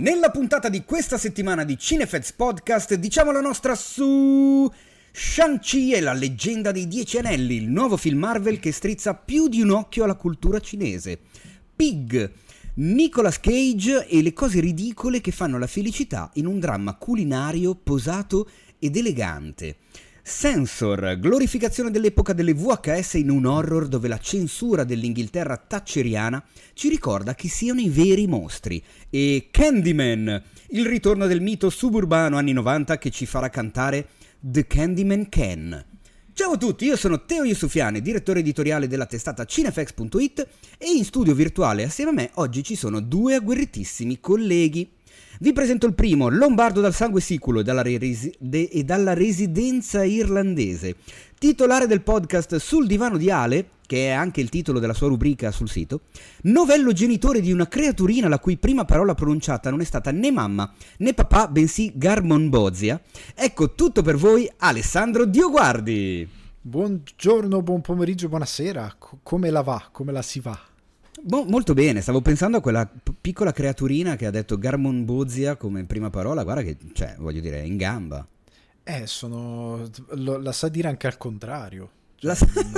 Nella puntata di questa settimana di Cinefx Podcast diciamo la nostra su Shang-Chi e la leggenda dei 10 anelli, il nuovo film Marvel che strizza più di un occhio alla cultura cinese. Pig, Nicolas Cage e le cose ridicole che fanno la felicità in un dramma culinario posato ed elegante. Censor, glorificazione dell'epoca delle VHS in un horror dove la censura dell'Inghilterra thatcheriana ci ricorda chi siano i veri mostri. E Candyman, il ritorno del mito suburbano anni 90 che ci farà cantare The Candyman Can. Ciao a tutti, io sono Teo Yusufiani, direttore editoriale della testata Cinefx.it e in studio virtuale assieme a me oggi ci sono due agguerritissimi colleghi. Vi presento il primo, lombardo dal sangue siculo e dalla residenza irlandese, titolare del podcast Sul divano di Ale, che è anche il titolo della sua rubrica sul sito, novello genitore di una creaturina la cui prima parola pronunciata non è stata né mamma né papà, bensì Garmon Bozia. Ecco tutto per voi, Alessandro Dioguardi. Buongiorno, buon pomeriggio, buonasera, come la va, come la si va? Molto bene, stavo pensando a quella piccola creaturina che ha detto Garmon Bozia come prima parola, guarda che, cioè, voglio dire, è in gamba. La sa dire anche al contrario. Cioè,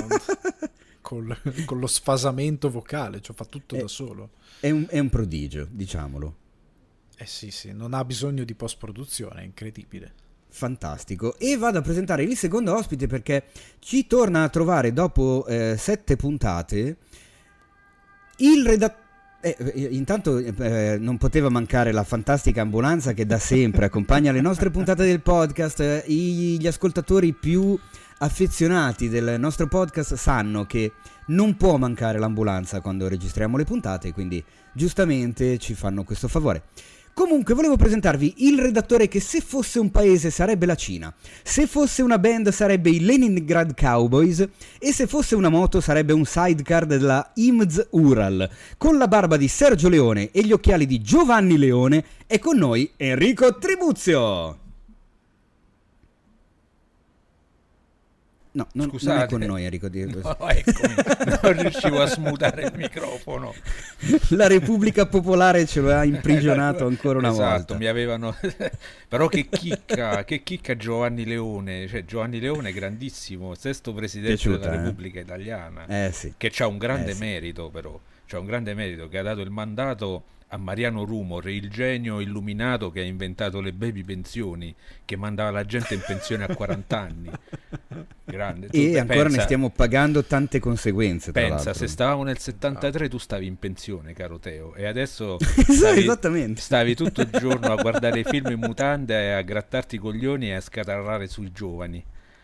con lo sfasamento vocale, cioè fa tutto da solo. È un prodigio, diciamolo. Sì, non ha bisogno di post-produzione, è incredibile. Fantastico. E vado a presentare il secondo ospite perché ci torna a trovare dopo 7 puntate il intanto non poteva mancare la fantastica ambulanza che da sempre accompagna le nostre puntate del podcast. Gli ascoltatori più affezionati del nostro podcast sanno che non può mancare l'ambulanza quando registriamo le puntate, quindi giustamente ci fanno questo favore. Comunque volevo presentarvi il redattore che se fosse un paese sarebbe la Cina, se fosse una band sarebbe i Leningrad Cowboys e se fosse una moto sarebbe un sidecar della IMZ Ural. Con la barba di Sergio Leone e gli occhiali di Giovanni Leone è con noi Enrico Tribuzio. No, non è con noi Enrico. No, eccomi, non riuscivo a smutare il microfono. La Repubblica Popolare ce lo ha imprigionato ancora una volta. Esatto, mi avevano... Però che chicca Giovanni Leone. Cioè, Giovanni Leone è grandissimo, sesto presidente della Repubblica Italiana. Sì. Che c'ha un grande merito, però. C'ha un grande merito, che ha dato il mandato a Mariano Rumor, il genio illuminato che ha inventato le baby pensioni, che mandava la gente in pensione a 40 anni. Grande. E ancora ne stiamo pagando tante conseguenze. Pensa, se stavamo nel 73 tu stavi in pensione, caro Teo, e adesso esattamente. Stavi tutto il giorno a guardare film in mutande e a grattarti i coglioni e a scatarrare sui giovani.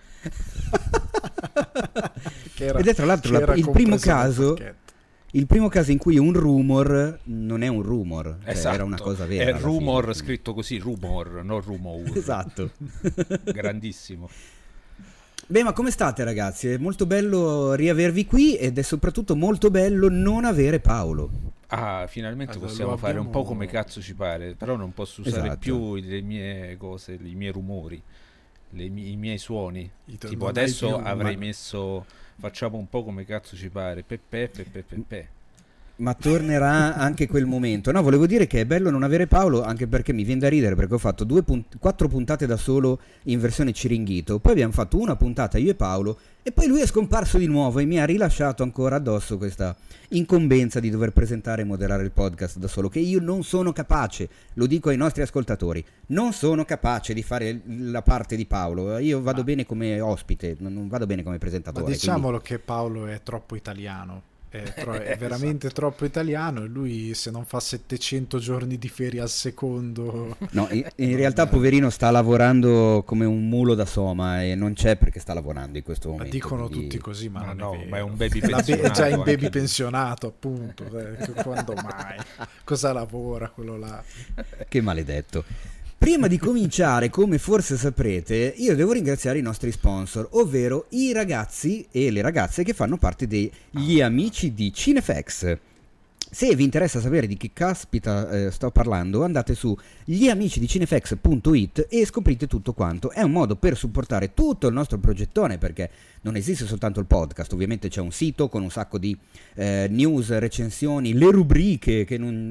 Ed è tra l'altro il primo caso in cui un rumor non è un rumor, cioè esatto. Era una cosa vera. È rumor fine. Scritto così, rumor, non rumor. Esatto. Grandissimo. Beh, ma come state ragazzi? È molto bello riavervi qui ed è soprattutto molto bello non avere Paolo. Finalmente allora, possiamo fare un po' come cazzo ci pare, però non posso usare più le mie cose, i miei rumori, i miei suoni. Tipo adesso avrei messo... Facciamo un po' come cazzo ci pare. Pepe. Ma tornerà anche quel momento. No, volevo dire che è bello non avere Paolo, anche perché mi viene da ridere, perché ho fatto 4 puntate da solo in versione Ciringhito, poi abbiamo fatto una puntata io e Paolo e poi lui è scomparso di nuovo e mi ha rilasciato ancora addosso questa incombenza di dover presentare e moderare il podcast da solo, che io non sono capace, lo dico ai nostri ascoltatori, non sono capace di fare la parte di Paolo. Io vado bene come ospite, non vado bene come presentatore. Ma diciamolo che Paolo è troppo italiano. È veramente troppo italiano e lui se non fa 700 giorni di ferie al secondo no, in realtà poverino sta lavorando come un mulo da Soma e non c'è perché sta lavorando in questo momento. Ma dicono tutti così, ma non no, è vero. ma è un baby pensionato. È già in baby pensionato, appunto. Quando mai? Cosa lavora quello là? Che maledetto. Prima di cominciare, come forse saprete, io devo ringraziare i nostri sponsor, ovvero i ragazzi e le ragazze che fanno parte degli amici di Cinefx. Se vi interessa sapere di che caspita sto parlando, andate su gliamicidicinefax.it e scoprite tutto quanto. È un modo per supportare tutto il nostro progettone, perché non esiste soltanto il podcast, ovviamente c'è un sito con un sacco di news, recensioni, le rubriche che non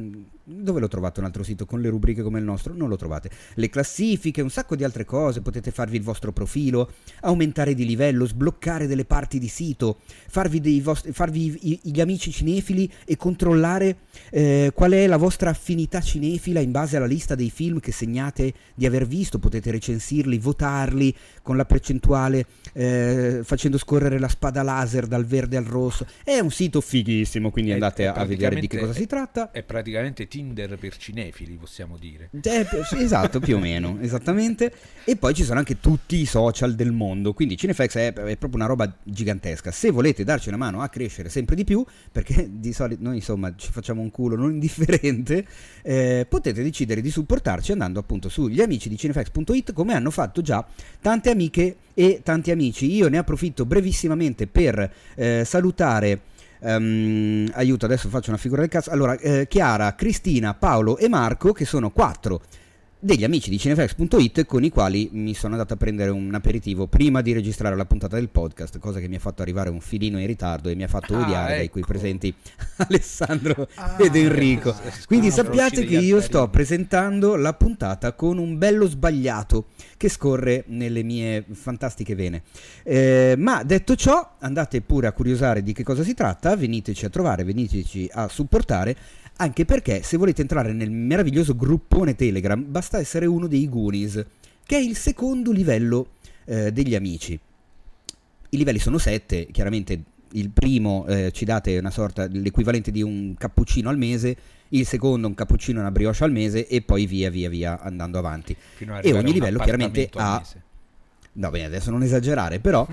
Dove lo trovate un altro sito con le rubriche come il nostro? Non lo trovate. Le classifiche, un sacco di altre cose, potete farvi il vostro profilo, aumentare di livello, sbloccare delle parti di sito, farvi gli amici cinefili e controllare qual è la vostra affinità cinefila in base alla lista dei film che segnate di aver visto. Potete recensirli, votarli con la percentuale, facendo scorrere la spada laser dal verde al rosso. È un sito fighissimo, quindi andate a vedere di che cosa si tratta. È praticamente Tinder per cinefili, possiamo dire. Esatto, più o meno, esattamente. E poi ci sono anche tutti i social del mondo, quindi Cinefx è proprio una roba gigantesca. Se volete darci una mano a crescere sempre di più, perché di solito noi insomma ci facciamo un culo non indifferente, potete decidere di supportarci andando appunto sugli amici di cinefx.it, come hanno fatto già tante amiche e tanti amici. Io ne approfitto brevissimamente per salutare aiuto, adesso faccio una figura del cazzo. Allora, Chiara, Cristina, Paolo e Marco, che sono 4 degli amici di cinefx.it con i quali mi sono andato a prendere un aperitivo prima di registrare la puntata del podcast, cosa che mi ha fatto arrivare un filino in ritardo e mi ha fatto odiare dai qui presenti Alessandro ed Enrico. Quindi sappiate che io sto presentando la puntata con un bello sbagliato che scorre nelle mie fantastiche vene, ma detto ciò, andate pure a curiosare di che cosa si tratta, veniteci a trovare, veniteci a supportare. Anche perché se volete entrare nel meraviglioso gruppone Telegram basta essere uno dei Goonies, che è il secondo livello degli amici. I livelli sono 7, chiaramente il primo ci date una sorta, l'equivalente di un cappuccino al mese, il secondo un cappuccino e una brioche al mese e poi via andando avanti. E ogni livello chiaramente ha... No, bene, adesso non esagerare, però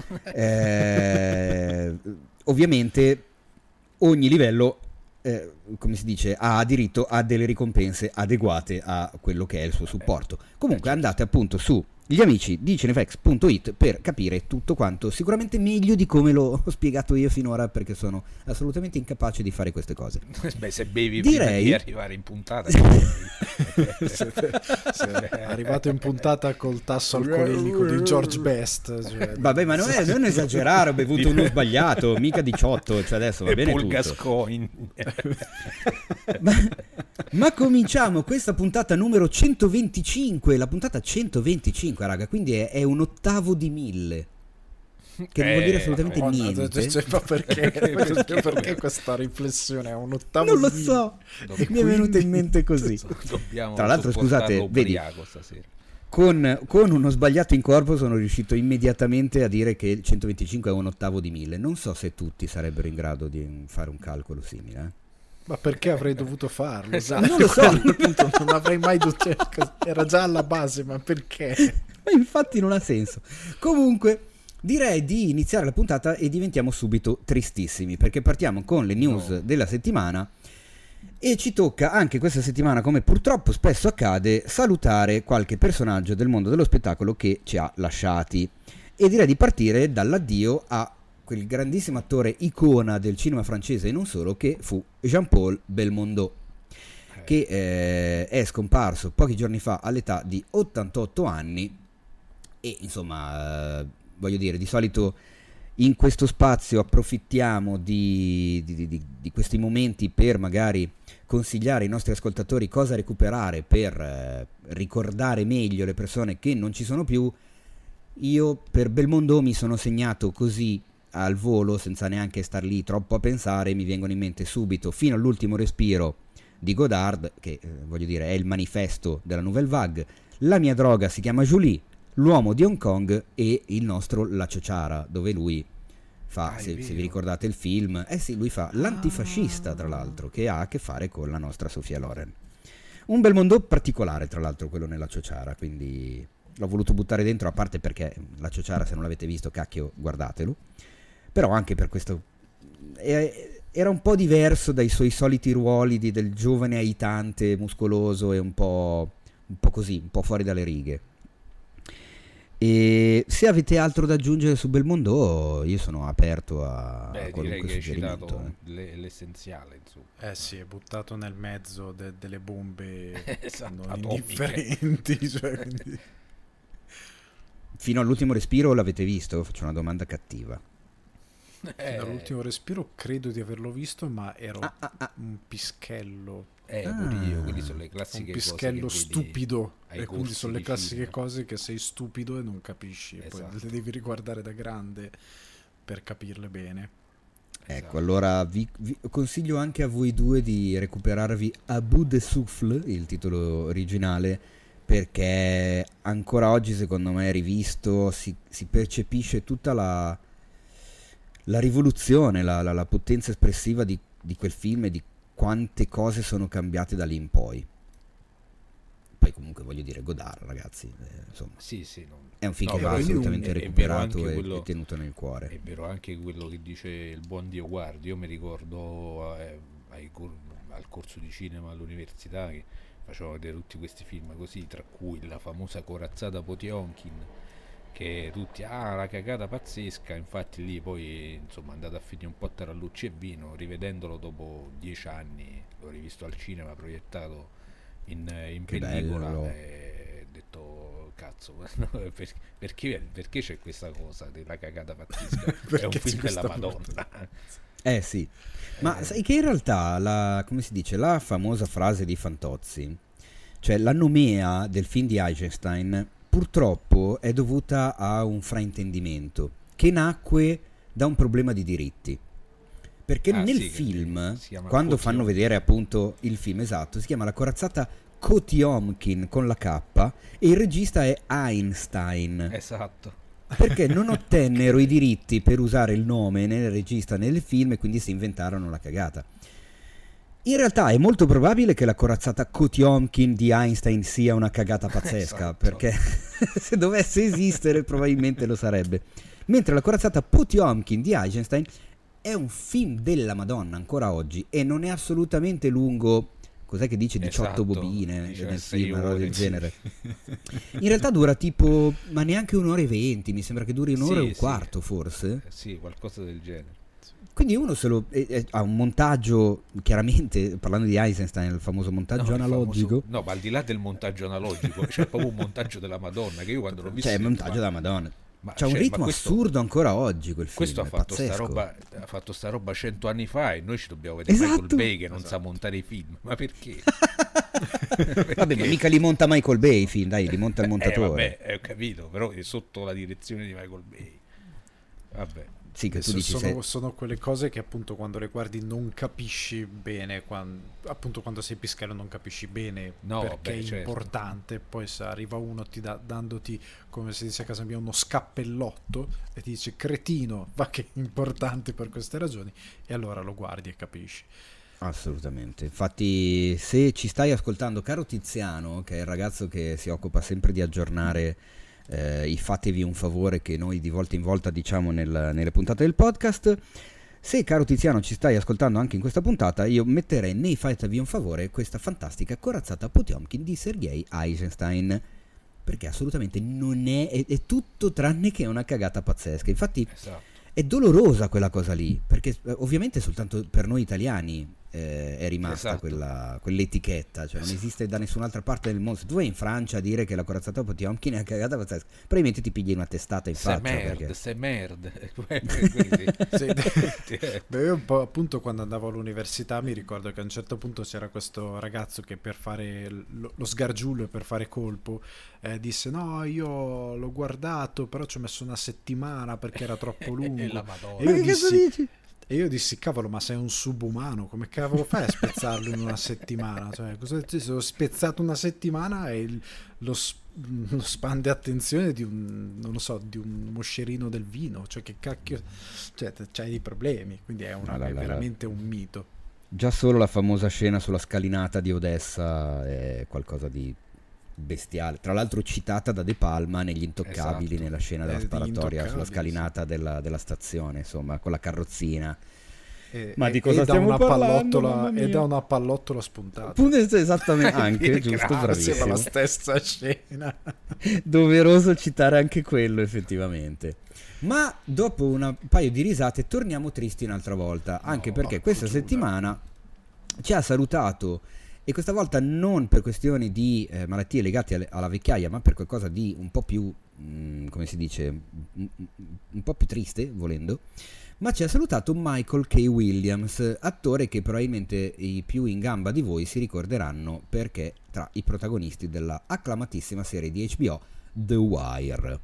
ovviamente ogni livello... come si dice, ha diritto a delle ricompense adeguate a quello che è il suo supporto. Comunque andate appunto su gli amici di cinefx.it per capire tutto quanto, sicuramente meglio di come l'ho spiegato io finora, perché sono assolutamente incapace di fare queste cose. Beh, se bevi prima di arrivare in puntata se è arrivato in puntata col tasso alcolemico di George Best, cioè... Vabbè, ma non esagerare, ho bevuto uno sbagliato, mica 18, cioè adesso va bene tutto. Ma cominciamo questa puntata numero 125, la puntata 125, raga, quindi è un ottavo di 1000, che non vuol dire assolutamente niente. Ma perché questa riflessione è un ottavo? Non lo so, mi è venuta in mente così. Tra l'altro, scusate, vedi, con uno sbagliato in corpo sono riuscito immediatamente a dire che il 125 è un ottavo di 1000. Non so se tutti sarebbero in grado di fare un calcolo simile, Ma perché avrei dovuto farlo? Esatto. Non lo so, appunto, non avrei mai dovuto, era già alla base, ma perché? Ma infatti non ha senso. Comunque direi di iniziare la puntata e diventiamo subito tristissimi, perché partiamo con le news della settimana e ci tocca anche questa settimana, come purtroppo spesso accade, salutare qualche personaggio del mondo dello spettacolo che ci ha lasciati, e direi di partire dall'addio a quel grandissimo attore icona del cinema francese e non solo, che fu Jean-Paul Belmondo, che è scomparso pochi giorni fa all'età di 88 anni e insomma voglio dire, di solito in questo spazio approfittiamo di questi momenti per magari consigliare ai nostri ascoltatori cosa recuperare per ricordare meglio le persone che non ci sono più. Io per Belmondo mi sono segnato così al volo, senza neanche star lì troppo a pensare, mi vengono in mente subito Fino all'ultimo respiro di Godard, che voglio dire è il manifesto della Nouvelle Vague, La mia droga si chiama Julie, L'uomo di Hong Kong e il nostro La Ciociara, dove lui fa, se vi ricordate il film, sì, lui fa l'antifascista, tra l'altro, che ha a che fare con la nostra Sofia Loren. Un Belmondo particolare, tra l'altro, quello nella Ciociara, quindi l'ho voluto buttare dentro, a parte perché La Ciociara, se non l'avete visto, cacchio, guardatelo, però anche per questo era un po' diverso dai suoi soliti ruoli del giovane aitante muscoloso e un po' così, un po' fuori dalle righe. E se avete altro da aggiungere su Belmondo, io sono aperto a qualunque suggerimento. Hai citato l'essenziale, insomma. Sì, è buttato nel mezzo delle bombe non indifferenti, cioè, quindi... Fino all'ultimo respiro l'avete visto? Faccio una domanda cattiva. Dall'ultimo respiro credo di averlo visto, ma era un pischello. Pure io, quindi sono le classiche un pischello cose stupido, e quindi sono le classiche cose che sei stupido e non capisci, esatto. Poi le devi riguardare da grande per capirle bene. Ecco, allora vi consiglio anche a voi due di recuperarvi A Bout de Souffle, il titolo originale, perché ancora oggi secondo me rivisto si percepisce tutta la rivoluzione, la potenza espressiva di quel film e di quante cose sono cambiate da lì in poi. Poi comunque voglio dire, Godard, ragazzi, insomma, sì, è un film che va assolutamente recuperato e tenuto nel cuore. È vero anche quello che dice il buon Dio Guardi. Io mi ricordo al corso di cinema all'università che facevano vedere tutti questi film così, tra cui la famosa Corazzata Potionkin, che tutti la cagata pazzesca. Infatti lì poi insomma è andato a finire un po' tra lucci e vino, rivedendolo dopo 10 anni, l'ho rivisto al cinema proiettato in pellicola e ho detto cazzo, perché c'è questa cosa della cagata pazzesca? È un film della Madonna. Sì, ma sai che in realtà come si dice, la famosa frase di Fantozzi, cioè la nomea del film di Eisenstein, purtroppo è dovuta a un fraintendimento che nacque da un problema di diritti. Perché nel film, quando fanno vedere appunto il film esatto, si chiama La corazzata Potionkin con la K e il regista è Einstein. Esatto. Perché non ottennero i diritti per usare il nome nel regista nel film e quindi si inventarono la cagata. In realtà è molto probabile che la corazzata Potionkin di Einstein sia una cagata pazzesca, esatto. Perché se dovesse esistere probabilmente lo sarebbe. Mentre la corazzata Potionkin di Eisenstein è un film della Madonna ancora oggi e non è assolutamente lungo. Cos'è che dice 18 esatto, bobine nel film, una roba del genere. In realtà dura tipo, ma neanche un'ora e 20, mi sembra che duri un'ora e un quarto forse. Sì, qualcosa del genere. Quindi uno ha un montaggio, chiaramente parlando di Eisenstein, il famoso montaggio analogico. No, ma al di là del montaggio analogico, c'è proprio un montaggio della Madonna che io quando l'ho visto... C'è il montaggio della Madonna. C'ha un ritmo assurdo ancora oggi quel film. Questo ha fatto sta roba 100 anni fa e noi ci dobbiamo vedere Michael Bay che non sa montare i film. Ma perché? Vabbè, ma mica li monta Michael Bay i film, dai, li monta il montatore. Vabbè, ho capito, però è sotto la direzione di Michael Bay. Vabbè. Sì, che tu dici sono quelle cose che appunto quando le guardi non capisci bene, appunto quando sei pischello non capisci bene perché è importante, poi se arriva uno dandoti, come si dice a casa mia, uno scappellotto e ti dice cretino, ma che è importante per queste ragioni, e allora lo guardi e capisci. Assolutamente. Infatti se ci stai ascoltando, caro Tiziano, che è il ragazzo che si occupa sempre di aggiornare fatevi un favore che noi di volta in volta diciamo nelle puntate del podcast, se caro Tiziano ci stai ascoltando anche in questa puntata, io metterei nei fatevi un favore questa fantastica corazzata Potionkin di Sergei Eisenstein, perché assolutamente non è tutto tranne che una cagata pazzesca. Infatti è dolorosa quella cosa lì, perché ovviamente soltanto per noi italiani è rimasta quell'etichetta, cioè non esiste da nessun'altra parte del mondo. Se tu vai in Francia a dire che la corazzata Potionkin è una cagata pazzesca, probabilmente ti pigli una testata in faccia. Se merde. Beh, io un po', appunto, quando andavo all'università mi ricordo che a un certo punto c'era questo ragazzo che per fare lo sgargiullo e per fare colpo disse no, io l'ho guardato però ci ho messo una settimana perché era troppo lungo. La Madonna. Ma che cosa dici? E io dissi, cavolo, ma sei un subumano, come cavolo fai a spezzarlo in una settimana? Cioè, ho spezzato una settimana e lo spande attenzione di un moscerino del vino, cioè che cacchio, cioè c'hai dei problemi, quindi è veramente un mito. Già solo la famosa scena sulla scalinata di Odessa è qualcosa di bestiale, tra l'altro citata da De Palma negli Intoccabili, nella scena della sparatoria sulla scalinata della stazione, insomma, con la carrozzina. Ma di cosa stiamo parlando? E da una pallottola spuntata. Esattamente, anche, giusto, bravissimo. La stessa scena. Doveroso citare anche quello, effettivamente. Ma dopo un paio di risate torniamo tristi un'altra volta, anche perché questa settimana ci ha salutato e questa volta non per questioni di malattie legate alla vecchiaia, ma per qualcosa di un po' più, come si dice, un po' più triste, volendo, ma ci ha salutato Michael K. Williams, attore che probabilmente i più in gamba di voi si ricorderanno perché tra i protagonisti della acclamatissima serie di HBO The Wire.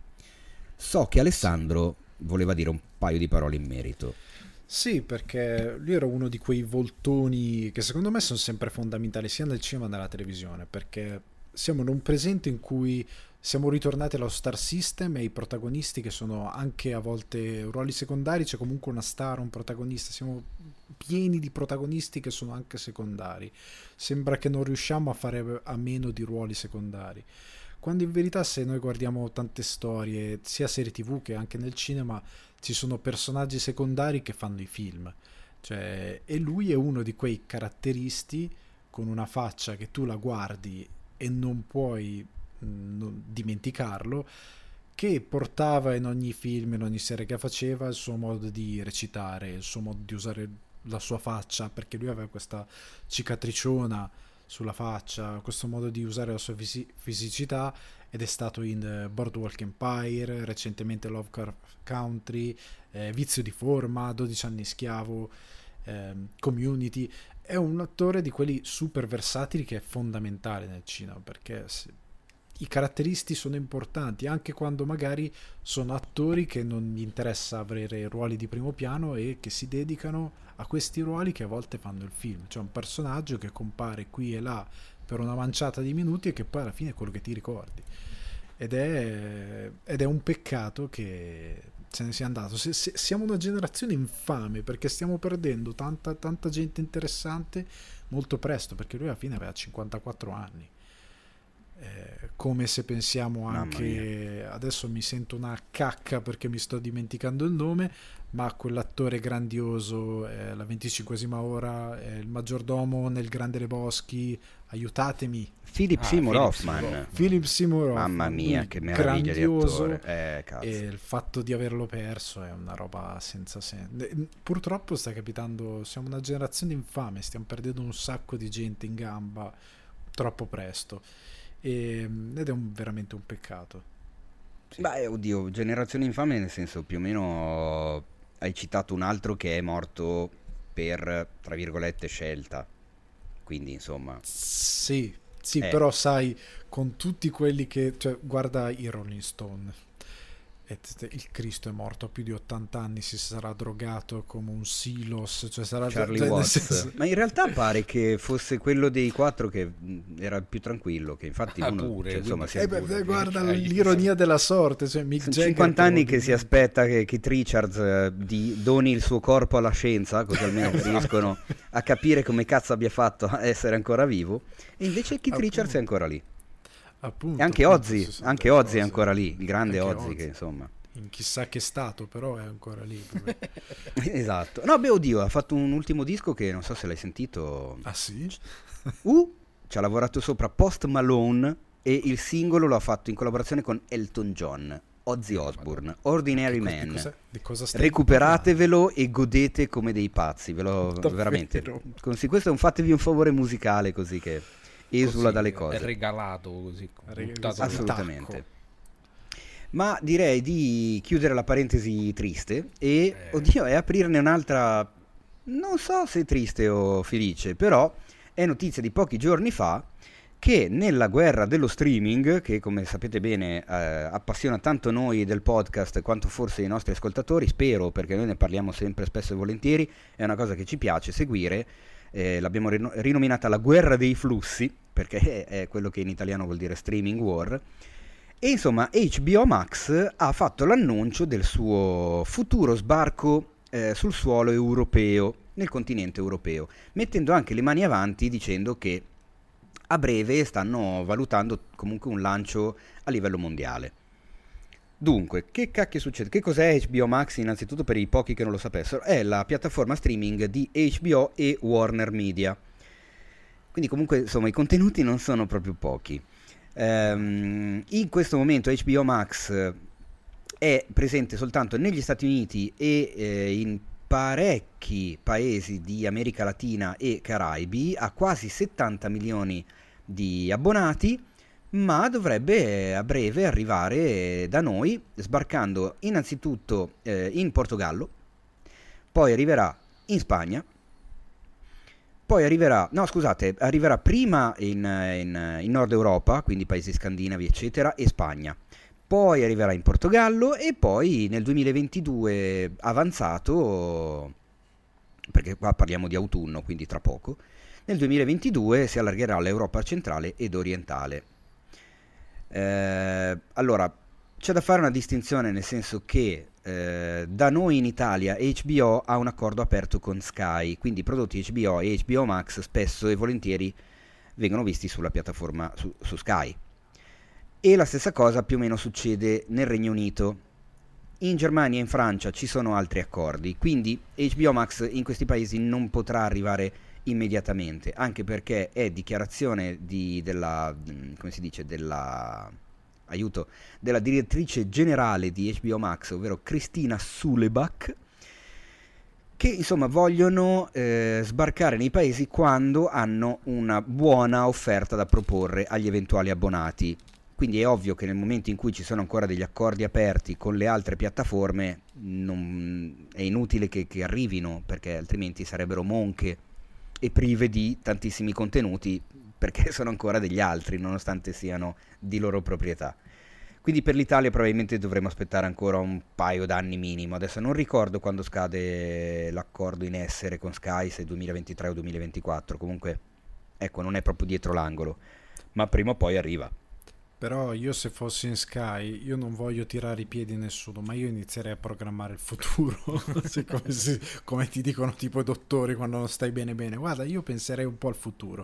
So che Alessandro voleva dire un paio di parole in merito. Sì, perché lui era uno di quei voltoni che secondo me sono sempre fondamentali sia nel cinema che nella televisione, perché siamo in un presente in cui siamo ritornati allo star system e i protagonisti che sono anche a volte ruoli secondari, c'è comunque una star, un protagonista, siamo pieni di protagonisti che sono anche secondari. Sembra che non riusciamo a fare a meno di ruoli secondari, quando in verità se noi guardiamo tante storie, sia serie TV che anche nel cinema, ci sono personaggi secondari che fanno i film, cioè, e lui è uno di quei caratteristi con una faccia che tu la guardi e non puoi dimenticarlo, che portava in ogni film, in ogni serie che faceva, il suo modo di recitare, il suo modo di usare la sua faccia, perché lui aveva questa cicatriciona sulla faccia, questo modo di usare la sua fisicità, ed è stato in Boardwalk Empire, recentemente Lovecraft Country, Vizio di forma, 12 anni schiavo, Community. È un attore di quelli super versatili che è fondamentale nel cinema, perché i caratteristi sono importanti anche quando magari sono attori che non gli interessa avere ruoli di primo piano e che si dedicano a questi ruoli che a volte fanno il film. C'è un personaggio che compare qui e là per una manciata di minuti e che poi alla fine è quello che ti ricordi, ed è un peccato che se ne sia andato. Siamo una generazione infame perché stiamo perdendo tanta gente interessante molto presto, perché lui alla fine aveva 54 anni. Come se pensiamo anche, adesso mi sento una cacca perché mi sto dimenticando il nome, ma quell'attore grandioso, la 25esima ora, il maggiordomo nel Grande Lebowski, aiutatemi, Philip Seymour Hoffman. Philip Seymour Hoffman, mamma mia, che meraviglia di attore. E il fatto di averlo perso è una roba senza senso. Purtroppo sta capitando, siamo una generazione infame, stiamo perdendo un sacco di gente in gamba troppo presto, ed è veramente un peccato. Sì. Beh, oddio, generazione infame nel senso, più o meno hai citato un altro che è morto per, tra virgolette, scelta, quindi insomma sì, però sai, con tutti quelli che, cioè, guarda i Rolling Stone, il Cristo è morto a più di 80 anni, si sarà drogato come un silos, cioè sarà Charlie Watts. Ma in realtà pare che fosse quello dei 4 che era più tranquillo, che infatti uno pure, cioè, insomma, guarda l'ironia della sorte, cioè Mick Jagger 50 anni che si aspetta che Keith Richards doni il suo corpo alla scienza, così almeno riescono a capire come cazzo abbia fatto a essere ancora vivo, e invece Keith Richards è ancora lì. Appunto, e anche Ozzy è ancora lì, il grande Ozzy, che insomma in chissà che stato, però è ancora lì. Esatto. No, beh, oddio, ha fatto un ultimo disco che non so se l'hai sentito. Ah sì? Ci ha lavorato sopra Post Malone e il singolo lo ha fatto in collaborazione con Elton John, Ozzy Osbourne, Ordinary Man. Di cosa recuperatevelo e godete come dei pazzi, veramente. Questo è un fatevi un favore musicale, così che esula così, dalle cose. È regalato così. Assolutamente. Ma direi di chiudere la parentesi triste e aprirne un'altra, non so se triste o felice, però è notizia di pochi giorni fa che nella guerra dello streaming, che come sapete bene appassiona tanto noi del podcast quanto forse i nostri ascoltatori, spero, perché noi ne parliamo sempre spesso e volentieri, è una cosa che ci piace seguire. L'abbiamo rinominata la guerra dei flussi, perché è quello che in italiano vuol dire streaming war, e insomma HBO Max ha fatto l'annuncio del suo futuro sbarco sul suolo europeo, nel continente europeo, mettendo anche le mani avanti dicendo che a breve stanno valutando comunque un lancio a livello mondiale. Dunque, che cacchio succede? Che cos'è HBO Max? Innanzitutto, per i pochi che non lo sapessero, è la piattaforma streaming di HBO e Warner Media. Quindi comunque, insomma, i contenuti non sono proprio pochi. In questo momento HBO Max è presente soltanto negli Stati Uniti e in parecchi paesi di America Latina e Caraibi, ha quasi 70 milioni di abbonati, ma dovrebbe a breve arrivare da noi, sbarcando innanzitutto in Portogallo, poi arriverà in Spagna, poi arriverà prima in Nord Europa, quindi paesi scandinavi eccetera, e Spagna, poi arriverà in Portogallo e poi nel 2022 avanzato, perché qua parliamo di autunno, quindi tra poco, nel 2022 si allargherà all'Europa centrale ed orientale. Allora, c'è da fare una distinzione, nel senso che da noi in Italia HBO ha un accordo aperto con Sky, quindi i prodotti HBO e HBO Max spesso e volentieri vengono visti sulla piattaforma su Sky, e la stessa cosa più o meno succede nel Regno Unito. In Germania e in Francia ci sono altri accordi, quindi HBO Max in questi paesi non potrà arrivare immediatamente, anche perché è dichiarazione della direttrice generale di HBO Max, ovvero Christina Sulebach, che insomma vogliono sbarcare nei paesi quando hanno una buona offerta da proporre agli eventuali abbonati. Quindi è ovvio che nel momento in cui ci sono ancora degli accordi aperti con le altre piattaforme è inutile che arrivino, perché altrimenti sarebbero monche e prive di tantissimi contenuti, perché sono ancora degli altri nonostante siano di loro proprietà. Quindi per l'Italia probabilmente dovremo aspettare ancora un paio d'anni minimo. Adesso non ricordo quando scade l'accordo in essere con Sky, se 2023 o 2024, comunque ecco, non è proprio dietro l'angolo, ma prima o poi arriva. Però io, se fossi in Sky, io non voglio tirare i piedi a nessuno, ma io inizierei a programmare il futuro. Come ti dicono tipo i dottori quando non stai bene, guarda, io penserei un po' al futuro,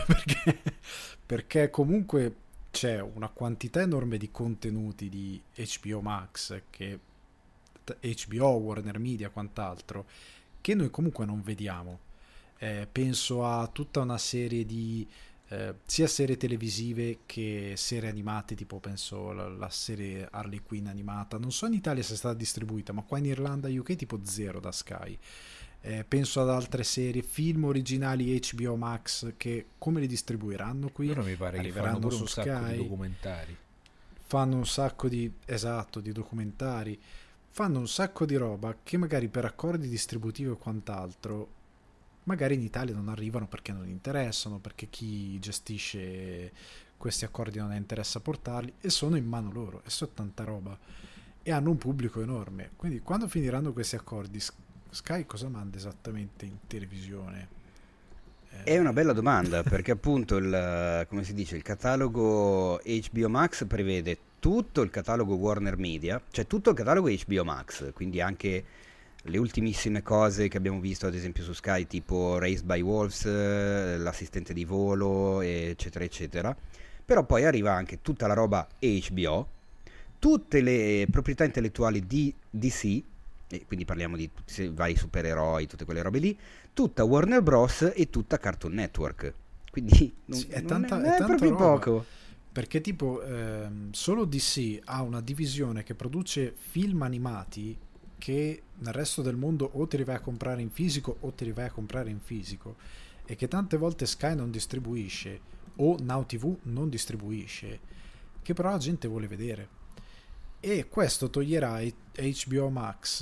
perché comunque c'è una quantità enorme di contenuti di HBO Max, che HBO, Warner Media, quant'altro, che noi comunque non vediamo. Penso a tutta una serie di sia serie televisive che serie animate, tipo penso la serie Harley Quinn animata, non so in Italia se è stata distribuita, ma qua in Irlanda e UK tipo zero da Sky. Penso ad altre serie, film originali HBO Max, che come li distribuiranno qui? Però mi pare arriveranno che fanno su un Sky, sacco di documentari, fanno un sacco di documentari, fanno un sacco di roba che magari per accordi distributivi o quant'altro magari in Italia non arrivano, perché non interessano, perché chi gestisce questi accordi non interessa portarli, e sono in mano loro, e so tanta roba, e hanno un pubblico enorme. Quindi quando finiranno questi accordi, Sky cosa manda esattamente in televisione? È una bella domanda, perché appunto il catalogo HBO Max prevede tutto il catalogo Warner Media, cioè tutto il catalogo HBO Max, quindi anche le ultimissime cose che abbiamo visto ad esempio su Sky, tipo Raised by Wolves, l'assistente di volo, eccetera eccetera. Però poi arriva anche tutta la roba HBO, tutte le proprietà intellettuali di DC, e quindi parliamo di tutti i vari supereroi, tutte quelle robe lì, tutta Warner Bros. E tutta Cartoon Network. Quindi è proprio roba. poco. Perché tipo solo DC ha una divisione che produce film animati che nel resto del mondo o te li vai a comprare in fisico o te li vai a comprare in fisico, e che tante volte Sky non distribuisce o Now TV non distribuisce, che però la gente vuole vedere. E questo toglierà a HBO Max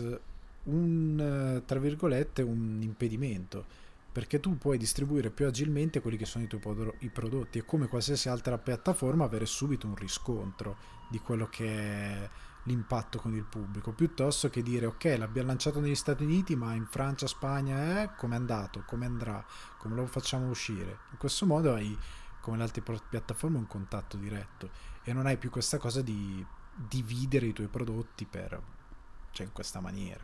tra virgolette un impedimento, perché tu puoi distribuire più agilmente quelli che sono i tuoi prodotti, e come qualsiasi altra piattaforma avere subito un riscontro di quello che è l'impatto con il pubblico, piuttosto che dire ok, l'abbiamo lanciato negli Stati Uniti, ma in Francia, Spagna come è andato, come andrà, come lo facciamo uscire. In questo modo hai, come le altre piattaforme, un contatto diretto, e non hai più questa cosa di dividere i tuoi prodotti in questa maniera.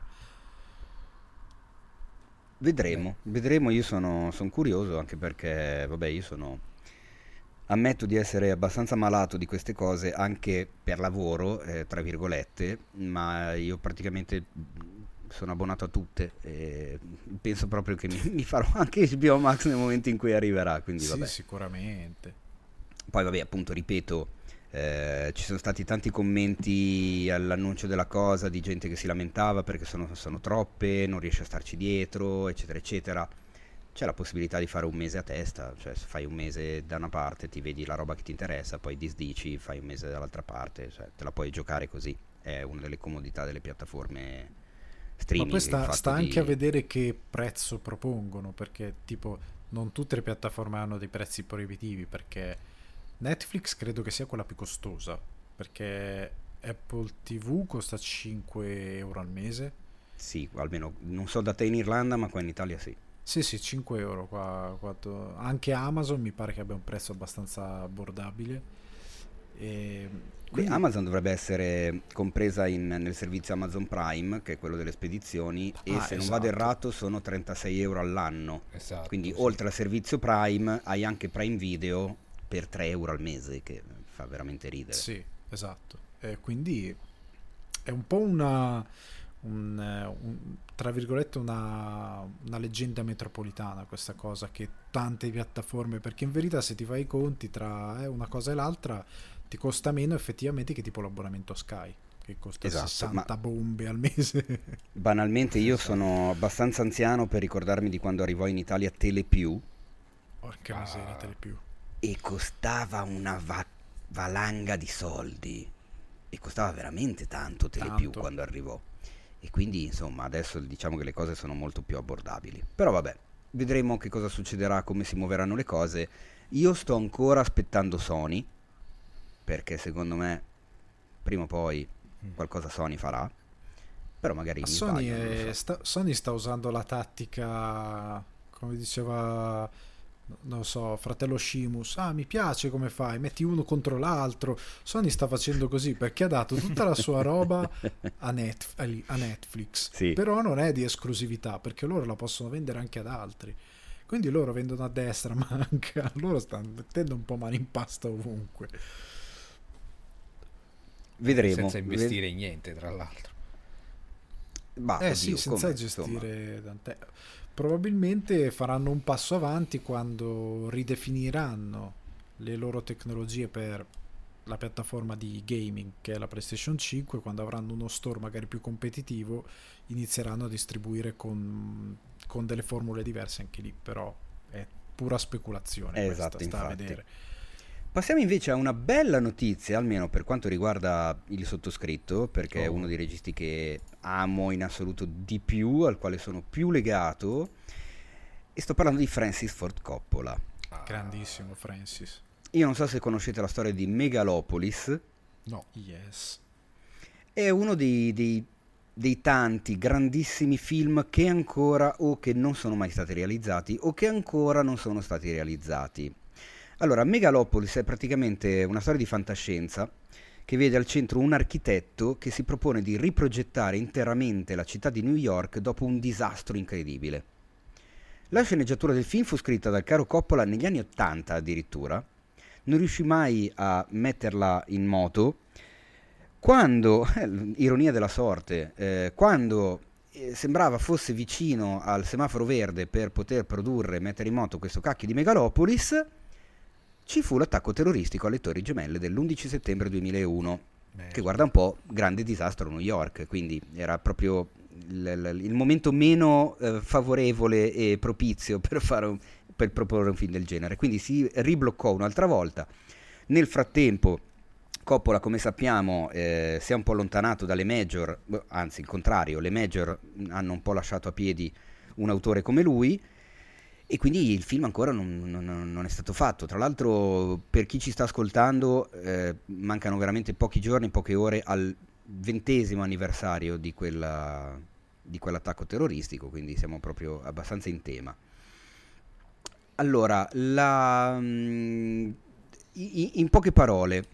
Vedremo, io sono curioso, anche perché vabbè, ammetto di essere abbastanza malato di queste cose, anche per lavoro, tra virgolette, ma io praticamente sono abbonato a tutte, e penso proprio che mi farò anche HBO Max nel momento in cui arriverà, quindi vabbè. Sì, sicuramente. Poi vabbè, appunto, ripeto, Ci sono stati tanti commenti all'annuncio della cosa di gente che si lamentava perché sono troppe, non riesce a starci dietro, eccetera eccetera. C'è la possibilità di fare un mese a testa, cioè se fai un mese da una parte ti vedi la roba che ti interessa, poi disdici, fai un mese dall'altra parte, cioè te la puoi giocare così. È una delle comodità delle piattaforme streaming. Ma poi sta anche a vedere che prezzo propongono, perché tipo non tutte le piattaforme hanno dei prezzi proibitivi, perché Netflix credo che sia quella più costosa, perché Apple TV costa 5 euro al mese. Sì, almeno non so da te in Irlanda, ma qua in Italia sì. Sì, 5 euro qua. Anche Amazon mi pare che abbia un prezzo abbastanza abbordabile. Quindi Amazon dovrebbe essere compresa nel servizio Amazon Prime, che è quello delle spedizioni, e se non vado errato sono 36 euro all'anno. Esatto, quindi sì. Oltre al servizio Prime hai anche Prime Video per 3 euro al mese, che fa veramente ridere. Sì, esatto. Quindi è un po' tra virgolette una leggenda metropolitana questa cosa, che tante piattaforme, perché in verità se ti fai i conti tra una cosa e l'altra ti costa meno effettivamente che tipo l'abbonamento Sky, che costa 60 bombe al mese. Banalmente io sono abbastanza anziano per ricordarmi di quando arrivò in Italia Telepiù. Porca miseria, Telepiù. E costava una valanga di soldi, e costava veramente tanto Telepiù quando arrivò. E quindi insomma adesso diciamo che le cose sono molto più abbordabili. Però vabbè, vedremo che cosa succederà, come si muoveranno le cose. Io sto ancora aspettando Sony, perché secondo me prima o poi qualcosa Sony farà. Però magari Sony sta usando la tattica, come diceva, non so, fratello Shimus, mi piace come fai, metti uno contro l'altro. Sony sta facendo così perché ha dato tutta la sua roba a Netflix, sì. Però non è di esclusività, perché loro la possono vendere anche ad altri, quindi loro vendono a destra, ma anche a loro stanno mettendo un po' mani in pasta ovunque. Vedremo. Senza investire in niente, tra l'altro. Sì, senza gestire tante. Probabilmente faranno un passo avanti quando ridefiniranno le loro tecnologie per la piattaforma di gaming, che è la PlayStation 5. Quando avranno uno store magari più competitivo, inizieranno a distribuire con delle formule diverse anche lì, però è pura speculazione. Esatto, sta a vedere. Passiamo invece a una bella notizia, almeno per quanto riguarda il sottoscritto, perché è uno dei registi che amo in assoluto di più, al quale sono più legato, e sto parlando di Francis Ford Coppola. Grandissimo Francis. Io non so se conoscete la storia di Megalopolis. No. Yes. È uno dei tanti grandissimi film che ancora o che non sono mai stati realizzati o che ancora non sono stati realizzati. Allora, Megalopolis è praticamente una storia di fantascienza che vede al centro un architetto che si propone di riprogettare interamente la città di New York dopo un disastro incredibile. La sceneggiatura del film fu scritta dal caro Coppola negli anni '80 addirittura, non riuscì mai a metterla in moto, quando, ironia della sorte, quando sembrava fosse vicino al semaforo verde per poter produrre e mettere in moto questo cacchio di Megalopolis, ci fu l'attacco terroristico alle Torri Gemelle dell'11 settembre 2001, che guarda un po', grande disastro a New York, quindi era proprio il momento meno favorevole e propizio per proporre un film del genere, quindi si ribloccò un'altra volta. Nel frattempo Coppola, come sappiamo, si è un po' allontanato dalle major, anzi il contrario, le major hanno un po' lasciato a piedi un autore come lui, e quindi il film ancora non è stato fatto. Tra l'altro, per chi ci sta ascoltando, mancano veramente pochi giorni, poche ore al 20° anniversario di quell'attacco terroristico, quindi siamo proprio abbastanza in tema. Allora, in poche parole,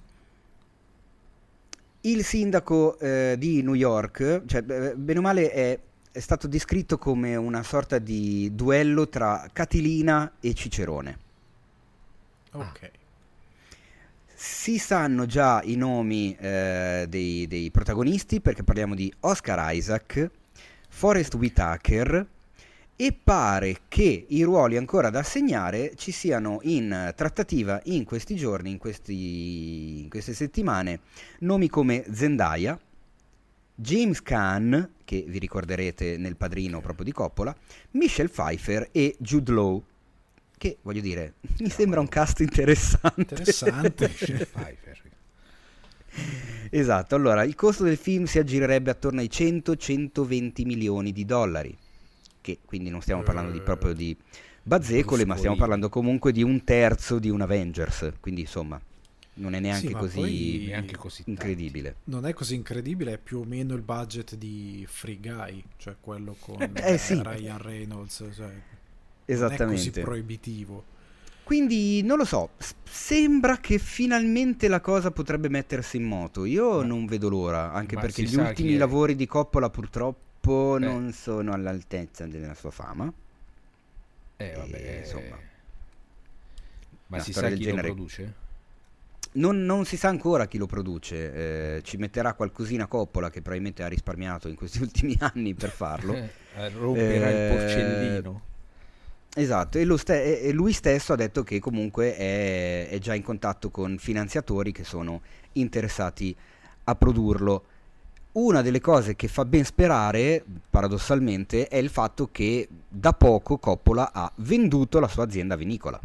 il sindaco di New York, cioè bene o male è stato descritto come una sorta di duello tra Catilina e Cicerone. Ok. Si sanno già i nomi dei protagonisti, perché parliamo di Oscar Isaac, Forest Whitaker e pare che i ruoli ancora da assegnare ci siano in trattativa in questi giorni, in queste settimane, nomi come Zendaya, James Caan, che vi ricorderete nel Padrino proprio di Coppola, Michelle Pfeiffer e Jude Law, che voglio dire, mi sembra un cast interessante. Michelle Pfeiffer. Esatto, allora il costo del film si aggirerebbe attorno ai 100-120 milioni di dollari, che quindi non stiamo parlando proprio di bazzecole, ma stiamo parlando comunque di un terzo di un Avengers, quindi insomma non è neanche così incredibile. Non è così incredibile, è più o meno il budget di Free Guy, cioè quello con sì. Ryan Reynolds, cioè esattamente. Non è così proibitivo. Quindi non lo so, sembra che finalmente la cosa potrebbe mettersi in moto. Io non vedo l'ora, anche perché gli ultimi lavori di Coppola purtroppo non sono all'altezza della sua fama. Vabbè, insomma. Ma si sa chi lo produce? Non si sa ancora chi lo produce, ci metterà qualcosina Coppola, che probabilmente ha risparmiato in questi ultimi anni per farlo. Romperà il porcellino. Esatto, e lui stesso ha detto che comunque è già in contatto con finanziatori che sono interessati a produrlo. Una delle cose che fa ben sperare, paradossalmente, è il fatto che da poco Coppola ha venduto la sua azienda vinicola.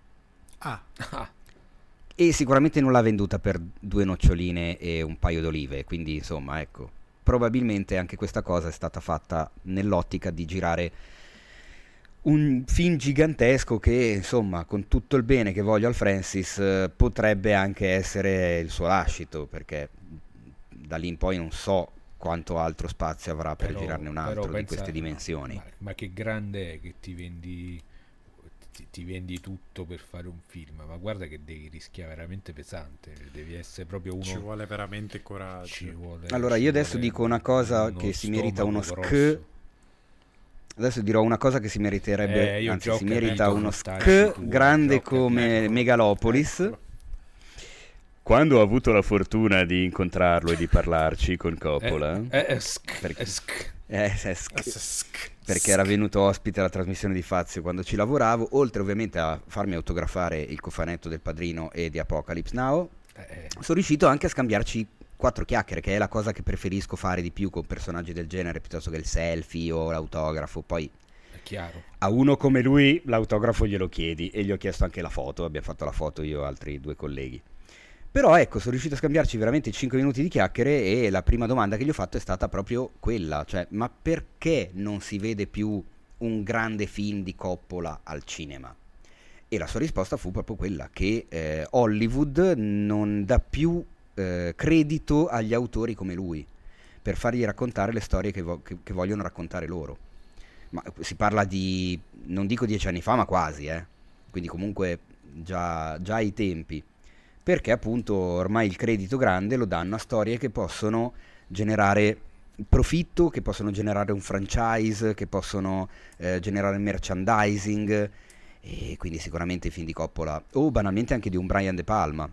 E sicuramente non l'ha venduta per 2 noccioline e un paio d'olive, quindi insomma, ecco, probabilmente anche questa cosa è stata fatta nell'ottica di girare un film gigantesco che, insomma, con tutto il bene che voglio al Francis, potrebbe anche essere il suo lascito, perché da lì in poi non so quanto altro spazio avrà per girarne un altro di queste dimensioni. Ma che grande è che ti vendi tutto per fare un film, ma guarda che devi rischiare veramente pesante, devi essere proprio uno, ci vuole veramente coraggio. Allora io adesso dico una cosa che si merita uno adesso dirò una cosa che si meriterebbe, anzi si merita uno grande come Megalopolis. Quando ho avuto la fortuna di incontrarlo e di parlarci con Coppola, perché era venuto ospite alla trasmissione di Fazio quando ci lavoravo, oltre ovviamente a farmi autografare il cofanetto del Padrino e di Apocalypse Now, sono riuscito anche a scambiarci 4 chiacchiere, che è la cosa che preferisco fare di più con personaggi del genere piuttosto che il selfie o l'autografo. Poi è chiaro, a uno come lui l'autografo glielo chiedi, e gli ho chiesto anche la foto, abbiamo fatto la foto io e altri 2 colleghi. Però ecco, sono riuscito a scambiarci veramente 5 minuti di chiacchiere, e la prima domanda che gli ho fatto è stata proprio quella, cioè ma perché non si vede più un grande film di Coppola al cinema? E la sua risposta fu proprio quella, che Hollywood non dà più credito agli autori come lui per fargli raccontare le storie che vogliono raccontare loro. Ma si parla di, non dico 10 anni fa, ma quasi, quindi comunque già ai tempi, perché appunto ormai il credito grande lo danno a storie che possono generare profitto, che possono generare un franchise, che possono generare merchandising, e quindi sicuramente i film di Coppola o banalmente anche di un Brian De Palma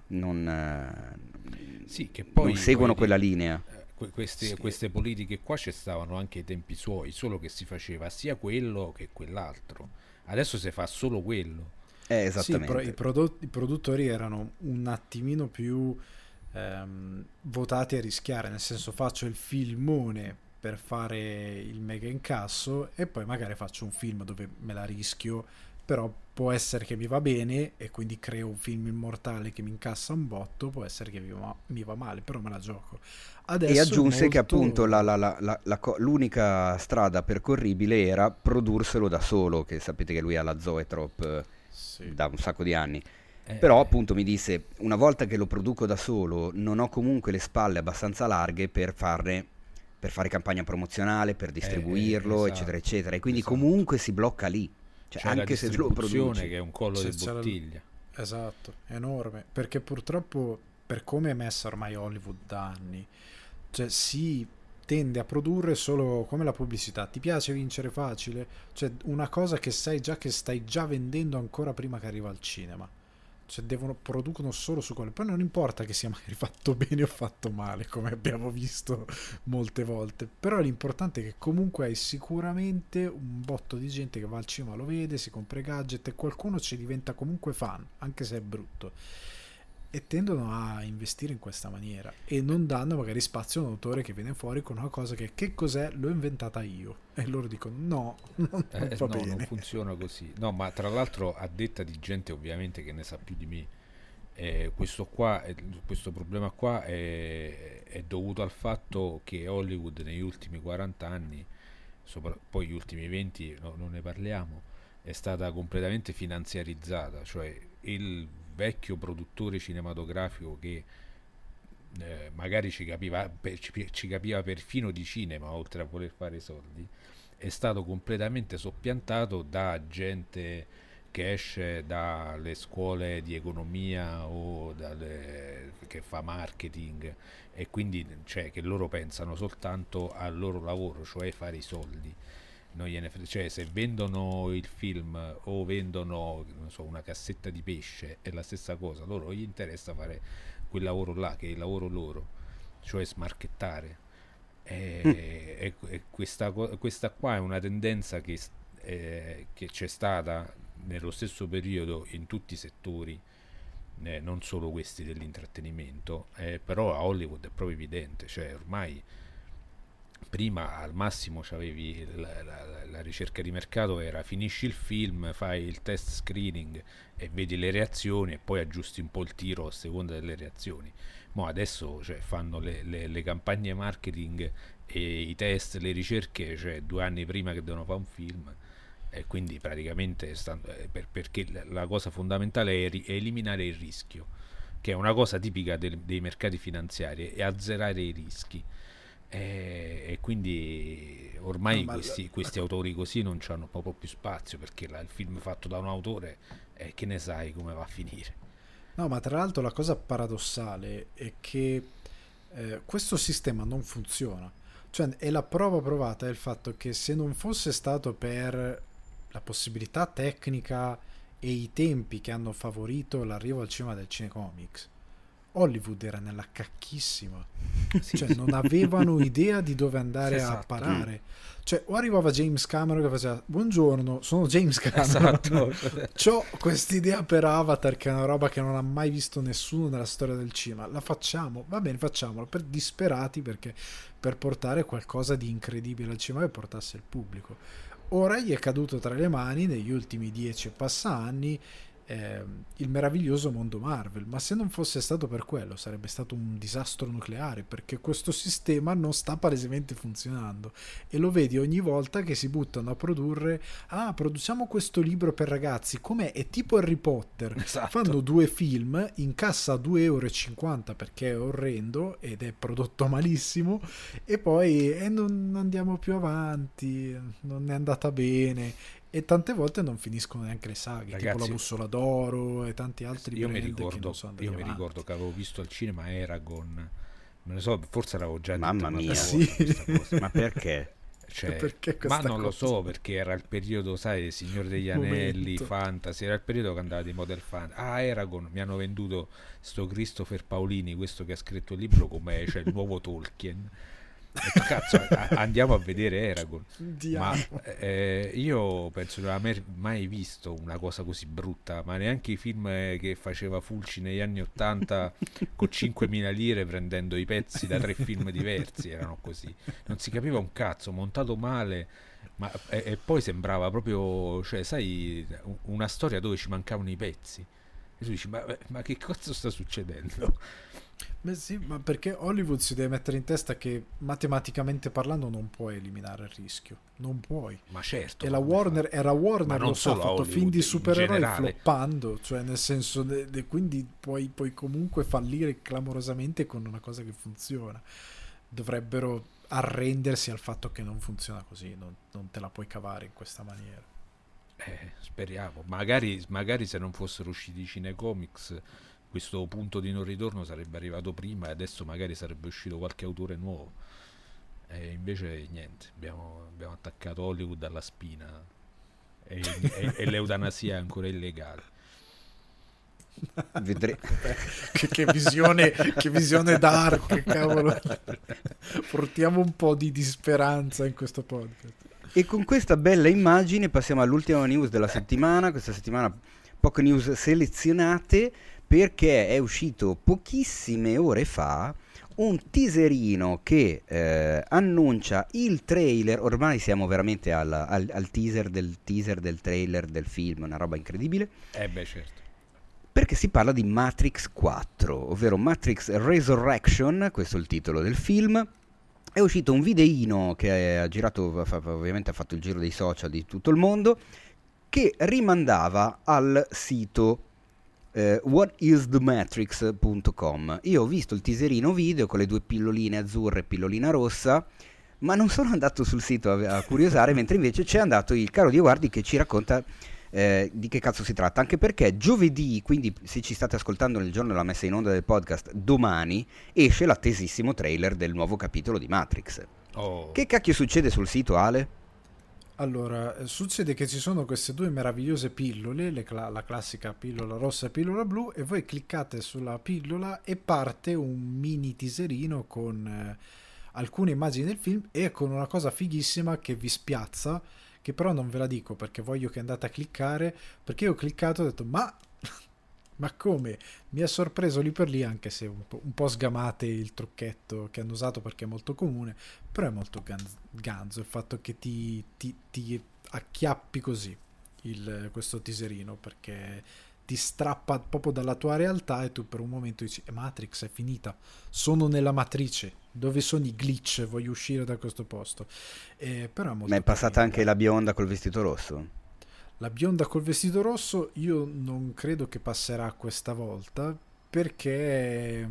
sì, che poi non seguono quella linea. Queste politiche qua ci stavano anche ai tempi suoi, solo che si faceva sia quello che quell'altro. Adesso si fa solo quello. Esattamente. Sì, i produttori erano un attimino più votati a rischiare, nel senso, faccio il filmone per fare il mega incasso e poi magari faccio un film dove me la rischio, però può essere che mi va bene e quindi creo un film immortale che mi incassa un botto, può essere che mi va male, però me la gioco. Adesso e aggiunse che appunto l'unica strada percorribile era produrselo da solo, che sapete che lui ha la Zoetrope da un sacco di anni. Però appunto mi disse, una volta che lo produco da solo non ho comunque le spalle abbastanza larghe per fare campagna promozionale, per distribuirlo, esatto, eccetera eccetera, e quindi comunque si blocca lì. Cioè, anche se lo produce, che è un collo di bottiglia. Esatto, è enorme, perché purtroppo, per come è messa ormai Hollywood da anni, cioè si tende a produrre solo come la pubblicità. Ti piace vincere facile? Cioè una cosa che sai già che stai già vendendo ancora prima che arriva al cinema. cioè producono solo su quello, poi non importa che sia magari fatto bene o fatto male, come abbiamo visto molte volte, però l'importante è che comunque hai sicuramente un botto di gente che va al cinema, lo vede, si compra i gadget e qualcuno ci diventa comunque fan, anche se è brutto, e tendono a investire in questa maniera e non danno magari spazio a un autore che viene fuori con una cosa che cos'è, l'ho inventata io, e loro dicono no, non va bene. Non funziona così. No, ma tra l'altro, a detta di gente ovviamente che ne sa più di me, questo problema qua è dovuto al fatto che Hollywood negli ultimi 40 anni, poi gli ultimi 20 non ne parliamo, è stata completamente finanziarizzata, cioè il vecchio produttore cinematografico che magari ci capiva perfino di cinema, oltre a voler fare soldi, è stato completamente soppiantato da gente che esce dalle scuole di economia o che fa marketing, e quindi cioè, che loro pensano soltanto al loro lavoro, cioè fare i soldi. Cioè, se vendono il film o vendono, non so, una cassetta di pesce, è la stessa cosa, loro gli interessa fare quel lavoro là, che è il lavoro loro, cioè smarchettare. E questa qua è una tendenza che c'è stata nello stesso periodo in tutti i settori, non solo questi dell'intrattenimento, però a Hollywood è proprio evidente, cioè ormai prima al massimo c'avevi la ricerca di mercato, era finisci il film, fai il test screening e vedi le reazioni e poi aggiusti un po' il tiro a seconda delle reazioni. Mo adesso cioè, fanno le campagne marketing e i test, le ricerche, cioè 2 anni prima che devono fare un film, e quindi praticamente perché la cosa fondamentale è eliminare il rischio, che è una cosa tipica dei mercati finanziari, è azzerare i rischi. E quindi ormai questi autori così non hanno proprio più spazio, perché il film fatto da un autore, che ne sai come va a finire. No, ma tra l'altro la cosa paradossale è che questo sistema non funziona, cioè è la prova provata, è il fatto che se non fosse stato per la possibilità tecnica e i tempi che hanno favorito l'arrivo al cinema del cinecomics, Hollywood era nella cacchissima, sì, cioè non avevano idea di dove andare a parare, cioè o arrivava James Cameron che faceva buongiorno, sono James Cameron, c'ho quest'idea per Avatar che è una roba che non ha mai visto nessuno nella storia del cinema, la facciamo, va bene, facciamola, per disperati, perché per portare qualcosa di incredibile al cinema e portasse il pubblico. Ora gli è caduto tra le mani negli ultimi 10 e passa anni il meraviglioso mondo Marvel, ma se non fosse stato per quello sarebbe stato un disastro nucleare, perché questo sistema non sta palesemente funzionando e lo vedi ogni volta che si buttano a produrre, produciamo questo libro per ragazzi, com'è? È tipo Harry Potter, esatto. Fanno 2 film, incassa 2,50 € perché è orrendo ed è prodotto malissimo, e poi non andiamo più avanti, non è andata bene. E tante volte non finiscono neanche le saghe, ragazzi, tipo La Bussola d'Oro e tanti altri brand che non sono andati avanti. Mi ricordo che avevo visto al cinema Eragon, non lo so, forse l'avevo già detto. Mamma mia, sì. Cosa. Ma perché? Cioè, perché ma non lo so, perché era il periodo, sai, Signore degli Anelli, Fantasy, era il periodo che andava di Modern Fantasy. Eragon, mi hanno venduto sto Christopher Paolini, questo che ha scritto il libro, come cioè il nuovo Tolkien. Cazzo, andiamo a vedere Eragon. Ma io penso di non aver mai visto una cosa così brutta, ma neanche i film che faceva Fulci negli anni 80 con 5.000 lire prendendo i pezzi da 3 film diversi erano così, non si capiva un cazzo, montato male, ma e poi sembrava proprio, cioè sai, una storia dove ci mancavano i pezzi e tu dici ma che cazzo sta succedendo? Beh sì, ma perché Hollywood si deve mettere in testa che matematicamente parlando non puoi eliminare il rischio, non puoi. Ma certo. E era Warner lo sa, ha fatto film di supereroi floppando, cioè nel senso quindi puoi comunque fallire clamorosamente con una cosa che funziona. Dovrebbero arrendersi al fatto che non funziona così, non te la puoi cavare in questa maniera. Speriamo, magari se non fossero usciti i cinecomics questo punto di non ritorno sarebbe arrivato prima e adesso magari sarebbe uscito qualche autore nuovo, e invece niente, abbiamo attaccato Hollywood alla spina e l'eutanasia è ancora illegale. Che visione dark, cavolo. Portiamo un po' di speranza in questo podcast. E con questa bella immagine passiamo all'ultima news della settimana. Questa settimana poche news selezionate, perché è uscito pochissime ore fa un teaserino che annuncia il trailer. Ormai siamo veramente al teaser del trailer del film, una roba incredibile. Certo. Perché si parla di Matrix 4, ovvero Matrix Resurrection, questo è il titolo del film. È uscito un videino che ha girato, ovviamente ha fatto il giro dei social di tutto il mondo, che rimandava al sito whatisthematrix.com. Io ho visto il teaserino video con le due pilloline azzurre e pillolina rossa, ma non sono andato sul sito a curiosare, mentre invece c'è andato il caro Dioguardi che ci racconta di che cazzo si tratta, anche perché giovedì, quindi se ci state ascoltando nel giorno della messa in onda del podcast, domani esce l'attesissimo trailer del nuovo capitolo di Matrix. Che cacchio succede sul sito, Ale? Allora, succede che ci sono queste due meravigliose pillole, la classica pillola rossa e pillola blu, e voi cliccate sulla pillola e parte un mini teaserino con alcune immagini del film e con una cosa fighissima che vi spiazza, che però non ve la dico perché voglio che andate a cliccare, perché io ho cliccato e ho detto ma come? Mi ha sorpreso lì per lì, anche se un po' sgamate il trucchetto che hanno usato perché è molto comune, però è molto ganzo il fatto che ti acchiappi così questo teaserino, perché ti strappa proprio dalla tua realtà e tu per un momento dici Matrix è finita, sono nella matrice, dove sono i glitch, voglio uscire da questo posto. Però è molto ma è passata anche la bionda col vestito rosso? La bionda col vestito rosso io non credo che passerà questa volta, perché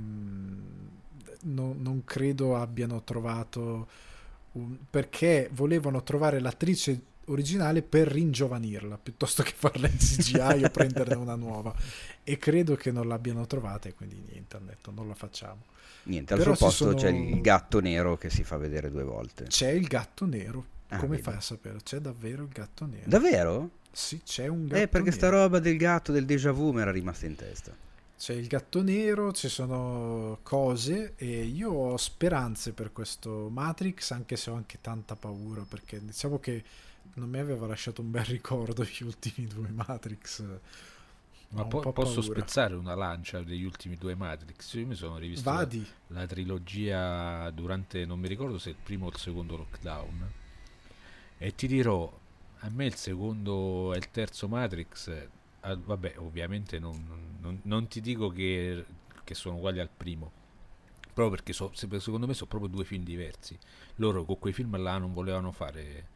non credo abbiano trovato perché volevano trovare l'attrice originale per ringiovanirla piuttosto che farla in CGI o prenderne una nuova, e credo che non l'abbiano trovata, e quindi niente, hanno detto non la facciamo. Niente, al suo posto c'è il gatto nero che si fa vedere 2 volte. C'è il gatto nero. Come fai a sapere? C'è davvero il gatto nero. Davvero? Sì, c'è un gatto perché nero. Sta roba del gatto del déjà vu mi era rimasta in testa. C'è il gatto nero, ci sono cose, e io ho speranze per questo Matrix, anche se ho anche tanta paura, perché diciamo che non mi aveva lasciato un bel ricordo gli ultimi 2 Matrix. Ma posso spezzare una lancia degli ultimi 2 Matrix? Io mi sono rivisto la trilogia durante, non mi ricordo se il primo o il secondo lockdown, e ti dirò, a me il secondo e il terzo Matrix, vabbè, ovviamente non ti dico che sono uguali al primo, proprio perché secondo me sono proprio 2 film diversi. Loro con quei film là non volevano fare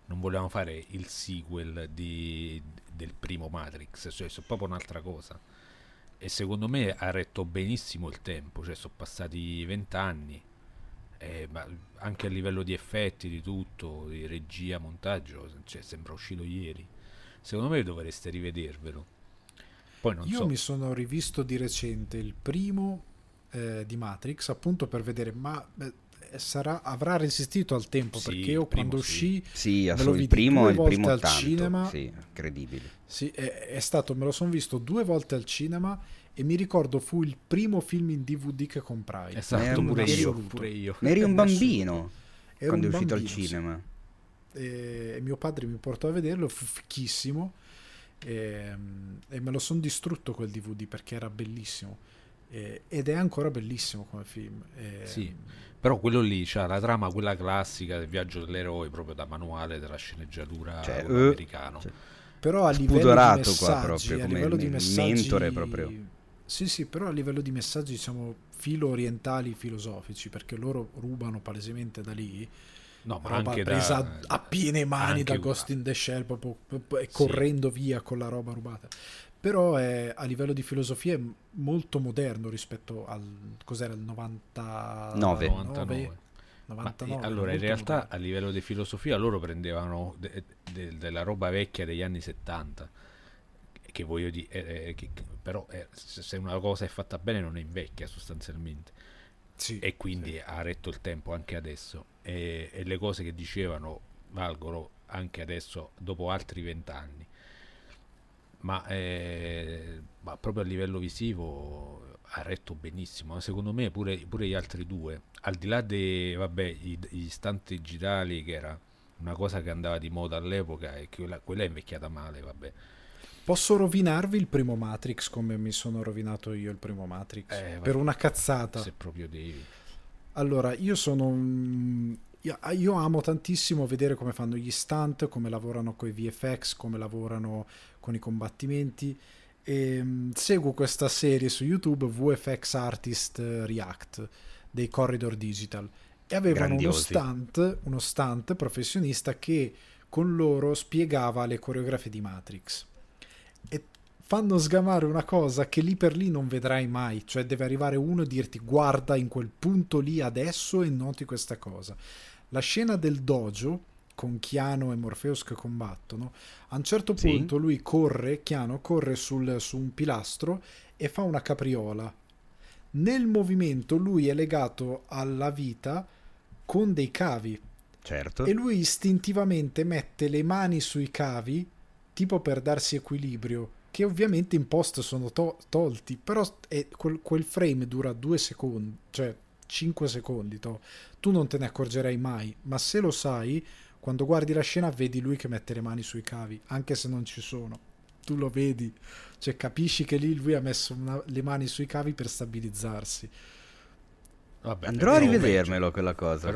il sequel del primo Matrix, cioè sono proprio un'altra cosa, e secondo me ha retto benissimo il tempo, cioè sono passati 20 anni, ma anche a livello di effetti, di tutto, di regia, montaggio, cioè sembra uscito ieri. Secondo me dovreste rivedervelo. Poi io mi sono rivisto di recente il primo di Matrix, appunto per vedere, ma avrà resistito al tempo, sì, perché io quando uscì me lo vidi due volte primo al tanto, cinema. sì, incredibile. Sì, è stato, me lo sono visto 2 volte al cinema, e mi ricordo fu il primo film in DVD che comprai. Esatto, pure io. Ma eri un bambino quando è uscito al bambino, cinema. Sì. E mio padre mi portò a vederlo, fu fichissimo, e me lo sono distrutto quel DVD perché era bellissimo, ed è ancora bellissimo come film. Sì, però quello lì c'ha la trama, quella classica del viaggio dell'eroe, proprio da manuale della sceneggiatura americano. Però a livello di messaggi, qua proprio, come mentore proprio. Sì, però a livello di messaggi, diciamo, filo orientali, filosofici, perché loro rubano palesemente da lì. No, ma roba anche presa a piene mani da Ghost in the Shell, proprio correndo via con la roba rubata. Però a livello di filosofia è molto moderno rispetto al cos'era il 99. Allora, in realtà moderno. A livello di filosofia loro prendevano della roba vecchia degli anni 70, che voglio dire, però se una cosa è fatta bene non è invecchia sostanzialmente. Sì, e quindi ha retto il tempo anche adesso, e le cose che dicevano valgono anche adesso dopo altri 20 anni. ma proprio a livello visivo ha retto benissimo. Secondo me pure gli altri due, al di là dei gli stunt digitali, che era una cosa che andava di moda all'epoca, e quella è invecchiata male, vabbè. Posso rovinarvi il primo Matrix come mi sono rovinato io il primo Matrix? Per una cazzata. Se proprio devi. Allora, io amo tantissimo vedere come fanno gli stunt, come lavorano con i VFX, come lavorano con i combattimenti. E seguo questa serie su YouTube, VFX Artist React, dei Corridor Digital, e avevano uno stunt professionista che con loro spiegava le coreografie di Matrix, e fanno sgamare una cosa che lì per lì non vedrai mai, cioè deve arrivare uno e dirti guarda in quel punto lì adesso e noti questa cosa. La scena del dojo con Keanu e Morpheus che combattono, a un certo punto lui Keanu corre su un pilastro e fa una capriola. Nel movimento lui è legato alla vita con dei cavi, certo, e lui istintivamente mette le mani sui cavi tipo per darsi equilibrio, che ovviamente in post sono tolti, però quel frame dura 2 secondi, cioè 5 secondi, tu non te ne accorgerai mai, ma se lo sai, quando guardi la scena vedi lui che mette le mani sui cavi, anche se non ci sono, tu lo vedi, cioè capisci che lì lui ha messo le mani sui cavi per stabilizzarsi. Vabbè, andrò a rivedermelo quella cosa,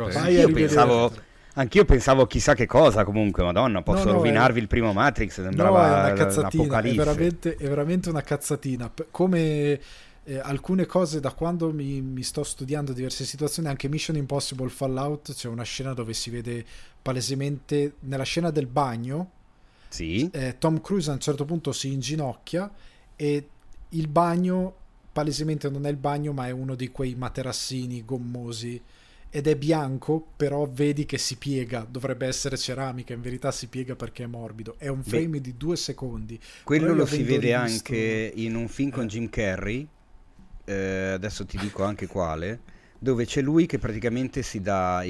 anch'io pensavo chissà che cosa, comunque madonna, posso rovinarvi il primo Matrix, sembrava è una cazzatina, un'apocalisse. È veramente una cazzatina, come alcune cose da quando mi sto studiando diverse situazioni, anche Mission Impossible Fallout, c'è una scena dove si vede palesemente, nella scena del bagno, Tom Cruise a un certo punto si inginocchia e il bagno palesemente non è il bagno ma è uno di quei materassini gommosi ed è bianco, però vedi che si piega, dovrebbe essere ceramica, in verità si piega perché è morbido, è un frame di 2 secondi. Quello lo si vede anche in un film con Jim Carrey, adesso ti dico anche quale, dove c'è lui che praticamente si dà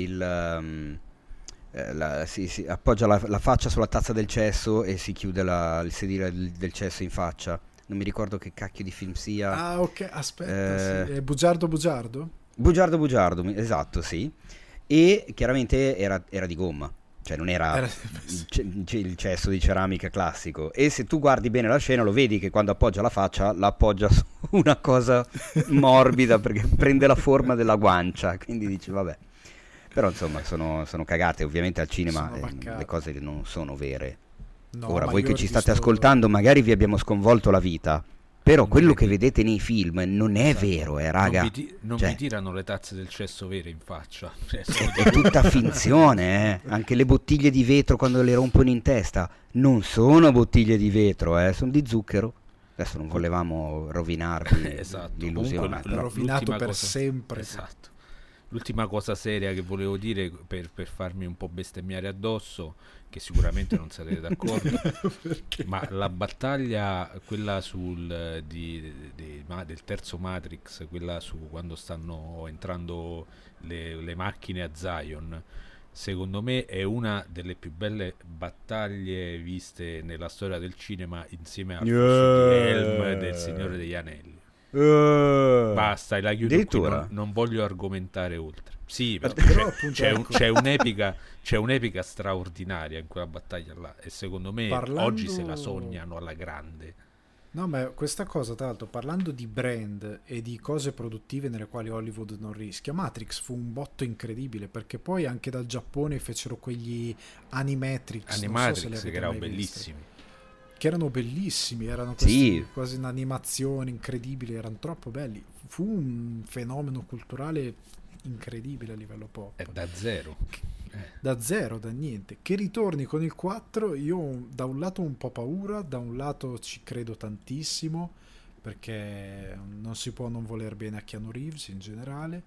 si appoggia la faccia sulla tazza del cesso e si chiude il sedile del cesso in faccia. Non mi ricordo che cacchio di film sia. Ah, ok, aspetta, sì. È Bugiardo? Bugiardo, esatto, sì. E chiaramente era di gomma, cioè non era il cesso di ceramica classico. E se tu guardi bene la scena lo vedi che quando appoggia la faccia la appoggia su una cosa morbida perché prende la forma della guancia, quindi dici vabbè. Però insomma sono cagate, ovviamente al cinema le cose non sono vere. No, ora voi che ci state ascoltando magari vi abbiamo sconvolto la vita, però quello che vedete nei film non è vero, raga. Non vi tirano le tazze del cesso vere in faccia. È tutta finzione, Anche le bottiglie di vetro quando le rompono in testa non sono bottiglie di vetro, sono di zucchero. Adesso non volevamo rovinarvi l'illusione. Rovinato per sempre. Esatto. L'ultima cosa seria che volevo dire per farmi un po' bestemmiare addosso, che sicuramente non sarete d'accordo, ma la battaglia, quella del terzo Matrix, quella su quando stanno entrando le macchine a Zion, secondo me è una delle più belle battaglie viste nella storia del cinema, insieme al fusto di Helm del Signore degli Anelli. Basta, la chiudo qui, non voglio argomentare oltre. Sì, però c'è un'epica straordinaria in quella battaglia là, e secondo me oggi se la sognano alla grande. No, ma questa cosa, tra l'altro, parlando di brand e di cose produttive nelle quali Hollywood non rischia, Matrix fu un botto incredibile, perché poi anche dal Giappone fecero quegli Animatrix che erano bellissimi. Che erano bellissimi, erano quasi un'animazione incredibile, erano troppo belli. Fu un fenomeno culturale incredibile a livello pop. Da zero. Da niente. Che ritorni con il 4, io da un lato ho un po' paura, da un lato ci credo tantissimo, perché non si può non voler bene a Keanu Reeves in generale.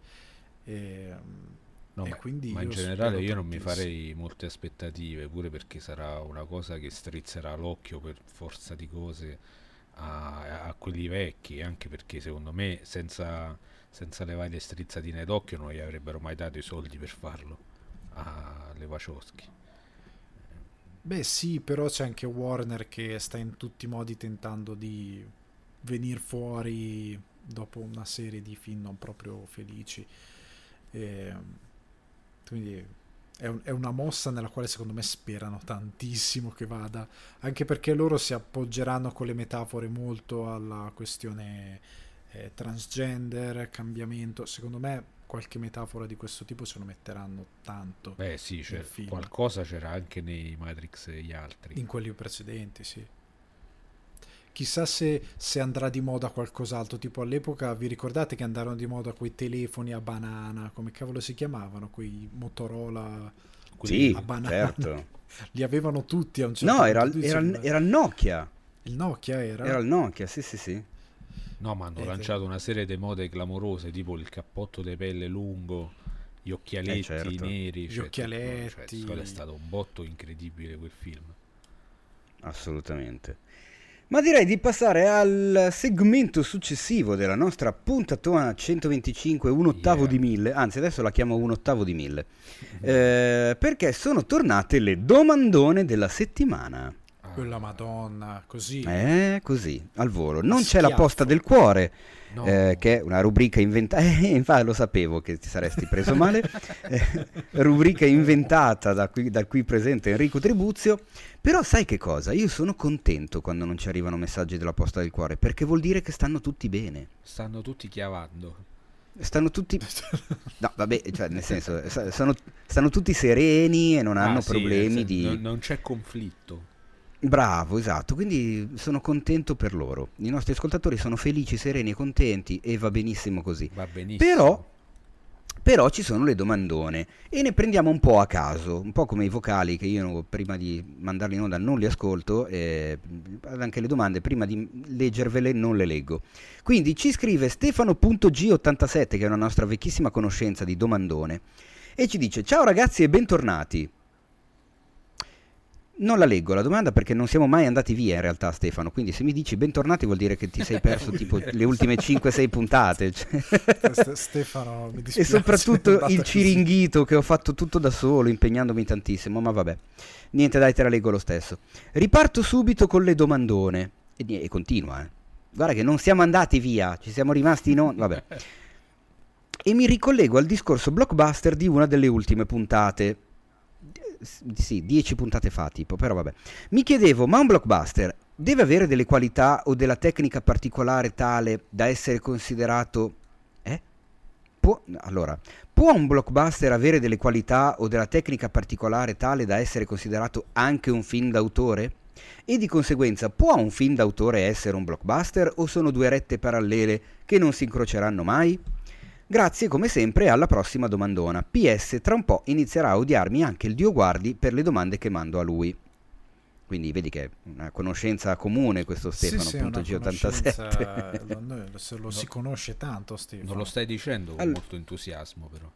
No, ma in generale io non mi farei molte aspettative, pure perché sarà una cosa che strizzerà l'occhio per forza di cose a quelli vecchi, anche perché secondo me senza le varie strizzatine d'occhio non gli avrebbero mai dato i soldi per farlo alle Wachowski. Beh sì, però c'è anche Warner che sta in tutti i modi tentando di venire fuori dopo una serie di film non proprio felici. E quindi è una mossa nella quale secondo me sperano tantissimo che vada, anche perché loro si appoggeranno con le metafore molto alla questione transgender, cambiamento. Secondo me qualche metafora di questo tipo se lo metteranno tanto. Beh sì, qualcosa c'era anche nei Matrix e gli altri. In quelli precedenti, sì. Chissà se andrà di moda qualcos'altro, tipo all'epoca vi ricordate che andarono di moda quei telefoni a banana, come cavolo si chiamavano, quei Motorola sì, a banana? Certo. Li avevano tutti a un certo punto. No, era il Nokia. Il Nokia era? Era il Nokia, sì. No, ma hanno lanciato una serie di mode clamorose, tipo il cappotto di pelle lungo, gli occhialetti certo. neri. Gli occhialetti. È stato un botto incredibile quel film. Assolutamente. Ma direi di passare al segmento successivo della nostra puntatona 125, un ottavo di 1000, anzi adesso la chiamo un ottavo di 1000, perché sono tornate le domandone della settimana. Quella madonna, così. Così, al volo. Non c'è la posta del cuore, no. Che è una rubrica inventata, infatti lo sapevo che ti saresti preso male, rubrica inventata da qui presente Enrico Tribuzio. Però sai che cosa? Io sono contento quando non ci arrivano messaggi della posta del cuore, perché vuol dire che stanno tutti bene. Stanno tutti chiavando. Stanno tutti... No, vabbè, cioè nel senso, stanno tutti sereni e non hanno problemi di... Non c'è conflitto. Bravo, esatto, quindi sono contento per loro. I nostri ascoltatori sono felici, sereni e contenti e va benissimo così. Va benissimo. Però ci sono le domandone e ne prendiamo un po' a caso, un po' come i vocali che io prima di mandarli in onda non li ascolto, anche le domande prima di leggervele non le leggo. Quindi ci scrive Stefano.g87, che è una nostra vecchissima conoscenza di domandone, e ci dice: ciao ragazzi e bentornati. Non la leggo la domanda perché non siamo mai andati via in realtà, Stefano, quindi se mi dici bentornati vuol dire che ti sei perso tipo le ultime 5-6 puntate. Stefano, mi dispiace. E soprattutto il ciringhito che ho fatto tutto da solo, impegnandomi tantissimo, ma vabbè. Niente, dai, te la leggo lo stesso. Riparto subito con le domandone. E continua, Guarda che non siamo andati via, ci siamo rimasti vabbè. E mi ricollego al discorso blockbuster di una delle ultime puntate. Sì, 10 puntate fa tipo, però vabbè. Mi chiedevo, ma un blockbuster deve avere delle qualità o della tecnica particolare tale da essere considerato... Può un blockbuster avere delle qualità o della tecnica particolare tale da essere considerato anche un film d'autore? E di conseguenza può un film d'autore essere un blockbuster o sono due rette parallele che non si incroceranno mai? Grazie come sempre, alla prossima domandona. PS, tra un po' inizierà a odiarmi anche il Dio guardi per le domande che mando a lui. Quindi vedi che è una conoscenza comune questo Stefano, sì, G87. Lo si conosce tanto, Stefano. Non lo stai dicendo con molto entusiasmo, però.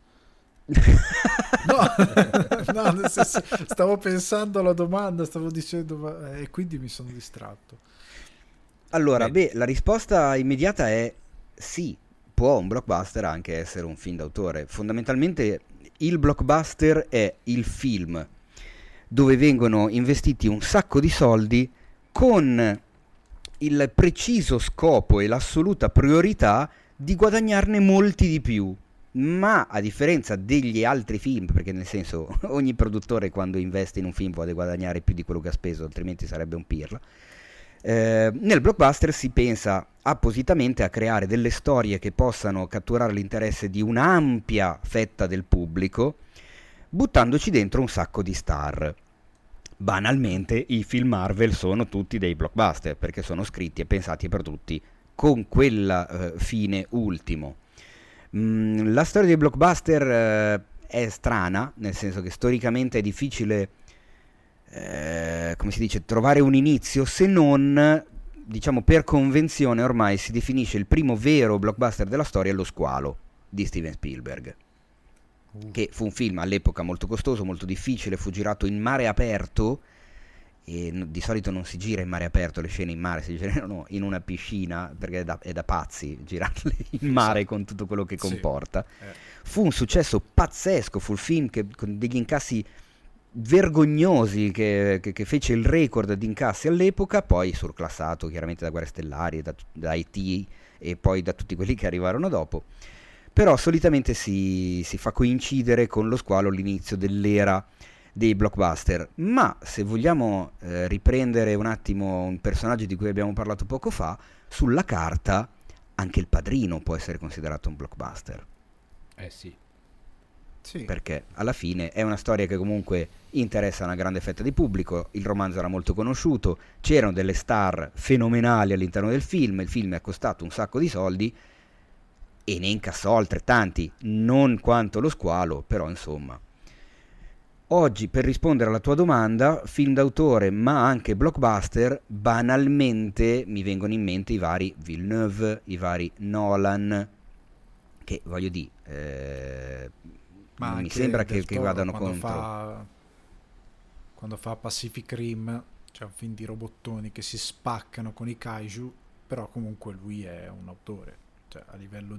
No, stavo pensando alla domanda, stavo dicendo e quindi mi sono distratto. Allora, la risposta immediata è sì. Può un blockbuster anche essere un film d'autore. Fondamentalmente il blockbuster è il film dove vengono investiti un sacco di soldi con il preciso scopo e l'assoluta priorità di guadagnarne molti di più. Ma a differenza degli altri film, perché nel senso ogni produttore quando investe in un film vuole guadagnare più di quello che ha speso, altrimenti sarebbe un pirla. Nel blockbuster si pensa appositamente a creare delle storie che possano catturare l'interesse di un'ampia fetta del pubblico, buttandoci dentro un sacco di star. Banalmente i film Marvel sono tutti dei blockbuster perché sono scritti e pensati per tutti con quel fine ultimo. La storia dei blockbuster è strana, nel senso che storicamente è difficile come si dice, trovare un inizio, se non, diciamo, per convenzione ormai si definisce il primo vero blockbuster della storia Lo Squalo di Steven Spielberg, che fu un film all'epoca molto costoso, molto difficile, fu girato in mare aperto e di solito non si gira in mare aperto, le scene in mare si girano in una piscina perché è da pazzi girarle in mare con tutto quello che comporta. Fu un successo pazzesco, fu il film che con degli incassi vergognosi che fece il record di incassi all'epoca, poi surclassato chiaramente da Guerre Stellari, da E.T. e poi da tutti quelli che arrivarono dopo. Però solitamente si fa coincidere con lo squalo l'inizio dell'era dei blockbuster. Ma se vogliamo riprendere un attimo un personaggio di cui abbiamo parlato poco fa, sulla carta anche Il Padrino può essere considerato un blockbuster. Sì. Perché alla fine è una storia che comunque interessa una grande fetta di pubblico, il romanzo era molto conosciuto, c'erano delle star fenomenali all'interno del film, il film è costato un sacco di soldi e ne incassò altrettanti, non quanto Lo Squalo, però insomma. Oggi, per rispondere alla tua domanda, film d'autore ma anche blockbuster, banalmente mi vengono in mente i vari Villeneuve, i vari Nolan, che voglio dire, ma non mi sembra che vadano contro. Quando fa Pacific Rim, c'è un film di robottoni che si spaccano con i kaiju, però comunque lui è un autore, cioè a livello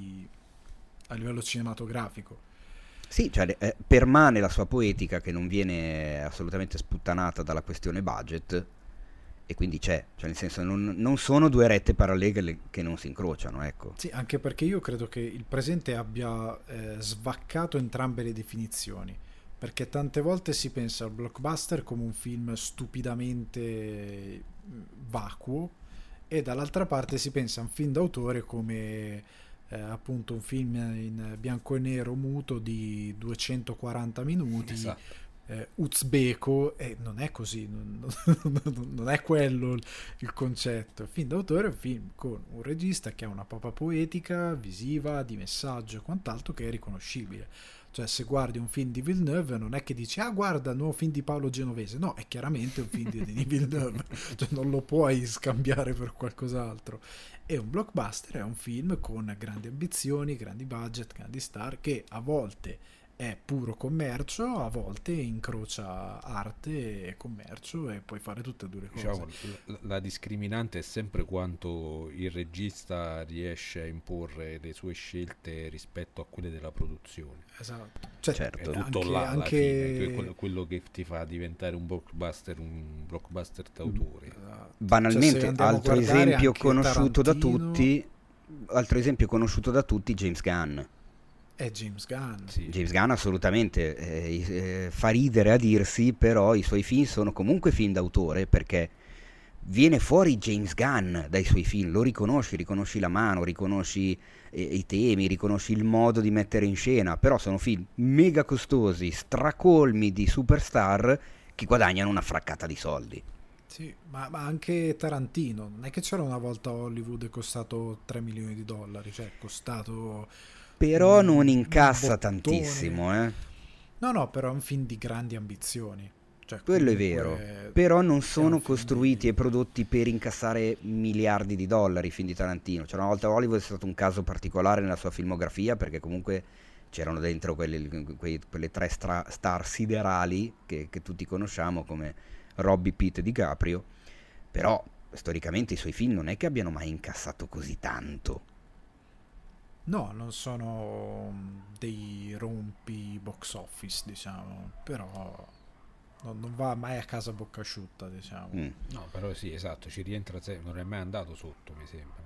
a livello cinematografico. Sì, cioè permane la sua poetica che non viene assolutamente sputtanata dalla questione budget, e quindi c'è, cioè nel senso non sono due rette parallele che non si incrociano, ecco. Sì, anche perché io credo che il presente abbia svaccato entrambe le definizioni, perché tante volte si pensa al blockbuster come un film stupidamente vacuo e dall'altra parte si pensa a un film d'autore come appunto un film in bianco e nero muto di 240 minuti, esatto. Uzbeko, e non è così, non è quello il concetto. Il film d'autore è un film con un regista che ha una papa poetica, visiva, di messaggio e quant'altro che è riconoscibile. Cioè, se guardi un film di Villeneuve non è che dici guarda il nuovo film di Paolo Genovese, no, è chiaramente un film di Villeneuve, cioè non lo puoi scambiare per qualcos'altro. E un blockbuster è un film con grandi ambizioni, grandi budget, grandi star, che a volte è puro commercio, a volte incrocia arte e commercio e puoi fare tutte e due le cose. Diciamo, la discriminante è sempre quanto il regista riesce a imporre le sue scelte rispetto a quelle della produzione. Esatto. Cioè, certo. È tutto là alla fine, quello che ti fa diventare un blockbuster d'autore. Esatto. Banalmente, cioè, altro esempio conosciuto da tutti, James Gunn. È James Gunn. Sì. James Gunn assolutamente fa ridere a dirsi, però i suoi film sono comunque film d'autore, perché viene fuori James Gunn dai suoi film, lo riconosci la mano, riconosci i temi, riconosci il modo di mettere in scena, però sono film mega costosi, stracolmi di superstar che guadagnano una fraccata di soldi. Sì, ma anche Tarantino, non è che c'era una volta Hollywood è costato $3 milioni, cioè è costato... Però non incassa tantissimo, No, però è un film di grandi ambizioni. Cioè, quello è vero, però non sono costruiti e prodotti per incassare miliardi di dollari i film di Tarantino. Cioè, una volta Hollywood è stato un caso particolare nella sua filmografia, perché comunque c'erano dentro quelle tre star siderali che tutti conosciamo come Robbie, Pitt e DiCaprio, però storicamente i suoi film non è che abbiano mai incassato così tanto. No, non sono dei rompi box office, diciamo, però non va mai a casa a bocca asciutta, diciamo. No, però sì, esatto, ci rientra sempre, non è mai andato sotto, mi sembra.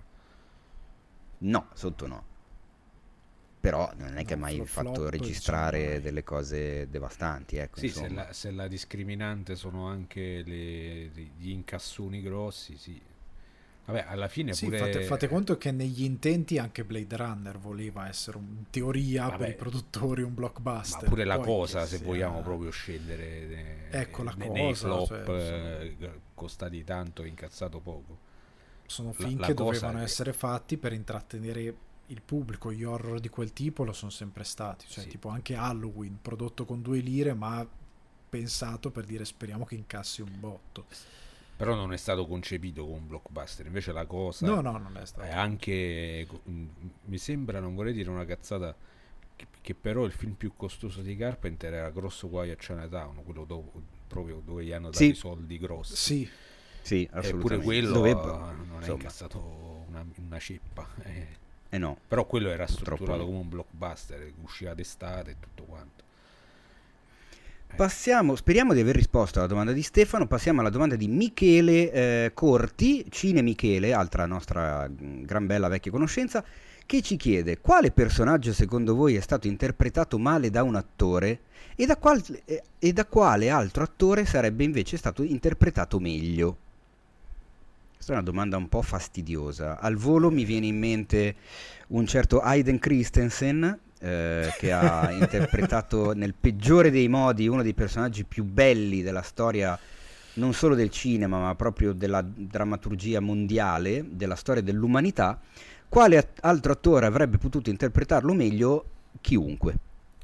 No, sotto no. Però non è che ha mai fatto registrare delle cose devastanti, ecco. Sì, se la discriminante sono anche gli incassoni grossi, sì. Vabbè, alla fine sì, pure... fate conto che negli intenti anche Blade Runner voleva essere in teoria per i produttori un blockbuster. Ma pure La Cosa, se vogliamo proprio scendere ecco, La Cosa, nei flop costati tanto e incazzato poco. Sono film che dovevano essere fatti per intrattenere il pubblico. Gli horror di quel tipo lo sono sempre stati, cioè tipo anche Halloween prodotto con 2 lire ma pensato per dire speriamo che incassi un botto. Però non è stato concepito come un blockbuster, invece La Cosa no, non è stato. È anche, mi sembra, non vorrei dire una cazzata, che però il film più costoso di Carpenter era Grosso Guai a Chinatown, quello proprio dove gli hanno dato i soldi grossi. Sì, assolutamente. Eppure quello non è incassato una ceppa. No. Però quello era strutturato come un blockbuster, usciva d'estate e tutto quanto. Speriamo di aver risposto alla domanda di Stefano. Passiamo alla domanda di Michele Corti, Cine Michele, altra nostra gran bella vecchia conoscenza, che ci chiede: quale personaggio secondo voi è stato interpretato male da un attore e da quale altro attore sarebbe invece stato interpretato meglio? Questa è una domanda un po' fastidiosa. Al volo mi viene in mente un certo Hayden Christensen, che ha interpretato nel peggiore dei modi uno dei personaggi più belli della storia, non solo del cinema ma proprio della drammaturgia mondiale, della storia dell'umanità. Quale altro attore avrebbe potuto interpretarlo meglio? Chiunque.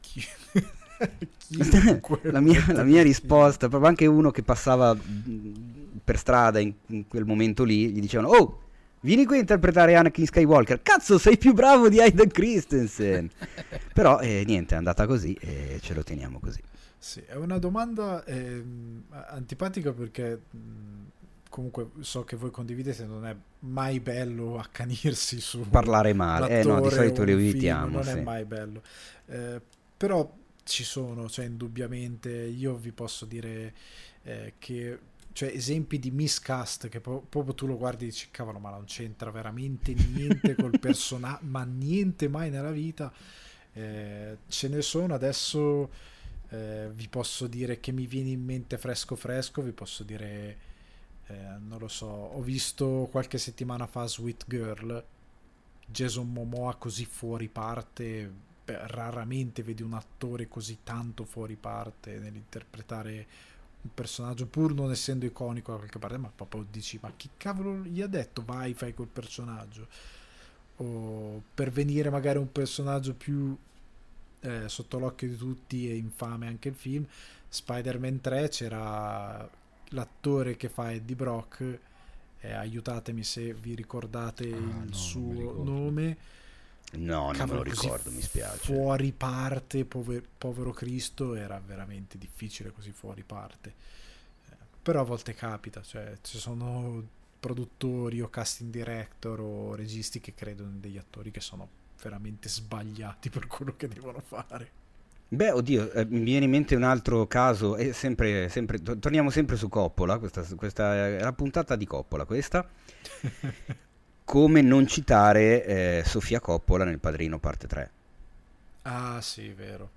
la mia risposta, proprio anche uno che passava per strada in quel momento lì, gli dicevano: oh, vieni qui a interpretare Anakin Skywalker. Cazzo, sei più bravo di Hayden Christensen. Però niente, è andata così e ce lo teniamo così. Sì, è una domanda antipatica perché comunque so che voi condividete, non è mai bello accanirsi su parlare male, no, di solito le evitiamo. Non è mai bello, però ci sono, cioè indubbiamente io vi posso dire che cioè esempi di miscast che proprio tu lo guardi e dici cavolo, ma non c'entra veramente niente col personaggio, ma niente mai nella vita. Ce ne sono adesso, vi posso dire che mi viene in mente fresco, vi posso dire non lo so, ho visto qualche settimana fa Sweet Girl, Jason Momoa così fuori parte, raramente vedi un attore così tanto fuori parte nell'interpretare un personaggio pur non essendo iconico da qualche parte, ma proprio dici ma chi cavolo gli ha detto vai fai quel personaggio, o per venire magari un personaggio più sotto l'occhio di tutti e infame anche il film Spider-Man 3, c'era l'attore che fa Eddie Brock, aiutatemi se vi ricordate il suo nome. No, non me lo ricordo, mi spiace. Fuori parte, povero Cristo, era veramente difficile così fuori parte. Però a volte capita, cioè ci sono produttori o casting director o registi che credono in degli attori che sono veramente sbagliati per quello che devono fare. Beh, oddio, mi viene in mente un altro caso, è sempre torniamo sempre su Coppola, questa è la puntata di Coppola, questa. Come non citare Sofia Coppola nel Padrino parte 3. Ah sì, vero.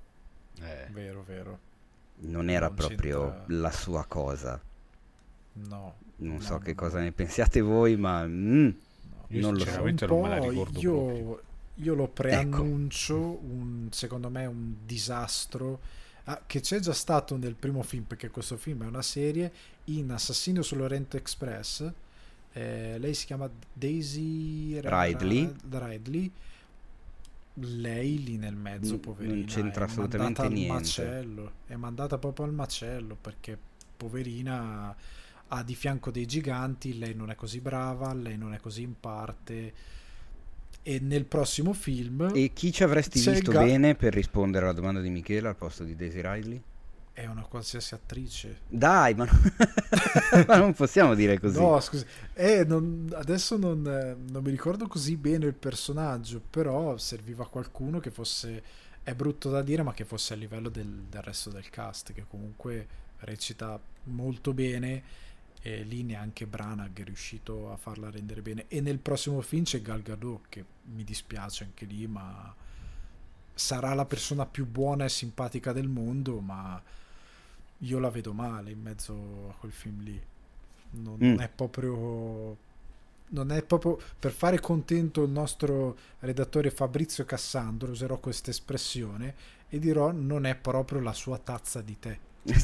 Vero. Non era proprio la sua cosa. No. Non so che cosa ne pensiate voi, ma non lo so. Non me la ricordo proprio. Io lo preannuncio, secondo me un disastro, che c'è già stato nel primo film, perché questo film è una serie, in Assassino sull'Oriente Express. Lei si chiama Daisy Ridley. Lei lì nel mezzo, poverina, non c'entra assolutamente niente. È mandata proprio al macello perché poverina ha di fianco dei giganti, lei non è così brava, lei non è così in parte. E nel prossimo film e chi ci avresti visto bene per rispondere alla domanda di Michele al posto di Daisy Ridley? È una qualsiasi attrice. Dai, ma non possiamo dire così. No, scusi. Adesso non mi ricordo così bene il personaggio, però serviva qualcuno che fosse, è brutto da dire, ma che fosse a livello del resto del cast, che comunque recita molto bene, e lì neanche Branagh è riuscito a farla rendere bene. E nel prossimo film c'è Gal Gadot, che mi dispiace anche lì, ma sarà la persona più buona e simpatica del mondo, ma io la vedo male in mezzo a quel film lì. Non è proprio per fare contento il nostro redattore Fabrizio Cassandro, userò questa espressione e dirò non è proprio la sua tazza di tè.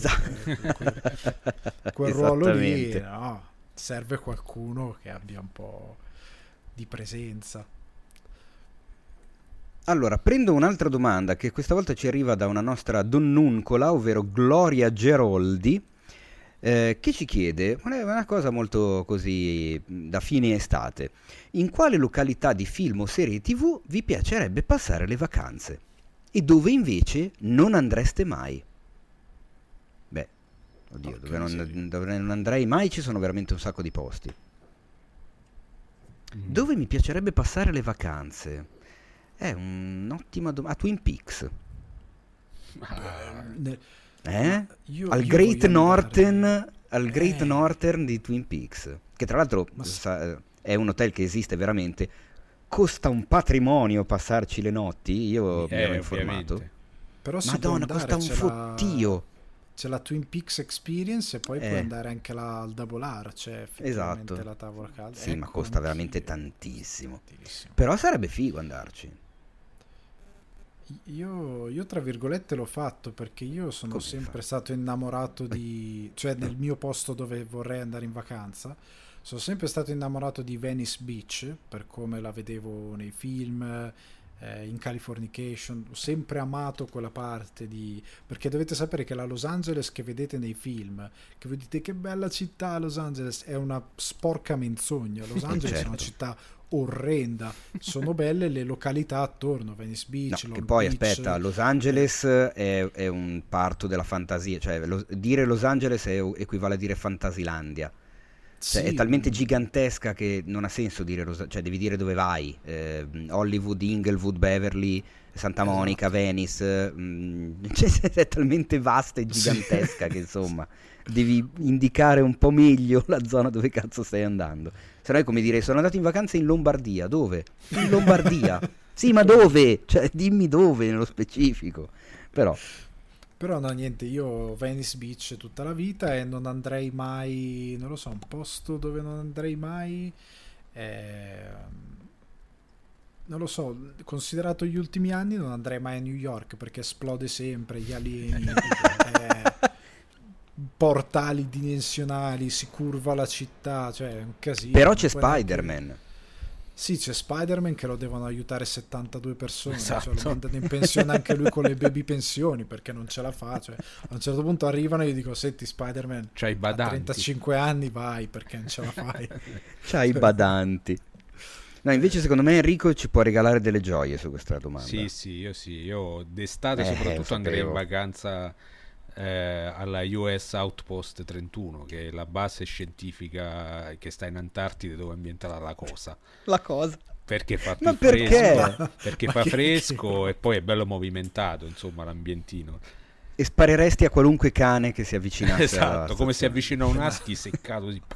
Quel ruolo lì, no, serve qualcuno che abbia un po' di presenza. Allora, prendo un'altra domanda che questa volta ci arriva da una nostra donnuncola, ovvero Gloria Geroldi, che ci chiede una cosa molto così da fine estate: in quale località di film o serie TV vi piacerebbe passare le vacanze e dove invece non andreste mai? Beh, oddio, dove non andrei mai ci sono veramente un sacco di posti. Dove mi piacerebbe passare le vacanze? È un'ottima domanda. Twin Peaks. Al Great Northern di Twin Peaks, che tra l'altro è un hotel che esiste veramente. Costa un patrimonio passarci le notti, io mi ero informato. Però Madonna, costa un fottio. C'è la Twin Peaks Experience e poi puoi andare anche al Double R, c'è effettivamente la tavola calda. Sì, ma costa veramente tantissimo. Però sarebbe figo andarci. Io tra virgolette l'ho fatto perché io sono sempre stato innamorato cioè nel mio posto dove vorrei andare in vacanza, sono sempre stato innamorato di Venice Beach per come la vedevo nei film, in Californication. Ho sempre amato quella parte perché dovete sapere che la Los Angeles che vedete nei film, che voi dite che bella città Los Angeles, è una sporca menzogna. Los Angeles è una città orrenda, sono belle le località attorno, Venice Beach, che poi Beach. Aspetta, Los Angeles è un parto della fantasia, cioè dire Los Angeles equivale a dire Fantasilandia. Cioè, è talmente gigantesca che non ha senso dire cioè devi dire dove vai, Hollywood, Inglewood, Beverly, Santa Monica, Venice, cioè, è talmente vasta e gigantesca che insomma devi indicare un po' meglio la zona dove cazzo stai andando, se no è come dire sono andato in vacanza in Lombardia. Dove? In Lombardia. Sì, ma dove? Cioè dimmi dove nello specifico. Però no, niente, io Venice Beach tutta la vita e non andrei mai, non lo so, un posto dove non andrei mai, non lo so, considerato gli ultimi anni non andrei mai a New York perché esplode sempre, gli alieni, portali dimensionali, si curva la città, cioè è un casino. Però c'è Spider-Man. Sì, c'è Spider-Man che lo devono aiutare 72 persone, cioè lo mandano in pensione anche lui con le baby pensioni perché non ce la fa, cioè, a un certo punto arrivano e io dico senti Spider-Man, c'hai a 35 anni vai perché non ce la fai. C'hai i badanti. No, invece secondo me Enrico ci può regalare delle gioie su questa domanda. Io d'estate soprattutto andrei in vacanza alla US Outpost 31, che è la base scientifica che sta in Antartide dove è ambientata la cosa. Perché fa più fresco, perché fa fresco e poi è bello movimentato, insomma, l'ambientino. E spareresti a qualunque cane che si avvicinasse. Esatto, come si avvicina a un husky seccato di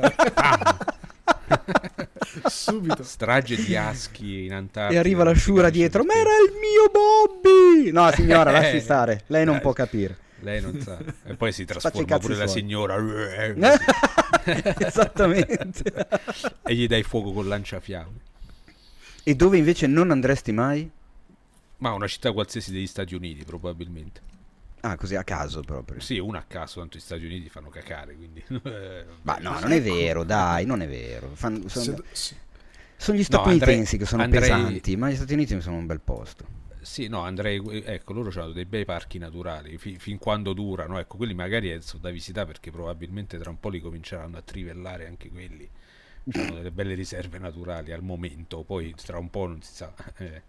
subito strage di husky in Antartide e arriva la sciura dietro, ma era il mio Bobby. No signora, lasci stare, lei non può capire. Lei non sa. E poi si trasforma pure la signora. Esattamente. E gli dai fuoco con lanciafiamme. E dove invece non andresti mai? Ma una città qualsiasi degli Stati Uniti probabilmente. Ah, così a caso proprio. Sì, una a caso, tanto gli Stati Uniti fanno cacare, quindi. Ma no, non è vero, dai, non è vero. Sono gli statunitensi che sono pesanti, ma gli Stati Uniti sono un bel posto. Sì, no, andrei, ecco, loro hanno dei bei parchi naturali, fin quando durano, ecco, quelli magari sono da visitare perché probabilmente tra un po' li cominceranno a trivellare anche quelli. Hanno delle belle riserve naturali al momento, poi tra un po' non si sa.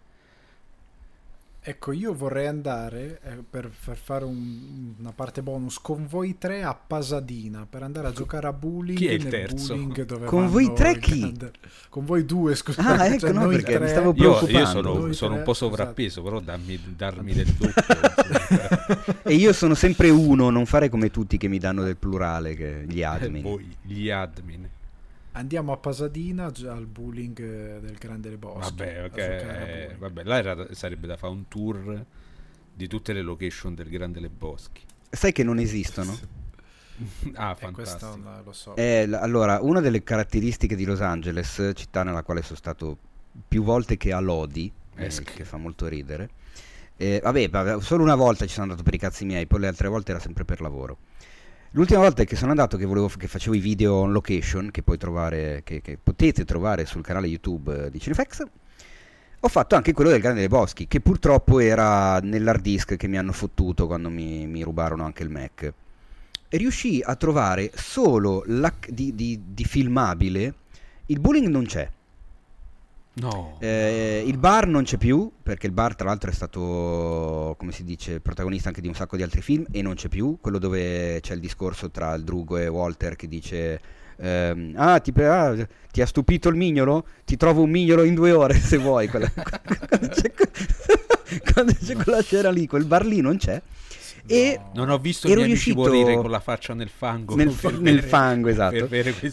Ecco, io vorrei andare per fare una parte bonus con voi tre a Pasadena per andare a giocare a bowling. Chi è il terzo? Con voi tre chi? Con voi due, scusate. Ah, ecco, cioè, no, perché mi stavo preoccupando. Io sono un po' sovrappeso, esatto. Però darmi del doppio. E io sono sempre uno, non fare come tutti che mi danno del plurale, che gli admin. Voi, gli admin. Andiamo a Pasadena al bowling del Grande Lebowski. Vabbè, ok. Vabbè, là sarebbe da fare un tour di tutte le location del Grande Lebowski. Sai che non esistono? Ah, fantastico. Questo lo so. Allora, una delle caratteristiche di Los Angeles, città nella quale sono stato più volte che a Lodi, che fa molto ridere. Vabbè, solo una volta ci sono andato per i cazzi miei, poi le altre volte era sempre per lavoro. L'ultima volta che sono andato, che facevo i video on location, che puoi trovare, che potete trovare sul canale YouTube di Cinefx, ho fatto anche quello del Grande Lebowski, che purtroppo era nell'hard disk che mi hanno fottuto quando mi rubarono anche il Mac. E riuscii a trovare solo di filmabile. Il bowling non c'è. No. Il bar non c'è più, perché il bar tra l'altro è stato, come si dice, protagonista anche di un sacco di altri film, e non c'è più quello dove c'è il discorso tra il Drugo e Walter che dice ti ha stupito il mignolo? Ti trovo un mignolo in 2 ore se vuoi. Quando c'è quella scena lì, quel bar lì non c'è. E non ho visto i miei amici morire con la faccia nel fango. Nel fango, esatto. Questa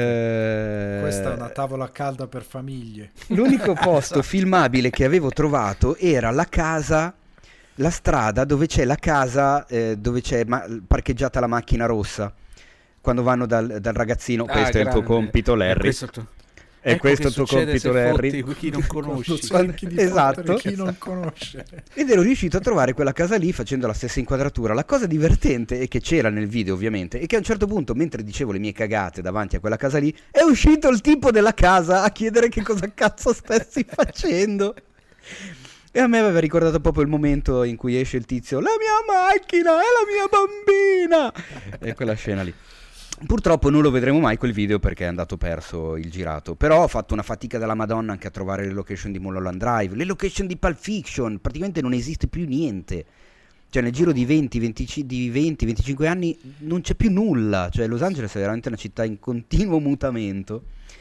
è una tavola calda per famiglie. L'unico posto filmabile che avevo trovato era la casa, la strada dove c'è la casa, dove c'è parcheggiata la macchina rossa. Quando vanno dal ragazzino, questo è il tuo compito, Larry. È questo il tuo compito, Larry. Chi non conosci. Esatto. Chi non conosce. Ed ero riuscito a trovare quella casa lì facendo la stessa inquadratura. La cosa divertente è che c'era nel video, ovviamente, e che a un certo punto, mentre dicevo le mie cagate davanti a quella casa lì, è uscito il tipo della casa a chiedere che cosa cazzo stessi facendo. E a me aveva ricordato proprio il momento in cui esce il tizio: la mia macchina è la mia bambina. E quella scena lì. Purtroppo non lo vedremo mai quel video perché è andato perso il girato. Però ho fatto una fatica della Madonna anche a trovare le location di Mulholland Drive, le location di Pulp Fiction. Praticamente non esiste più niente. Cioè nel giro di 20-25 anni non c'è più nulla. Cioè Los Angeles è veramente una città in continuo mutamento.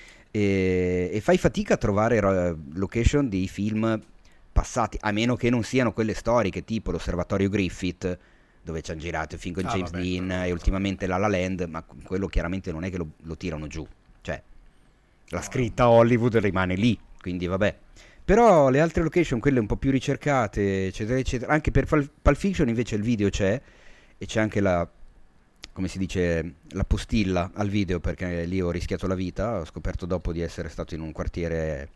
E fai fatica a trovare location di film passati, a meno che non siano quelle storiche, tipo l'Osservatorio Griffith, dove ci hanno girato il film con James Dean e ultimamente La La Land, ma quello chiaramente non è che lo tirano giù, cioè la scritta Hollywood rimane lì, quindi vabbè. Però le altre location, quelle un po' più ricercate, eccetera, eccetera, anche per Pulp Fiction invece il video c'è, e c'è anche la, come si dice, la postilla al video, perché lì ho rischiato la vita, ho scoperto dopo di essere stato in un quartiere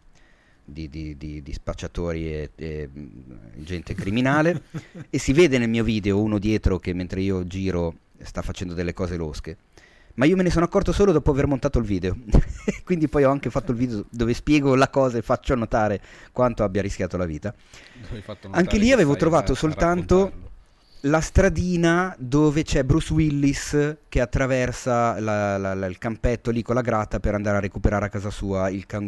di spacciatori e gente criminale e si vede nel mio video uno dietro che mentre io giro sta facendo delle cose losche, ma io me ne sono accorto solo dopo aver montato il video. Quindi poi ho anche fatto il video dove spiego la cosa e faccio notare quanto abbia rischiato la vita. Anche lì avevo trovato soltanto la stradina dove c'è Bruce Willis che attraversa il campetto lì con la grata per andare a recuperare a casa sua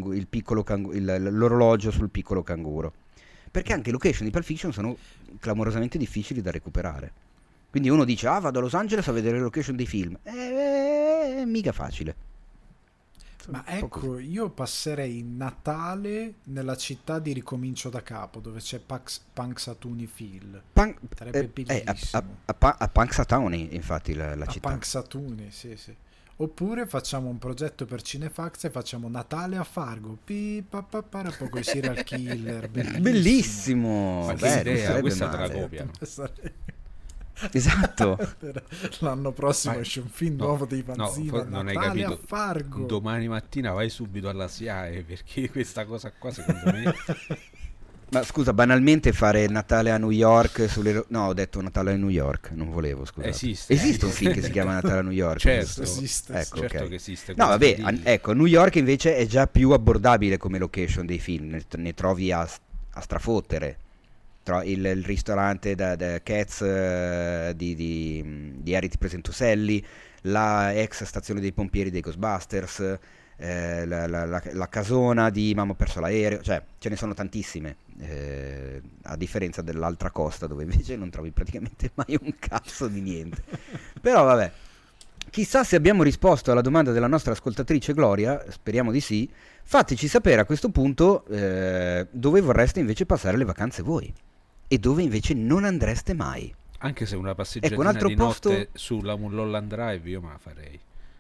l'orologio sul piccolo canguro, perché anche location di Pulp Fiction sono clamorosamente difficili da recuperare. Quindi uno dice: ah, vado a Los Angeles a vedere le location dei film. Mica facile. Ma ecco, io passerei Natale nella città di Ricomincio da Capo, dove c'è Punxsutawney Phil. Sarebbe bellissimo. A Punxsutawney, infatti, la città. Punxsutawney, sì. Oppure facciamo un progetto per Cinefax e facciamo Natale a Fargo. Con i serial killer. Bellissimo. Ma che idea, questa te la copiano. Esatto. L'anno prossimo esce un film nuovo dei Vanzina, non Natale hai capito. a Fargo. Domani mattina vai subito alla SIAE, perché questa cosa qua secondo me ma scusa, banalmente fare Natale a New York no, ho detto Natale a New York, non volevo, scusate. Esiste un film che si chiama Natale a New York? Certo, esiste. Ecco, certo okay. Che esiste. No, vabbè, ecco, New York invece è già più abbordabile come location dei film, ne trovi a strafottere. Il ristorante da Cats di Harry Ti Presento Sally, la ex stazione dei pompieri dei Ghostbusters, la casona di Mamma ho perso l'aereo, cioè ce ne sono tantissime, a differenza dell'altra costa dove invece non trovi praticamente mai un cazzo di niente. Però vabbè, chissà se abbiamo risposto alla domanda della nostra ascoltatrice Gloria, speriamo di sì. Fateci sapere a questo punto dove vorreste invece passare le vacanze voi e dove invece non andreste mai. Anche se una passeggiatina un altro di posto... notte sulla Mulholland Drive io me la farei.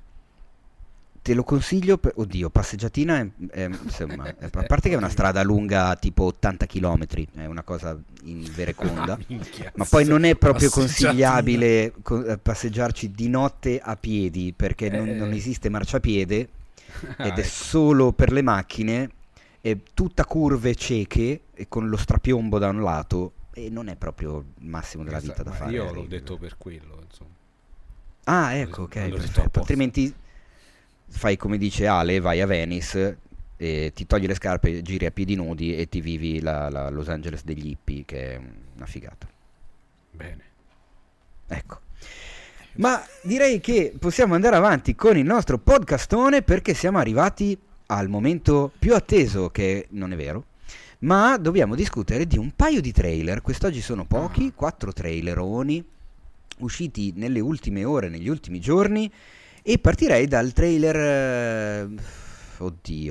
Te lo consiglio, oddio, passeggiatina insomma, a parte che è una strada lunga tipo 80 km, è una cosa in vereconda, ma poi non è proprio consigliabile passeggiarci di notte a piedi, perché non esiste marciapiede ed è solo per le macchine, è tutta curve cieche e con lo strapiombo da un lato, e non è proprio il massimo della vita da fare. Io l'ho detto per quello, insomma. Ah, ecco, ok, perfetto. Altrimenti fai come dice Ale, vai a Venice e ti togli le scarpe, giri a piedi nudi e ti vivi la Los Angeles degli hippie, che è una figata. Bene. Ecco. Ma direi che possiamo andare avanti con il nostro podcastone, perché siamo arrivati al momento più atteso, che non è vero, ma dobbiamo discutere di un paio di trailer. Quest'oggi sono pochi, 4 traileroni usciti nelle ultime ore, negli ultimi giorni, e partirei dal trailer oddio,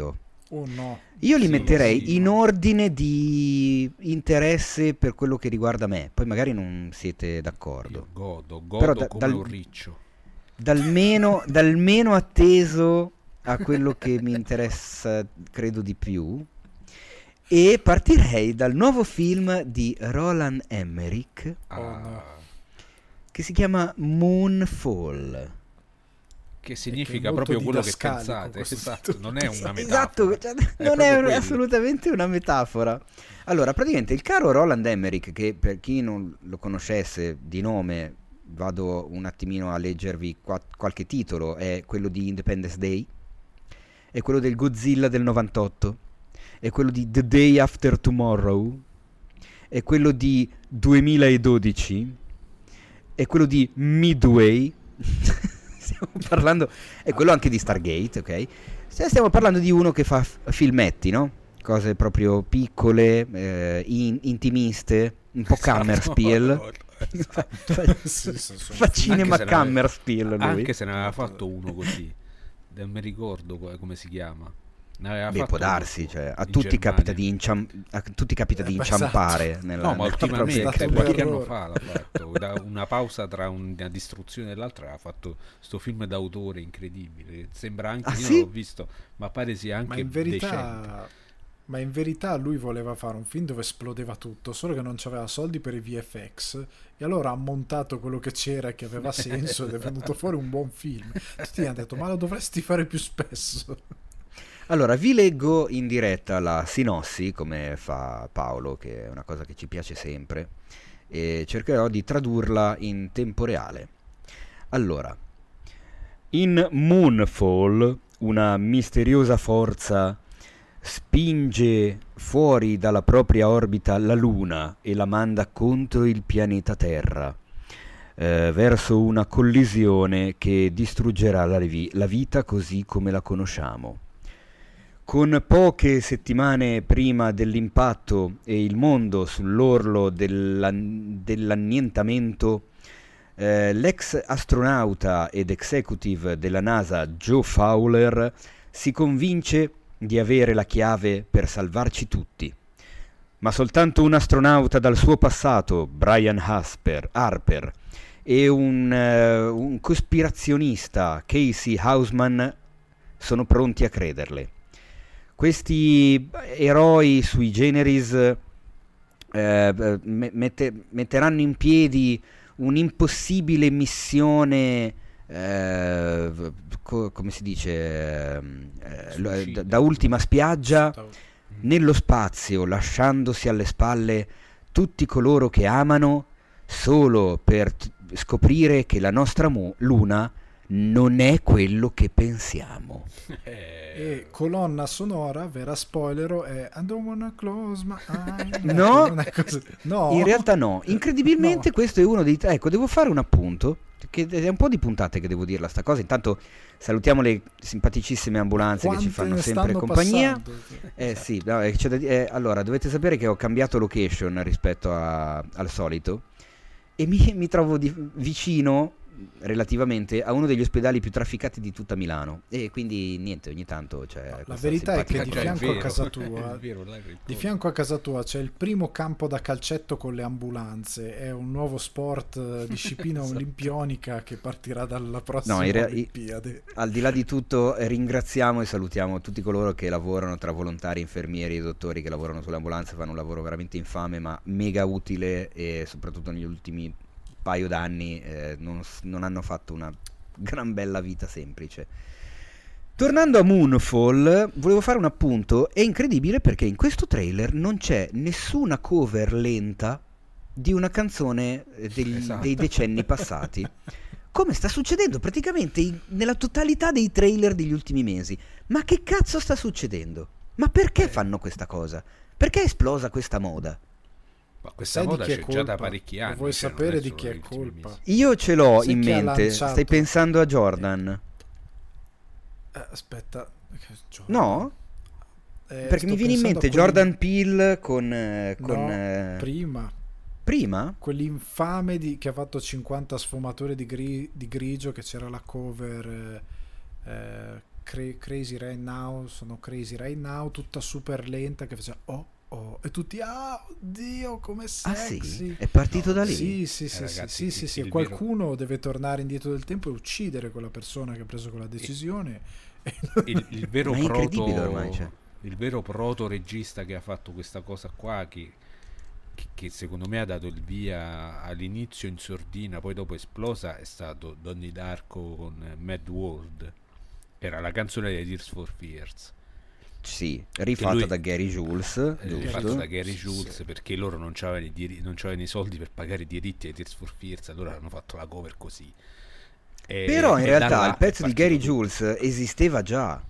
Oh no. Io li metterei in ordine di interesse per quello che riguarda me. Poi magari non siete d'accordo. Io godo però come un riccio. Dal meno atteso a quello che mi interessa, credo di più. E partirei dal nuovo film di Roland Emmerich che si chiama Moonfall. Che significa proprio quello che pensate. Esatto, non è una metafora. Esatto, cioè, non è assolutamente una metafora. Allora, praticamente il caro Roland Emmerich, che per chi non lo conoscesse di nome, vado un attimino a leggervi qualche titolo, è quello di Independence Day, è quello del Godzilla del 98, è quello di The Day After Tomorrow, è quello di 2012, è quello di Midway. Stiamo parlando, è quello anche di Stargate, ok? Stiamo parlando di uno che fa filmetti, no? Cose proprio piccole, intimiste, un po' Kammerspiel. Fa cinema Kammerspiel lui. Anche se ne aveva fatto uno così, non mi ricordo come si chiama. Può darsi, cioè, a tutti capita di inciampare. No, ma ultimamente qualche anno fa l'ha fatto, da una pausa tra una distruzione e l'altra, ha fatto sto film d'autore incredibile. Sembra anche, io non l'ho visto, ma pare sia anche decente. Ma in verità lui voleva fare un film dove esplodeva tutto, solo che non c'aveva soldi per i VFX, e allora ha montato quello che c'era, che aveva senso, ed è venuto fuori un buon film. Tutti hanno detto, ma lo dovresti fare più spesso. Allora, vi leggo in diretta la sinossi, come fa Paolo, che è una cosa che ci piace sempre, e cercherò di tradurla in tempo reale. Allora, in Moonfall, una misteriosa forza spinge fuori dalla propria orbita la Luna e la manda contro il pianeta Terra, verso una collisione che distruggerà la vita così come la conosciamo. Con poche settimane prima dell'impatto e il mondo sull'orlo dell'annientamento, l'ex astronauta ed executive della NASA Joe Fowler si convince di avere la chiave per salvarci tutti. Ma soltanto un astronauta dal suo passato, Brian Harper, e un cospirazionista, Casey Houseman, sono pronti a crederle. Questi eroi sui generis metteranno in piedi un'impossibile missione, come si dice, da ultima spiaggia nello spazio, lasciandosi alle spalle tutti coloro che amano, solo per scoprire che la nostra Luna non è quello che pensiamo. E colonna sonora, vera spoiler, è I don't wanna close my eyes. No, in realtà no. Incredibilmente questo è uno dei... Ecco, devo fare un appunto, che è un po' di puntate che devo dirla sta cosa. Intanto salutiamo le simpaticissime ambulanze che ci fanno sempre compagnia. Sì, no, allora, dovete sapere che ho cambiato location rispetto al solito e mi trovo vicino relativamente a uno degli ospedali più trafficati di tutta Milano, e quindi niente, ogni tanto c'è la verità è che di fianco a casa tua di fianco a casa tua c'è il primo campo da calcetto con le ambulanze, è un nuovo sport, disciplina olimpionica che partirà dalla prossima Olimpiade. Al di là di tutto ringraziamo e salutiamo tutti coloro che lavorano, tra volontari, infermieri e dottori che lavorano sulle ambulanze, fanno un lavoro veramente infame ma mega utile, e soprattutto negli ultimi paio d'anni non hanno fatto una gran bella vita semplice. Tornando a Moonfall, volevo fare un appunto. È incredibile perché in questo trailer non c'è nessuna cover lenta di una canzone dei decenni passati, come sta succedendo praticamente nella totalità dei trailer degli ultimi mesi. Ma che cazzo sta succedendo? Ma perché fanno questa cosa? Perché è esplosa questa moda? Ma questa moda c'è già da parecchi anni. Vuoi sapere di chi è colpa? Io ce l'ho in mente. Stai pensando a Jordan? Aspetta, no? Perché mi viene in mente Jordan Peele con prima? Quell'infame che ha fatto 50 sfumature di grigio, che c'era la cover Crazy Right Now, sono Crazy Right Now, tutta super lenta che faceva e tutti oddio come sexy. Sì? È partito da lì? Sì, ragazzi, sì. Qualcuno deve tornare indietro del tempo e uccidere quella persona che ha preso quella decisione. Il vero proto ormai, cioè. Il vero proto regista che ha fatto questa cosa qua, che secondo me ha dato il via all'inizio in sordina, poi dopo esplosa, è stato Donnie Darko con Mad World. Era la canzone dei Tears for Fears. Sì, rifatto da Gary Jules. Rifatto da Gary Jules, sì. Perché loro non c'avevano i soldi per pagare i diritti ai Tears for Fears, allora hanno fatto la cover così. Però in realtà il pezzo di Gary Jules esisteva già.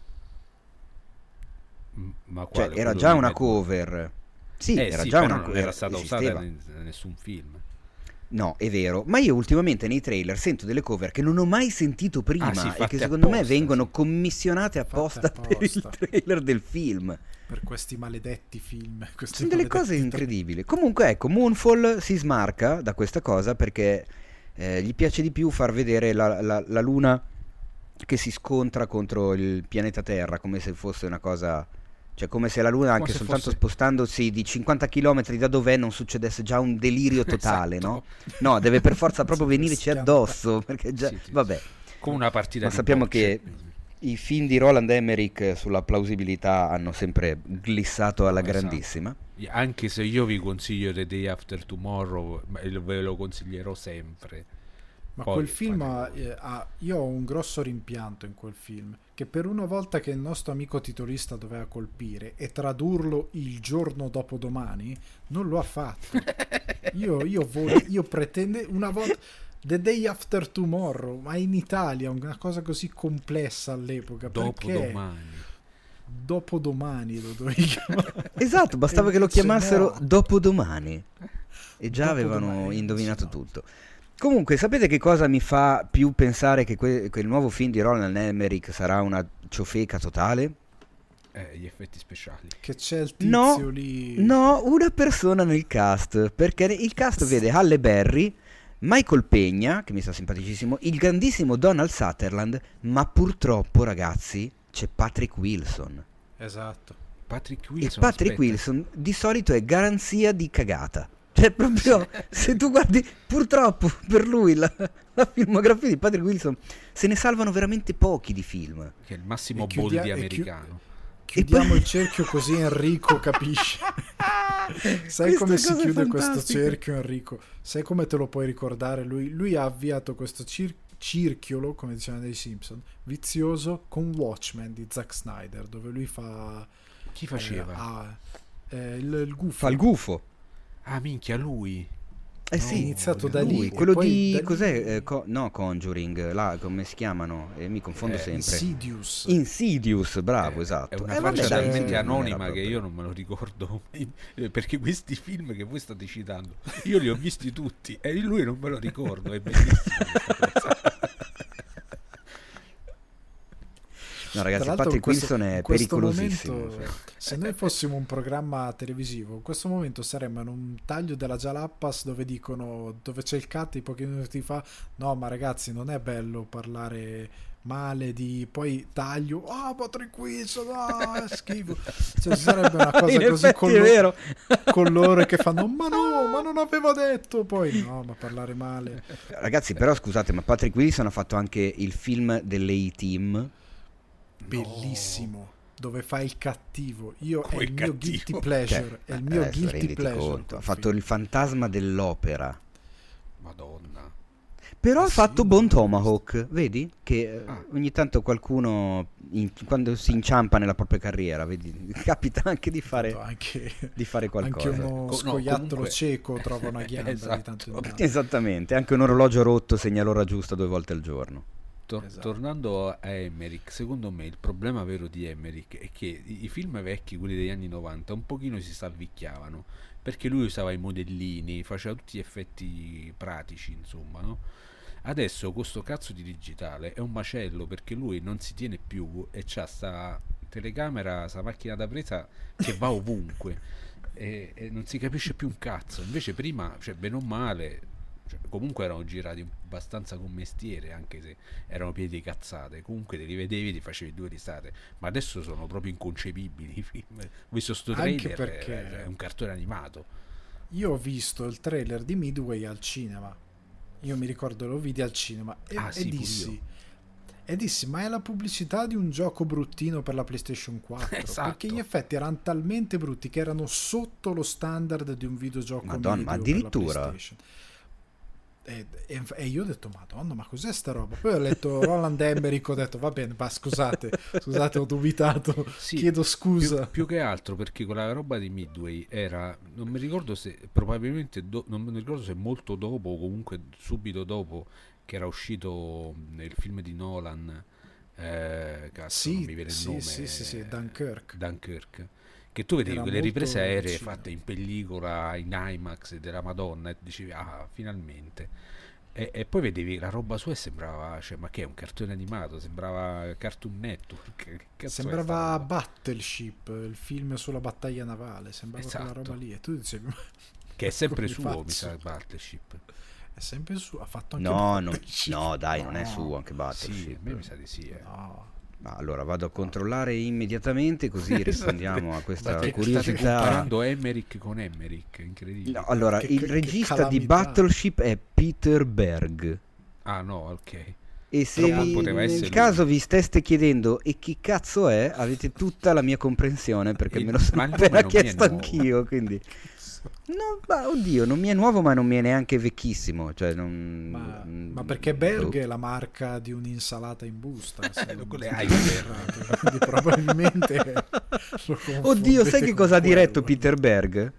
Ma quale? Cioè era già una cover. Sì, era già una cover. Non era stata usata in nessun film. No, è vero, ma io ultimamente nei trailer sento delle cover che non ho mai sentito prima e che secondo me vengono commissionate apposta per il trailer del film. Per questi maledetti film. Sono delle cose incredibili. Comunque ecco, Moonfall si smarca da questa cosa perché gli piace di più far vedere la Luna che si scontra contro il pianeta Terra, come se fosse una cosa... Cioè come se la Luna, anche soltanto spostandosi di 50 km da dov'è, non succedesse già un delirio totale, esatto. No, deve per forza proprio venirci addosso, perché già, vabbè. Come una partita ma sappiamo che i film di Roland Emmerich sulla plausibilità hanno sempre glissato alla grandissima. Anche se io vi consiglio The Day After Tomorrow, ve lo consiglierò sempre. Ma poi, quel film io ho un grosso rimpianto in quel film, che per una volta che il nostro amico titolista doveva colpire e tradurlo il giorno dopo domani, non lo ha fatto. io pretendo una volta The Day After Tomorrow, ma in Italia una cosa così complessa all'epoca, dopodomani lo dovevi chiamare. Esatto, bastava che lo chiamassero dopodomani e già avevano indovinato tutto. Comunque, sapete che cosa mi fa più pensare che quel nuovo film di Roland Emmerich sarà una ciofeca totale? Gli effetti speciali. Che c'è il tizio lì. No, una persona nel cast, perché il cast vede Halle Berry, Michael Peña, che mi sta simpaticissimo, il grandissimo Donald Sutherland, ma purtroppo, ragazzi, c'è Patrick Wilson. Esatto. Patrick Wilson di solito è garanzia di cagata. Cioè proprio se tu guardi purtroppo per lui la filmografia di Patrick Wilson se ne salvano veramente pochi di film, che è il massimo boldi americano. Chiudiamo il cerchio così Enrico capisce. Sai come si chiude questo cerchio, Enrico? Sai come te lo puoi ricordare? Lui ha avviato questo circhiolo, come dicevano dei Simpson, vizioso con Watchmen di Zack Snyder, dove lui fa... Chi faceva? Il gufo. Fa il gufo. Ah, minchia, lui. Sì, è iniziato da lì. Quello di cos'è? Conjuring, là come si chiamano? Mi confondo sempre. Insidious, bravo, esatto. È una faccia talmente anonima che io non me lo ricordo. Perché questi film che voi state citando, io li ho visti tutti e lui non me lo ricordo. È bellissimo. No, ragazzi, Patrick Wilson è pericolosissimo. Momento, se noi fossimo un programma televisivo, in questo momento saremmo in un taglio della Jalapas dove c'è il cut di pochi minuti fa, no, ma ragazzi, non è bello parlare male di... Poi taglio, Patrick Wilson, è schifo. Cioè, sarebbe una cosa così con loro che fanno, ma non avevo detto. Poi no, ma parlare male. Ragazzi, però scusate, ma Patrick Wilson ha fatto anche il film dell'A-Team. Bellissimo, dove fa il cattivo. È il mio guilty pleasure. È il mio guilty pleasure. Ha fatto il fantasma dell'opera. Madonna. Però ha fatto Bone Tomahawk, vedi? Che ogni tanto qualcuno quando si inciampa nella propria carriera, vedi? Capita anche di fare qualcosa. Anche uno scoiattolo cieco trova una ghianda di tanto in tanto. Esattamente, anche un orologio rotto segna l'ora giusta 2 volte al giorno. Esatto. Tornando a Emmerich, secondo me il problema vero di Emmerich è che i film vecchi, quelli degli anni 90, un pochino si salvicchiavano, perché lui usava i modellini, faceva tutti gli effetti pratici, insomma, no? Adesso questo cazzo di digitale è un macello, perché lui non si tiene più e c'ha sta telecamera, sta macchina da presa che va ovunque e non si capisce più un cazzo. Invece prima, cioè, bene o male, Cioè, comunque erano girati abbastanza con mestiere, anche se erano piedi di cazzate. Comunque te li vedevi, ti facevi 2 risate. Ma adesso sono proprio inconcepibili i film. Ho visto sto trailer, perché è un cartone animato. Io ho visto il trailer di Midway al cinema. Io mi ricordo, lo vidi al cinema e dissi, ma è la pubblicità di un gioco bruttino per la PlayStation 4. Esatto. Perché gli effetti erano talmente brutti che erano sotto lo standard di un videogioco Madonna, ma addirittura. E io ho detto, Madonna, ma cos'è sta roba? Poi ho letto Roland Emmerich, ho detto, va bene, ma scusate, ho dubitato, sì, chiedo scusa. Più che altro perché quella roba di Midway era, non mi ricordo se, probabilmente non mi ricordo se molto dopo o comunque subito dopo che era uscito nel film di Nolan, cazzo, non mi viene il nome. Sì, Dunkirk, che tu vedevi quelle riprese aeree fatte in pellicola, in IMAX della Madonna, e dicevi, finalmente. E poi vedevi la roba sua e sembrava, cioè, ma che è un cartone animato? Sembrava Cartoon Network. Sembrava Battleship, il film sulla battaglia navale, sembrava quella roba lì. E tu dicevi, che è sempre suo, mi sa, Battleship. È sempre suo, ha fatto anche no, dai, non è suo anche Battleship. Sì, a me mi sa di sì. No. Ma allora vado a controllare immediatamente, così rispondiamo a questa curiosità. State comparando Emmerich con Emmerich, incredibile. No, allora, il regista di Battleship è Peter Berg. Ah no, ok. E se nel caso vi steste chiedendo e chi cazzo è, avete tutta la mia comprensione, perché me lo sono appena chiesto anch'io, quindi... No, ma oddio, non mi è nuovo, ma non mi è neanche vecchissimo. Cioè ma perché Berg è la marca di un'insalata in busta? Con le quindi probabilmente. Oddio, sai che cosa ha diretto Peter Berg?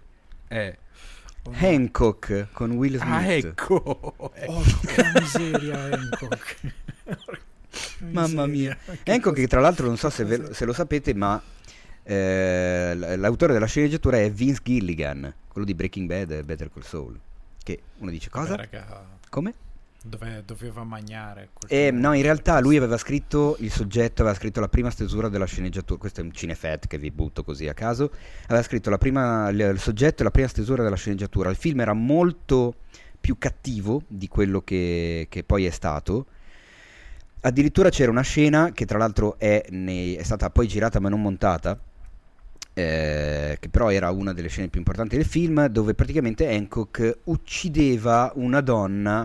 Hancock con Will Smith. Ah, ecco. Che miseria, Hancock. Mamma mia. Hancock, che tra l'altro non so se lo sapete, ma l'autore della sceneggiatura è Vince Gilligan, quello di Breaking Bad e Better Call Saul. Che uno dice, cosa? Come? Doveva mangiare. No, in realtà lui aveva scritto il soggetto, aveva scritto la prima stesura della sceneggiatura. Questo è un cinefet che vi butto così a caso. Aveva scritto il soggetto e la prima stesura della sceneggiatura. Il film era molto più cattivo di quello che poi è stato. Addirittura c'era una scena che tra l'altro è stata poi girata ma non montata, che però era una delle scene più importanti del film, dove praticamente Hancock uccideva una donna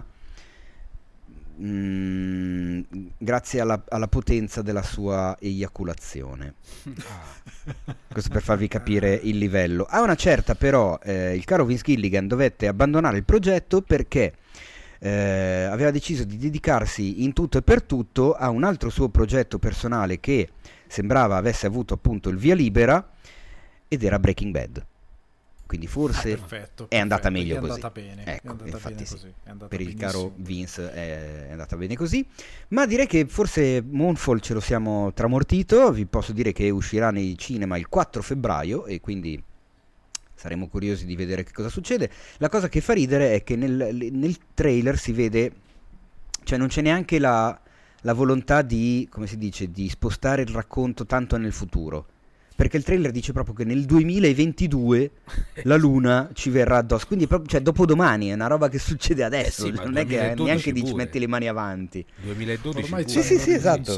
grazie alla potenza della sua eiaculazione. Questo per farvi capire il livello. A una certa però il caro Vince Gilligan dovette abbandonare il progetto perché aveva deciso di dedicarsi in tutto e per tutto a un altro suo progetto personale che sembrava avesse avuto appunto il via libera, ed era Breaking Bad. Quindi forse perfetto, è andata meglio è così. Andata bene, ecco, è andata infatti bene sì. Così, è andata per il benissimo. caro Vince è andata bene così. Ma direi che forse Moonfall ce lo siamo tramortito. Vi posso dire che uscirà nei cinema il 4 febbraio e quindi saremo curiosi di vedere che cosa succede. La cosa che fa ridere è che nel trailer si vede, cioè non c'è neanche la volontà di, come si dice, di spostare il racconto tanto nel futuro, perché il trailer dice proprio che nel 2022 la luna ci verrà addosso, quindi proprio, cioè dopodomani, è una roba che succede adesso, sì, non è che neanche dici metti le mani avanti. 2012 ormai sì, esatto.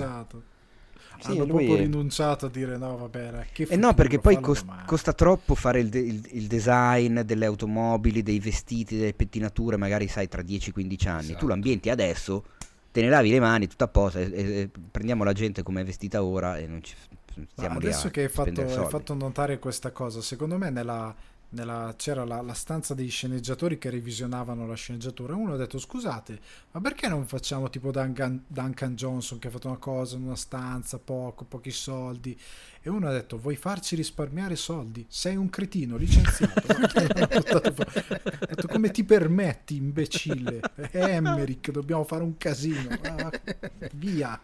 Hanno proprio rinunciato a dire no, vabbè, che futuro, no, perché poi costa troppo fare il design delle automobili, dei vestiti, delle pettinature, magari sai tra 10-15 anni. Esatto. Tu lo ambienti adesso, te ne lavi le mani, tutto a posto, e prendiamo la gente come è vestita ora e non ci stiamo lì. Adesso che hai fatto notare questa cosa, secondo me c'era la stanza dei sceneggiatori che revisionavano la sceneggiatura. Uno ha detto, scusate, ma perché non facciamo tipo Duncan Johnson che ha fatto una cosa in una stanza, pochi soldi, e uno ha detto, vuoi farci risparmiare soldi? Sei un cretino, licenziato. Ha detto, come ti permetti, imbecille? Emmerich, dobbiamo fare un casino, via.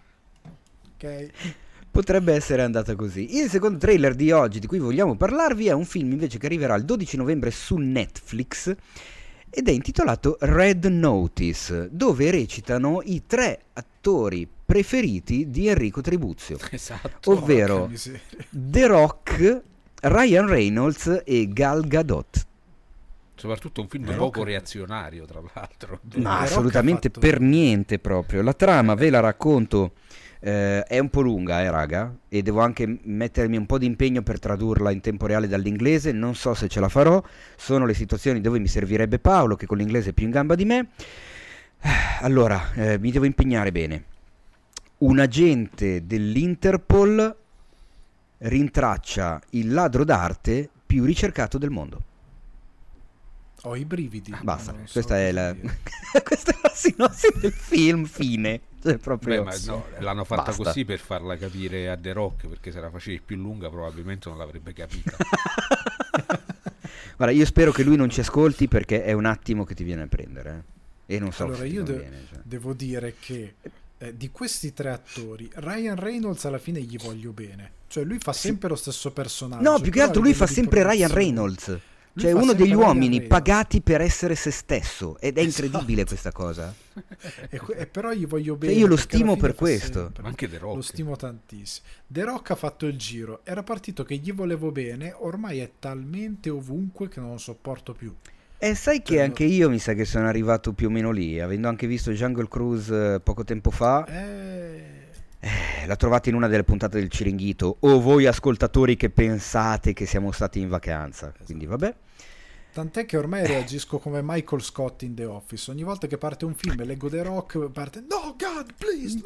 Ok. Potrebbe essere andata così. Il secondo trailer di oggi di cui vogliamo parlarvi è un film invece che arriverà il 12 novembre su Netflix ed è intitolato Red Notice, dove recitano i 3 attori preferiti di Enrico Tribuzio, esatto, ovvero The Rock, Ryan Reynolds e Gal Gadot. soprattutto un film poco reazionario, tra l'altro. Ma assolutamente per niente proprio. La trama ve la racconto, è un po' lunga, raga, e devo anche mettermi un po' di impegno per tradurla in tempo reale dall'inglese, non so se ce la farò, sono le situazioni dove mi servirebbe Paolo, che con l'inglese è più in gamba di me. Allora, mi devo impegnare bene. Un agente dell'Interpol rintraccia il ladro d'arte più ricercato del mondo. Ho i brividi. Basta, questa è la sinossi del film, fine. Cioè, proprio... ma no, l'hanno fatta così per farla capire a The Rock, perché se la facevi più lunga probabilmente non l'avrebbe capita. Guarda, io spero che lui non ci ascolti, perché è un attimo che ti viene a prendere. E non so. Allora, io devo dire che di questi 3 attori, Ryan Reynolds alla fine gli voglio bene. Cioè lui fa sempre lo stesso personaggio. No, più che altro lui fa sempre Ryan Reynolds. Cioè uno degli uomini pagati per essere se stesso, ed è incredibile questa cosa. E però gli voglio bene. Io lo stimo per questo. Ma anche The Rock. Lo stimo tantissimo. The Rock ha fatto il giro, era partito che gli volevo bene, ormai è talmente ovunque che non lo sopporto più. E sai che anche io mi sa che sono arrivato più o meno lì, avendo anche visto Jungle Cruise poco tempo fa. L'ha trovata in una delle puntate del Ciringhito, o voi ascoltatori che pensate che siamo stati in vacanza, quindi vabbè. Tant'è che ormai reagisco come Michael Scott in The Office. Ogni volta che parte un film e leggo The Rock, parte no, God, please,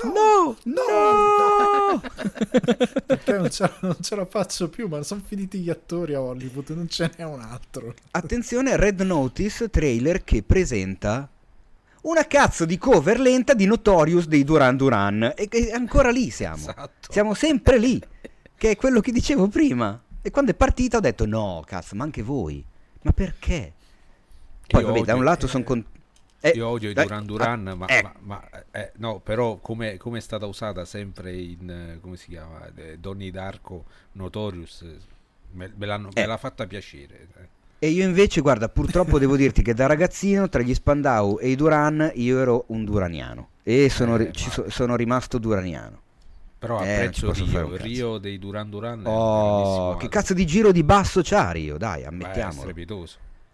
no. Perché non ce la faccio più, ma sono finiti gli attori a Hollywood, non ce n'è un altro. Attenzione, Red Notice, trailer che presenta una cazzo di cover lenta di Notorious dei Duran Duran, e ancora lì siamo. Esatto. Siamo sempre lì, che è quello che dicevo prima. E quando è partita ho detto no, cazzo, ma anche voi. Ma perché? Poi vabbè, da un lato sono io odio i Duran Duran, no, però come è stata usata sempre in come si chiama, Donnie Darko, Notorious, me l'ha fatta piacere. E io invece, guarda, purtroppo devo dirti che da ragazzino tra gli Spandau e i Duran io ero un duraniano e sono rimasto duraniano. Però apprezzo Rio dei Duran Duran. Che cazzo di giro di basso c'ha Rio, dai, ammettiamolo. È strepitoso.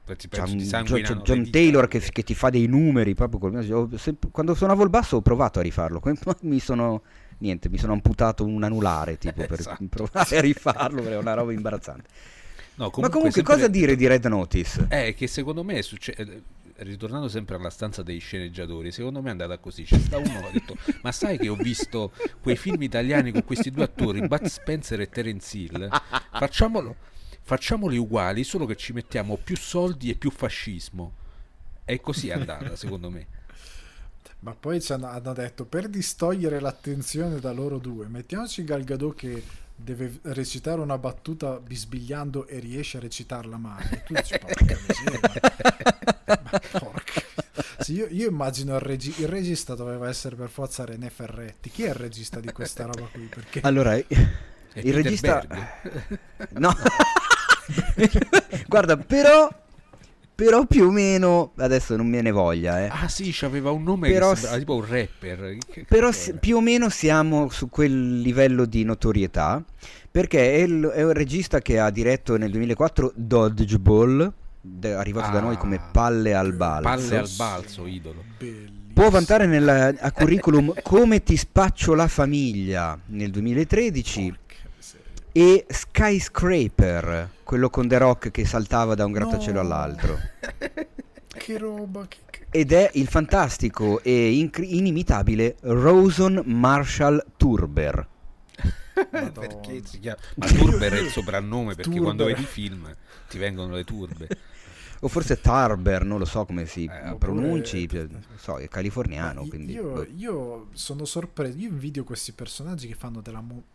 C'è John Taylor che ti fa dei numeri proprio quando suonavo il basso ho provato a rifarlo, mi sono amputato un anulare tipo per provare a rifarlo, perché è una roba imbarazzante. No, ma comunque cosa dire di Red Notice? Che secondo me ritornando sempre alla stanza dei sceneggiatori, secondo me è andata così. C'è sta uno che ha detto ma sai che ho visto quei film italiani con questi 2 attori, Bud Spencer e Terence Hill, facciamoli uguali, solo che ci mettiamo più soldi e più fascismo. E così è andata secondo me. Ma poi hanno detto, per distogliere l'attenzione da loro due, mettiamoci Gal Gadot che deve recitare una battuta bisbigliando e riesce a recitarla male. E tu dici, porca miseria. Ma porca. Sì, io immagino il regista doveva essere per forza René Ferretti. Chi è il regista di questa roba qui? Perché... Allora, il regista... No. Guarda, però più o meno adesso non me ne voglia Ah sì, c'aveva un nome però, che sembrava tipo un rapper. Però più o meno siamo su quel livello di notorietà, perché è un regista che ha diretto nel 2004 Dodgeball, arrivato da noi come Palle al balzo, idolo. Bellissimo. Può vantare a curriculum Come ti spaccio la famiglia nel 2013 e Skyscraper, quello con The Rock che saltava da un grattacielo all'altro. Che roba. Ed è il fantastico e inimitabile Rawson Marshall Turber. Perché si chiama? Ma Turber è il soprannome perché quando vedi i film ti vengono le turbe. O forse Tarber, non lo so come si pronunci, so, è californiano. Quindi io sono sorpreso, io invidio questi personaggi che fanno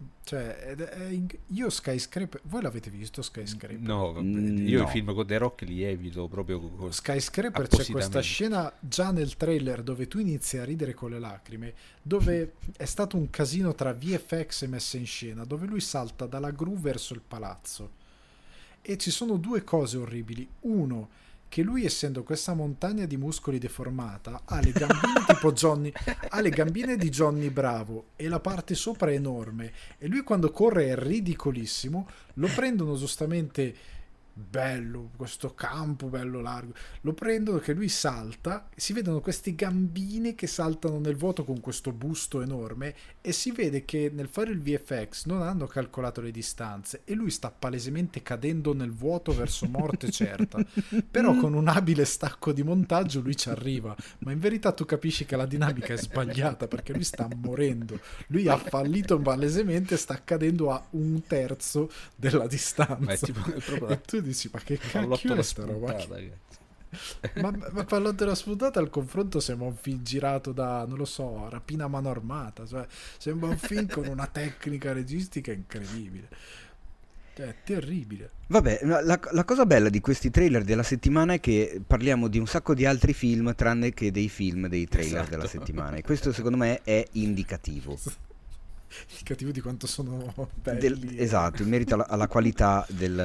io Skyscraper, voi l'avete visto Skyscraper? No, io i film con The Rock li evito proprio Skyscraper. C'è questa scena già nel trailer dove tu inizi a ridere con le lacrime, dove è stato un casino tra VFX e messa in scena, dove lui salta dalla gru verso il palazzo. E ci sono 2 cose orribili. Uno, che lui, essendo questa montagna di muscoli deformata, ha le gambine tipo Johnny, ha le gambine di Johnny Bravo e la parte sopra è enorme, e lui quando corre è ridicolissimo. Lo prendono giustamente bello, questo campo bello largo, lo prendono che lui salta, si vedono questi gambini che saltano nel vuoto con questo busto enorme e si vede che nel fare il VFX non hanno calcolato le distanze e lui sta palesemente cadendo nel vuoto verso morte certa, però con un abile stacco di montaggio lui ci arriva, ma in verità tu capisci che la dinamica è sbagliata perché lui sta morendo, lui ha fallito palesemente, sta cadendo a 1/3 della distanza. E tu dici, ma che cacchio è sta roba? ma Pallottela spuntata al confronto sembra un film girato da, non lo so, Rapina a mano armata, cioè sembra un film con una tecnica registica incredibile, cioè è terribile. Vabbè, la cosa bella di questi trailer della settimana è che parliamo di un sacco di altri film tranne che dei film dei trailer della settimana, e questo secondo me è indicativo di quanto sono belli. Esatto, in merito alla qualità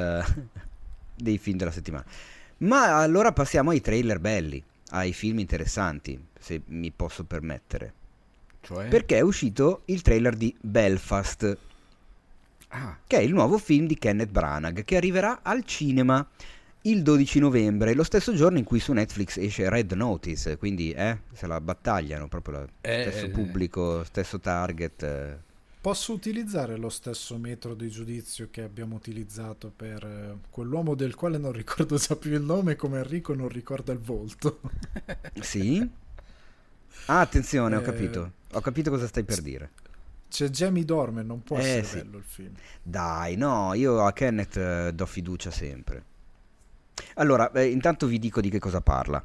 dei film della settimana. Ma allora passiamo ai trailer belli, ai film interessanti, se mi posso permettere. Cioè? Perché è uscito il trailer di Belfast, che è il nuovo film di Kenneth Branagh, che arriverà al cinema il 12 novembre, lo stesso giorno in cui su Netflix esce Red Notice, quindi se la battagliano proprio lo stesso pubblico, stesso target. Posso utilizzare lo stesso metodo di giudizio che abbiamo utilizzato per quell'uomo del quale non ricordo già più il nome, come Enrico non ricorda il volto? Sì? Attenzione, ho capito cosa stai per dire. C'è Jamie Dornan, non può essere bello il film. Dai, no, io a Kenneth do fiducia sempre. Allora, intanto vi dico di che cosa parla.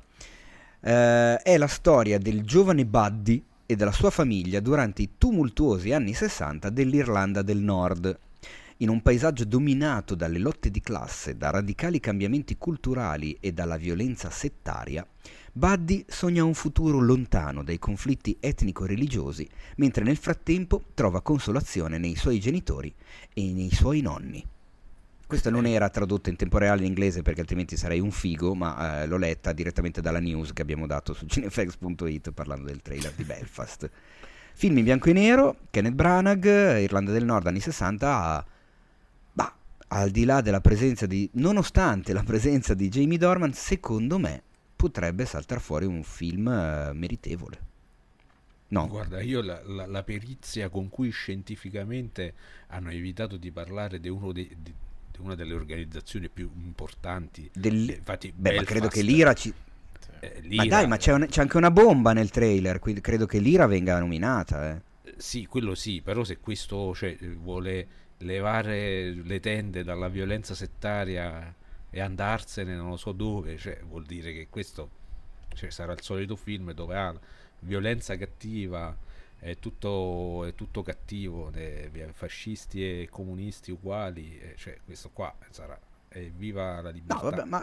È la storia del giovane Buddy e della sua famiglia durante i tumultuosi anni 60 dell'Irlanda del Nord. In un paesaggio dominato dalle lotte di classe, da radicali cambiamenti culturali e dalla violenza settaria, Buddy sogna un futuro lontano dai conflitti etnico-religiosi, mentre nel frattempo trova consolazione nei suoi genitori e nei suoi nonni. Questa non era tradotta in tempo reale in inglese perché altrimenti sarei un figo, ma l'ho letta direttamente dalla news che abbiamo dato su cinefx.it parlando del trailer di Belfast. Film in bianco e nero, Kenneth Branagh, Irlanda del Nord, anni 60, al di là della presenza nonostante la presenza di Jamie Dornan, secondo me potrebbe saltare fuori un film meritevole. No? Guarda, io la perizia con cui scientificamente hanno evitato di parlare di una delle organizzazioni più importanti. Infatti, ma credo che l'IRA ma dai, ma c'è anche una bomba nel trailer, quindi credo che l'IRA venga nominata. Sì, quello sì, però se questo vuole levare le tende dalla violenza settaria e andarsene non lo so dove, vuol dire che questo sarà il solito film dove violenza cattiva, è tutto cattivo, fascisti e comunisti uguali, questo qua sarà viva la libertà. No, vabbè, ma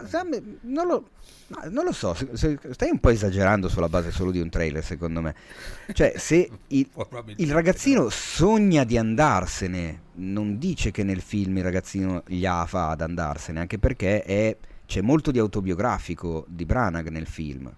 non lo so, stai un po' esagerando sulla base solo di un trailer, secondo me. Cioè, se il ragazzino sogna di andarsene, non dice che nel film il ragazzino gli fa ad andarsene, anche perché c'è molto di autobiografico di Branagh nel film.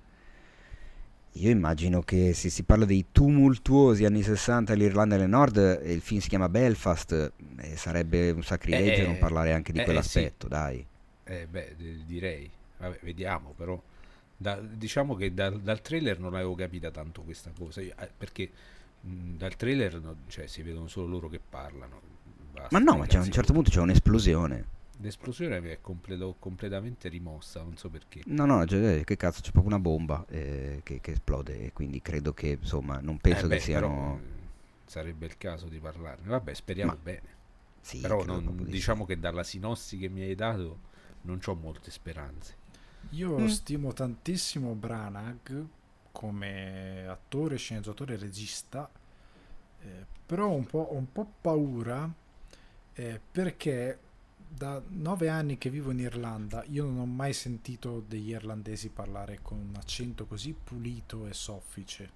Io immagino che se si parla dei tumultuosi anni 60 all'Irlanda del Nord e il film si chiama Belfast, sarebbe un sacrilegio non parlare anche di quell'aspetto, sì. Dai. Direi. Vabbè, vediamo, però diciamo che dal trailer non avevo capita tanto questa cosa, perché dal trailer si vedono solo loro che parlano. Basta, ma no, ma a un certo punto c'è un'esplosione. L'esplosione è completamente rimossa, non so perché. No, che cazzo, c'è proprio una bomba che esplode, e quindi credo che, insomma, non penso che siano... Però, sarebbe il caso di parlarne. Vabbè, speriamo bene. Sì, però diciamo che dalla sinossi che mi hai dato non c'ho molte speranze. Io stimo tantissimo Branagh come attore, sceneggiatore e regista, però ho un po' paura perché da 9 anni che vivo in Irlanda io non ho mai sentito degli irlandesi parlare con un accento così pulito e soffice.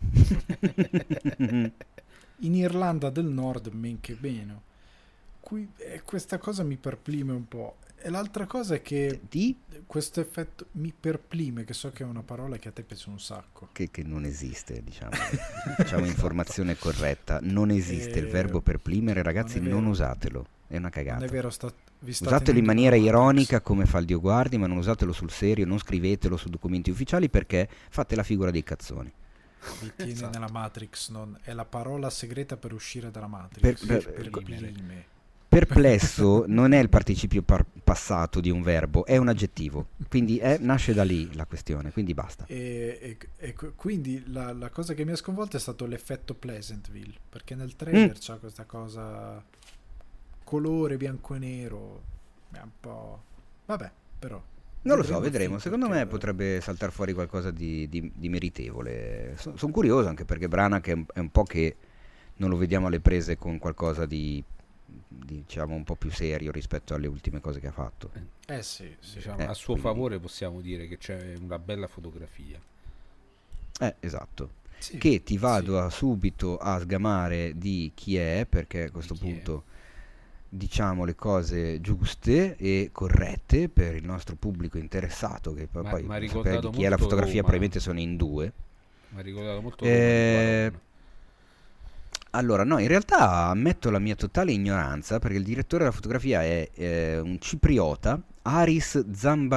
In Irlanda del Nord men che meno. Questa cosa mi perplime un po'. E l'altra cosa è che questo effetto mi perplime, che so che è una parola che a te piace un sacco. Che non esiste, diciamo informazione corretta. Non esiste il verbo perplimere, ragazzi, non usatelo. è una cagata. Non è vero, usatelo in maniera ironica come fa il Dio guardi, ma non usatelo sul serio, non scrivetelo su documenti ufficiali perché fate la figura dei cazzoni. Vi tiene nella Matrix, è la parola segreta per uscire dalla Matrix. Perplesso non è il participio passato di un verbo, è un aggettivo, quindi nasce da lì la questione, quindi basta. E quindi la cosa che mi ha sconvolto è stato l'effetto Pleasantville, perché nel trailer c'ha questa cosa colore bianco e nero, è un po'... vabbè, però... Non lo so, vedremo. Secondo me potrebbe saltare fuori qualcosa di meritevole. Sono curioso anche perché Branagh è un po' che non lo vediamo alle prese con qualcosa di diciamo un po' più serio rispetto alle ultime cose che ha fatto. Sì. Diciamo, a suo favore possiamo dire che c'è una bella fotografia. Esatto. Sì, che ti vado subito a sgamare di chi è, perché a questo punto diciamo le cose giuste e corrette per il nostro pubblico interessato, che poi sapere di chi è la fotografia Roma. Probabilmente sono in due. Mi ha ricordato molto Roma. Allora, no, in realtà ammetto la mia totale ignoranza, perché il direttore della fotografia è un cipriota, Aris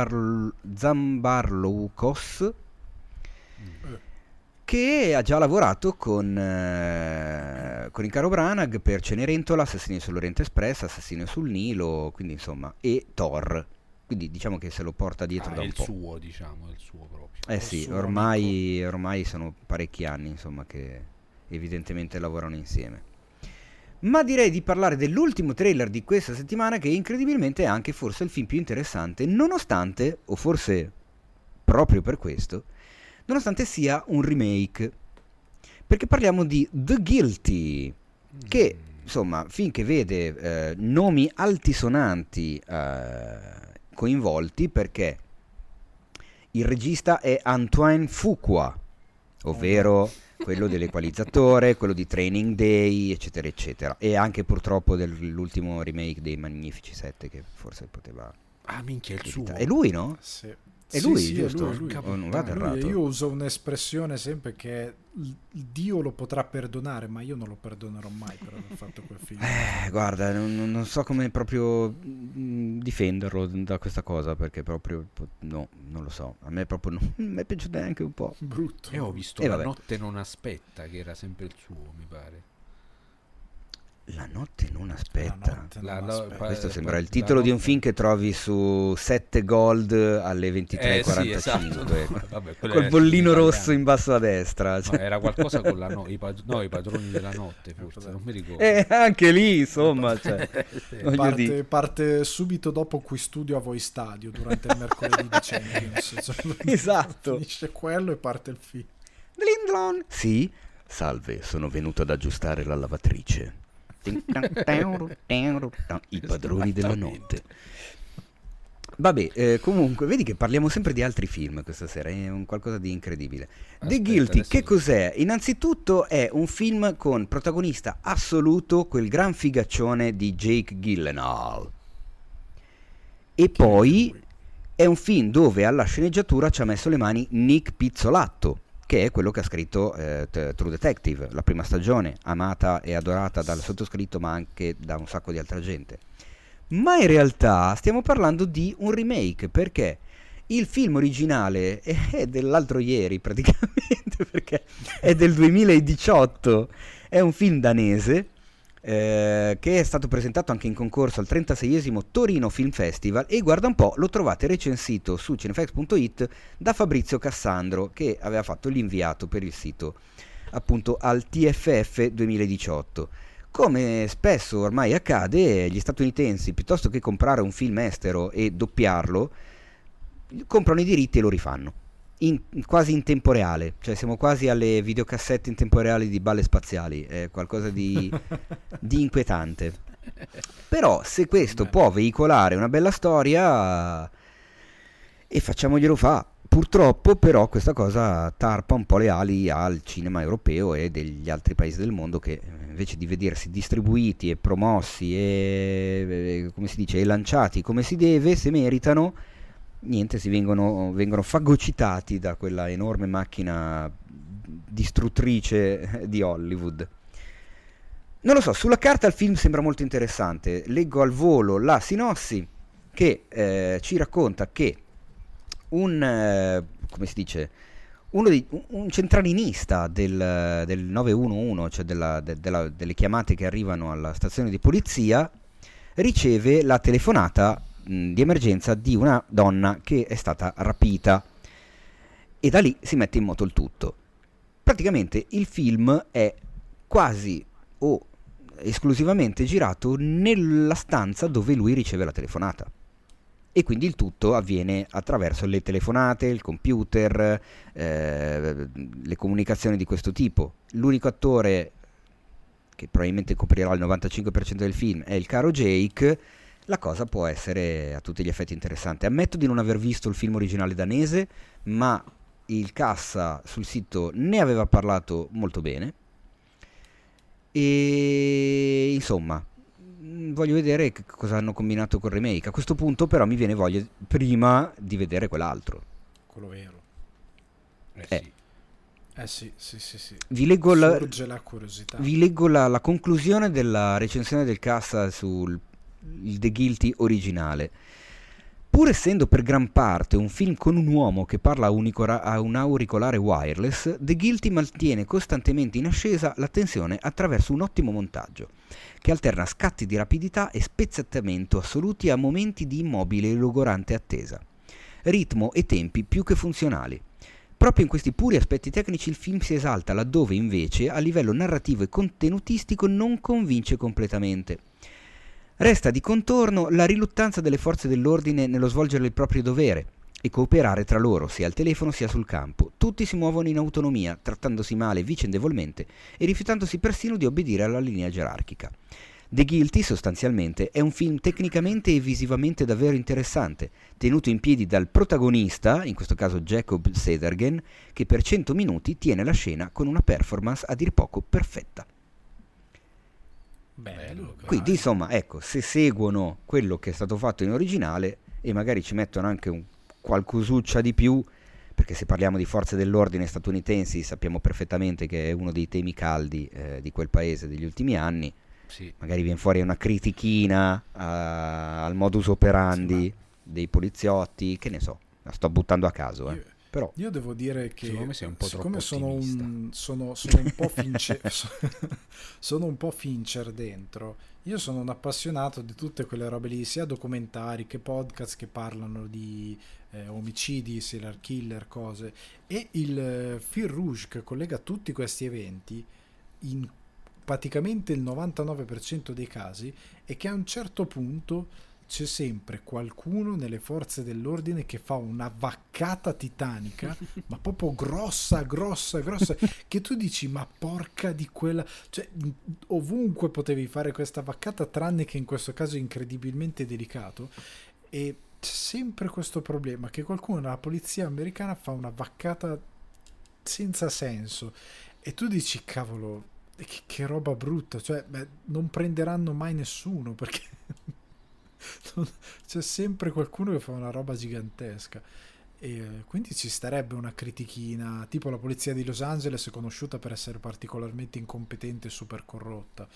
Zambarloukos, che ha già lavorato con il caro Branagh per Cenerentola, Assassini sull'Oriente Express, Assassino sul Nilo, quindi insomma, e Thor. Quindi diciamo che se lo porta dietro da un po'. È il suo proprio. Sì, ormai sono parecchi anni, insomma, che evidentemente lavorano insieme. Ma direi di parlare dell'ultimo trailer di questa settimana, che incredibilmente è anche forse il film più interessante, nonostante, o forse proprio per questo, nonostante sia un remake, perché parliamo di The Guilty, che insomma, film che vede nomi altisonanti coinvolti, perché il regista è Antoine Fuqua, ovvero quello dell'Equalizzatore, quello di Training Day, eccetera eccetera, e anche purtroppo dell'ultimo remake dei Magnifici 7, che forse poteva... minchia, è il suo. È lui, no? Sì. È lui, sì, giusto? È lui. Non vado errato. Io uso un'espressione sempre che Dio lo potrà perdonare, ma io non lo perdonerò mai per aver fatto quel film. Guarda, non so come proprio difenderlo da questa cosa, perché proprio no, non lo so. A me proprio non mi è piaciuto neanche un po'. Brutto. E ho visto La notte non aspetta, che era sempre il suo, mi pare. La notte non aspetta. Questo sembra il titolo di un film che trovi su 7 Gold alle 23:45. Sì, esatto. Vabbè, col bollino rosso in basso a destra. No, era qualcosa con i padroni della notte, forse, non mi ricordo. Anche lì, insomma. Cioè, parte subito dopo Qui Studio a Voi Stadio, durante il mercoledì di Champions. Esatto. Finisce quello e parte il film. Lindlon. Sì, salve, sono venuto ad aggiustare la lavatrice. I padroni della notte. Vabbè, comunque vedi che parliamo sempre di altri film questa sera, è un qualcosa di incredibile. The Guilty, che cos'è? Innanzitutto è un film con protagonista assoluto quel gran figaccione di Jake Gyllenhaal, e poi è un film dove alla sceneggiatura ci ha messo le mani Nick Pizzolatto, che è quello che ha scritto True Detective, la prima stagione, amata e adorata dal sottoscritto, ma anche da un sacco di altra gente. Ma in realtà stiamo parlando di un remake, perché il film originale è dell'altro ieri praticamente, perché è del 2018, è un film danese, che è stato presentato anche in concorso al 36esimo Torino Film Festival, e guarda un po', lo trovate recensito su cinefx.it da Fabrizio Cassandro, che aveva fatto l'inviato per il sito appunto al TFF 2018. Come spesso ormai accade, gli statunitensi, piuttosto che comprare un film estero e doppiarlo, comprano i diritti e lo rifanno quasi in tempo reale, cioè siamo quasi alle videocassette in tempo reale di Balle Spaziali, è qualcosa di inquietante. Però se questo può veicolare una bella storia, e facciamoglielo fa. Purtroppo però questa cosa tarpa un po' le ali al cinema europeo e degli altri paesi del mondo, che invece di vedersi distribuiti e promossi e come si dice, e lanciati come si deve, se meritano, niente, si vengono fagocitati da quella enorme macchina distruttrice di Hollywood. Non lo so, sulla carta il film sembra molto interessante. Leggo al volo la sinossi che ci racconta che come si dice, un centralinista del 911, cioè delle chiamate che arrivano alla stazione di polizia, riceve la telefonata di emergenza di una donna che è stata rapita, e da lì si mette in moto il tutto. Praticamente il film è quasi o esclusivamente girato nella stanza dove lui riceve la telefonata, e quindi il tutto avviene attraverso le telefonate, il computer, le comunicazioni di questo tipo. L'unico attore che probabilmente coprirà il 95% del film è il caro Jake. La cosa può essere a tutti gli effetti interessante. Ammetto di non aver visto il film originale danese, ma il cassa sul sito ne aveva parlato molto bene. E insomma, voglio vedere che cosa hanno combinato col remake. A questo punto però mi viene voglia prima di vedere quell'altro. Quello vero. Sì. Vi leggo sorge la curiosità. Vi leggo la conclusione della recensione del cassa sul The Guilty originale. Pur essendo per gran parte un film con un uomo che parla a un auricolare wireless, The Guilty mantiene costantemente in ascesa la tensione attraverso un ottimo montaggio, che alterna scatti di rapidità e spezzettamento assoluti a momenti di immobile e logorante attesa. Ritmo e tempi più che funzionali. Proprio in questi puri aspetti tecnici il film si esalta, laddove invece a livello narrativo e contenutistico non convince completamente. Resta di contorno la riluttanza delle forze dell'ordine nello svolgere il proprio dovere e cooperare tra loro, sia al telefono sia sul campo. Tutti si muovono in autonomia, trattandosi male vicendevolmente e rifiutandosi persino di obbedire alla linea gerarchica. The Guilty, sostanzialmente, è un film tecnicamente e visivamente davvero interessante, tenuto in piedi dal protagonista, in questo caso Jacob Sedergen, che per 100 minuti tiene la scena con una performance a dir poco perfetta. Bello. Quindi insomma, ecco, se seguono quello che è stato fatto in originale e magari ci mettono anche un qualcosuccia di più, perché se parliamo di forze dell'ordine statunitensi sappiamo perfettamente che è uno dei temi caldi di quel paese degli ultimi anni. Sì. Magari viene fuori una critichina al modus operandi dei poliziotti, che ne so, la sto buttando a caso. Però io devo dire che secondo me sei un po' siccome troppo sono un po' sono un po' Fincher dentro, io sono un appassionato di tutte quelle robe lì, sia documentari che podcast che parlano di omicidi, serial killer, cose, e il fil rouge che collega tutti questi eventi in praticamente il 99% dei casi è che a un certo punto c'è sempre qualcuno nelle forze dell'ordine che fa una vaccata titanica, ma proprio grossa, che tu dici, ma porca di quella, cioè ovunque potevi fare questa vaccata, tranne che in questo caso incredibilmente delicato. E c'è sempre questo problema che qualcuno nella polizia americana fa una vaccata senza senso e tu dici, cavolo, che roba brutta, cioè non prenderanno mai nessuno perché c'è sempre qualcuno che fa una roba gigantesca, e quindi ci starebbe una critichina, tipo la polizia di Los Angeles è conosciuta per essere particolarmente incompetente e super corrotta,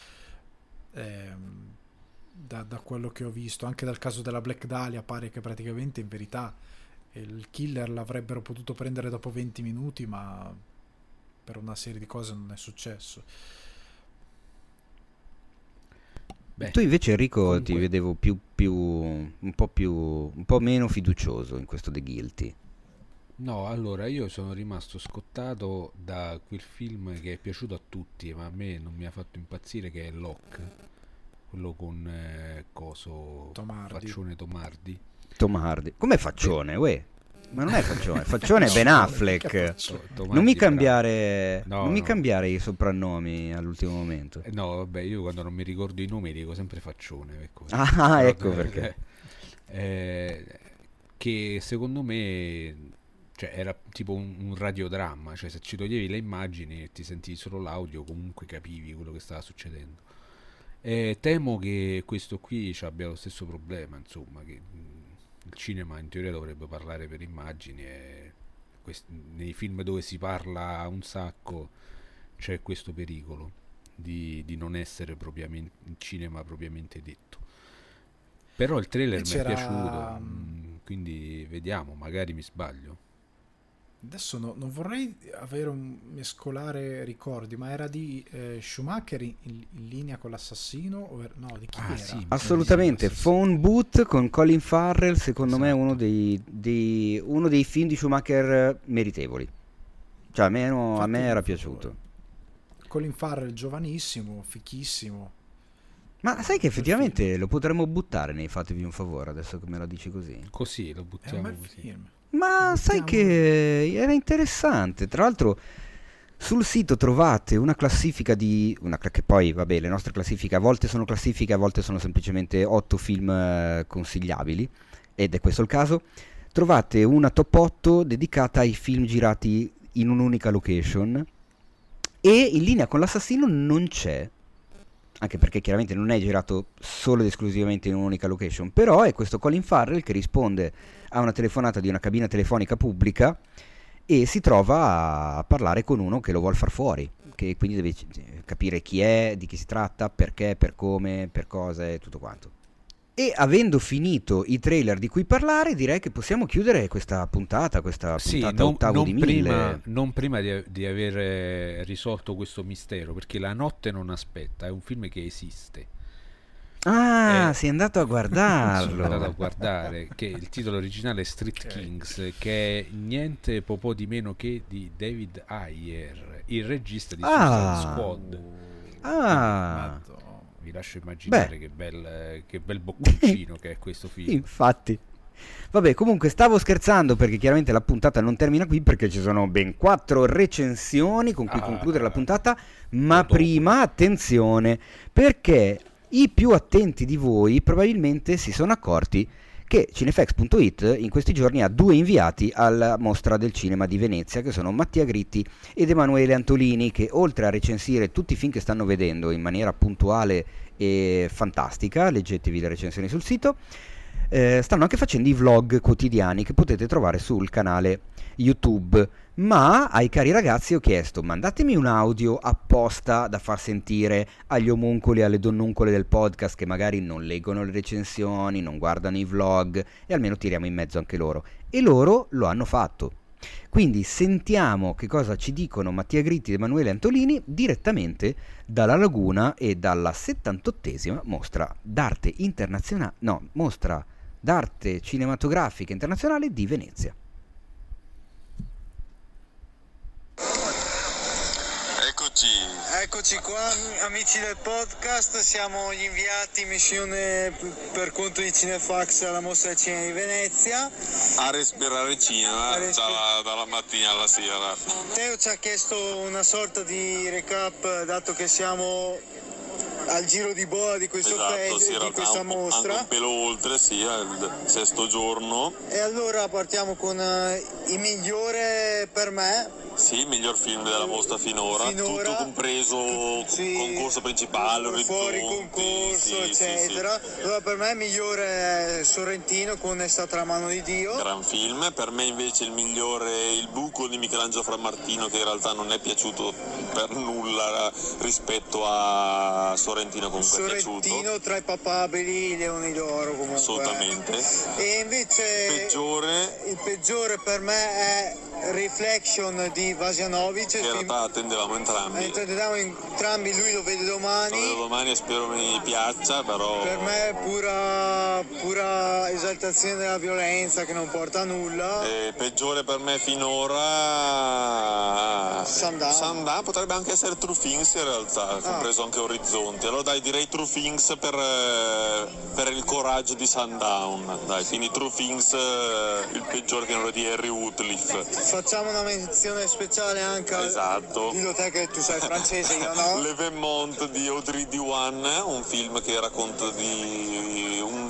da quello che ho visto, anche dal caso della Black Dahlia pare che praticamente in verità il killer l'avrebbero potuto prendere dopo 20 minuti, ma per una serie di cose non è successo. Tu invece, Enrico, comunque ti vedevo un po' meno fiducioso in questo The Guilty. No, allora io sono rimasto scottato da quel film che è piaciuto a tutti, ma a me non mi ha fatto impazzire, che è Locke, quello con Faccione Tomardi. Com'è Faccione, uè? Ma non è Faccione è Ben Affleck. Non mi cambiare i soprannomi all'ultimo momento. No, vabbè, io quando non mi ricordo i nomi dico sempre Faccione. Ecco. Ah, ecco perché. Che secondo me, cioè, era tipo un radiodramma, cioè se ci toglievi le immagini e ti sentivi solo l'audio, comunque capivi quello che stava succedendo. Temo che questo qui abbia lo stesso problema, insomma, che il cinema in teoria dovrebbe parlare per immagini e nei film dove si parla un sacco c'è questo pericolo di non essere propriamente in cinema propriamente detto. Però il trailer mi è piaciuto, quindi vediamo, magari mi sbaglio. Adesso non vorrei mescolare ricordi, ma era di Schumacher in linea con l'assassino? No, di chi era? Sì, assolutamente, Phone Booth con Colin Farrell, secondo me è uno dei film di Schumacher meritevoli. Cioè a me era piaciuto. Colin Farrell giovanissimo, fichissimo. Ma sai che effettivamente lo potremmo buttare nei Fatevi un favore, adesso che me la dici così? Così lo buttiamo così. Film. Ma sai che era interessante. Tra l'altro sul sito trovate una classifica che poi vabbè, le nostre classifiche a volte sono classifiche, a volte sono semplicemente 8 film consigliabili, ed è questo il caso. Trovate una top 8 dedicata ai film girati in un'unica location, e in linea con l'assassino non c'è, anche perché chiaramente non è girato solo ed esclusivamente in un'unica location, però è questo Colin Farrell che risponde a una telefonata di una cabina telefonica pubblica e si trova a parlare con uno che lo vuol far fuori, che quindi deve capire chi è, di chi si tratta, perché, per come, per cosa e tutto quanto. E avendo finito i trailer di cui parlare, direi che possiamo chiudere questa puntata ottavo di 1000. Non prima di aver risolto questo mistero, perché La notte non aspetta è un film che esiste. Sei andato a guardarlo. Sono andato a guardare, che il titolo originale è Street Kings, che è niente po' di meno che di David Ayer, il regista di Suicide Squad. Vi lascio immaginare che bel bocconcino che è questo film. Infatti. Vabbè, comunque stavo scherzando, perché chiaramente la puntata non termina qui, perché ci sono ben 4 recensioni con cui concludere la puntata. Ma prima, attenzione, perché i più attenti di voi probabilmente si sono accorti che Cinefx.it in questi giorni ha 2 inviati alla Mostra del Cinema di Venezia, che sono Mattia Gritti ed Emanuele Antolini, che oltre a recensire tutti i film che stanno vedendo in maniera puntuale e fantastica, leggetevi le recensioni sul sito, stanno anche facendo i vlog quotidiani che potete trovare sul canale YouTube. Ma ai cari ragazzi ho chiesto: mandatemi un audio apposta da far sentire agli omuncoli e alle donnuncole del podcast, che magari non leggono le recensioni, non guardano i vlog, e almeno tiriamo in mezzo anche loro. E loro lo hanno fatto. Quindi sentiamo che cosa ci dicono Mattia Gritti ed Emanuele Antolini direttamente dalla Laguna e dalla 78esima mostra d'arte mostra d'arte cinematografica internazionale di Venezia. Eccoci qua, amici del podcast, siamo gli inviati missione per conto di Cinefax alla Mostra del Cinema di Venezia. A respirare cinema dalla mattina alla sera. Teo ci ha chiesto una sorta di recap, dato che siamo al giro di boa di questo di questa mostra. Anche un pelo oltre, sì, è il 6° giorno. E allora partiamo con il migliore per me. Sì, miglior film della mostra finora. Tutto compreso, concorso principale, fuori concorso, eccetera. Sì. Allora per me il migliore è Sorrentino con È stata la mano di Dio. Gran film. Per me invece il migliore è Il buco di Michelangelo Frammartino, che in realtà non è piaciuto per nulla rispetto a Sorrentino, comunque è piaciuto. Sorrentino tra i papabili, Leoni d'Oro comunque. Assolutamente. E invece il peggiore per me è Reflection di Vasjanovic, che in realtà attendevamo entrambi. Lui lo vede domani. Lo vedo domani e spero mi piaccia, però per me è pura esaltazione della violenza che non porta a nulla. Peggiore per me finora Sundown, potrebbe anche essere True Things in realtà, compreso anche Orizzonti. Allora direi True Things per il coraggio di Sundown. Quindi True Things il peggiore finora di Harry Woodliff. Facciamo una menzione speciale anche dillo te che tu sei francese, io no. Le Vermont di Audrey Diwan, un film che racconta di un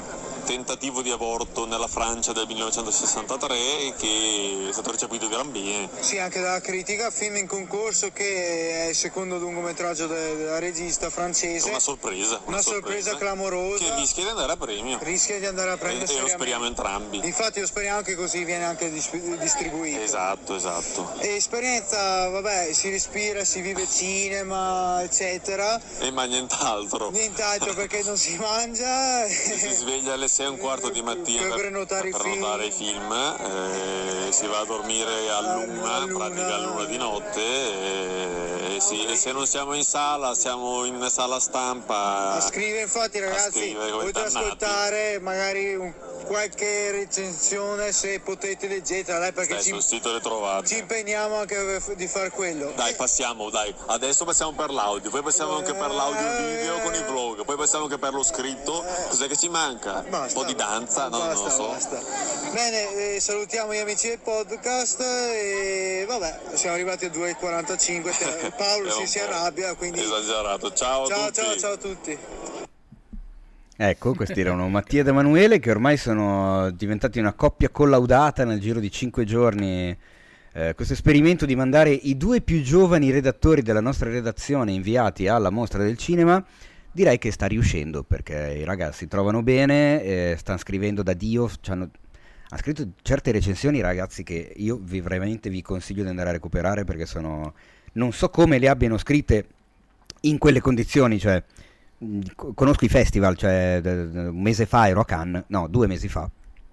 tentativo di aborto nella Francia del 1963 che è stato recepito gran bene. Sì, anche dalla critica, film in concorso che è il secondo lungometraggio della regista francese. Una sorpresa clamorosa. Che rischia di andare a premio. E lo speriamo entrambi. Infatti lo speriamo che così viene anche distribuito. Esatto. E esperienza, vabbè, si respira, si vive cinema, eccetera. Ma nient'altro. Nient'altro perché non si mangia. Si sveglia alle 6:15 di mattina per prenotare i film. Si va a dormire pratica all'1 di notte. E se non siamo in sala, siamo in sala stampa. A scrivere, infatti, ragazzi, potete ascoltare magari qualche recensione, se potete leggetela, perché sul sito le trovate. Ci impegniamo anche di fare quello. Adesso passiamo per l'audio, poi passiamo anche per l'audio video con i vlog, poi passiamo anche per lo scritto. Cos'è che ci manca? Un po' di danza? Non lo so. Basta. Bene, salutiamo gli amici del podcast e vabbè, siamo arrivati a 2:45. Paolo si arrabbia, quindi esagerato. Ciao a tutti. Ecco, questi erano Mattia ed Emanuele, che ormai sono diventati una coppia collaudata nel giro di 5 giorni. Questo esperimento di mandare i 2 più giovani redattori della nostra redazione inviati alla Mostra del Cinema, direi che sta riuscendo, perché i ragazzi trovano bene, stanno scrivendo da Dio, hanno scritto certe recensioni, ragazzi, che io veramente vi consiglio di andare a recuperare, perché non so come le abbiano scritte in quelle condizioni, cioè conosco i festival, cioè un mese fa ero a Cannes, no, 2 mesi fa,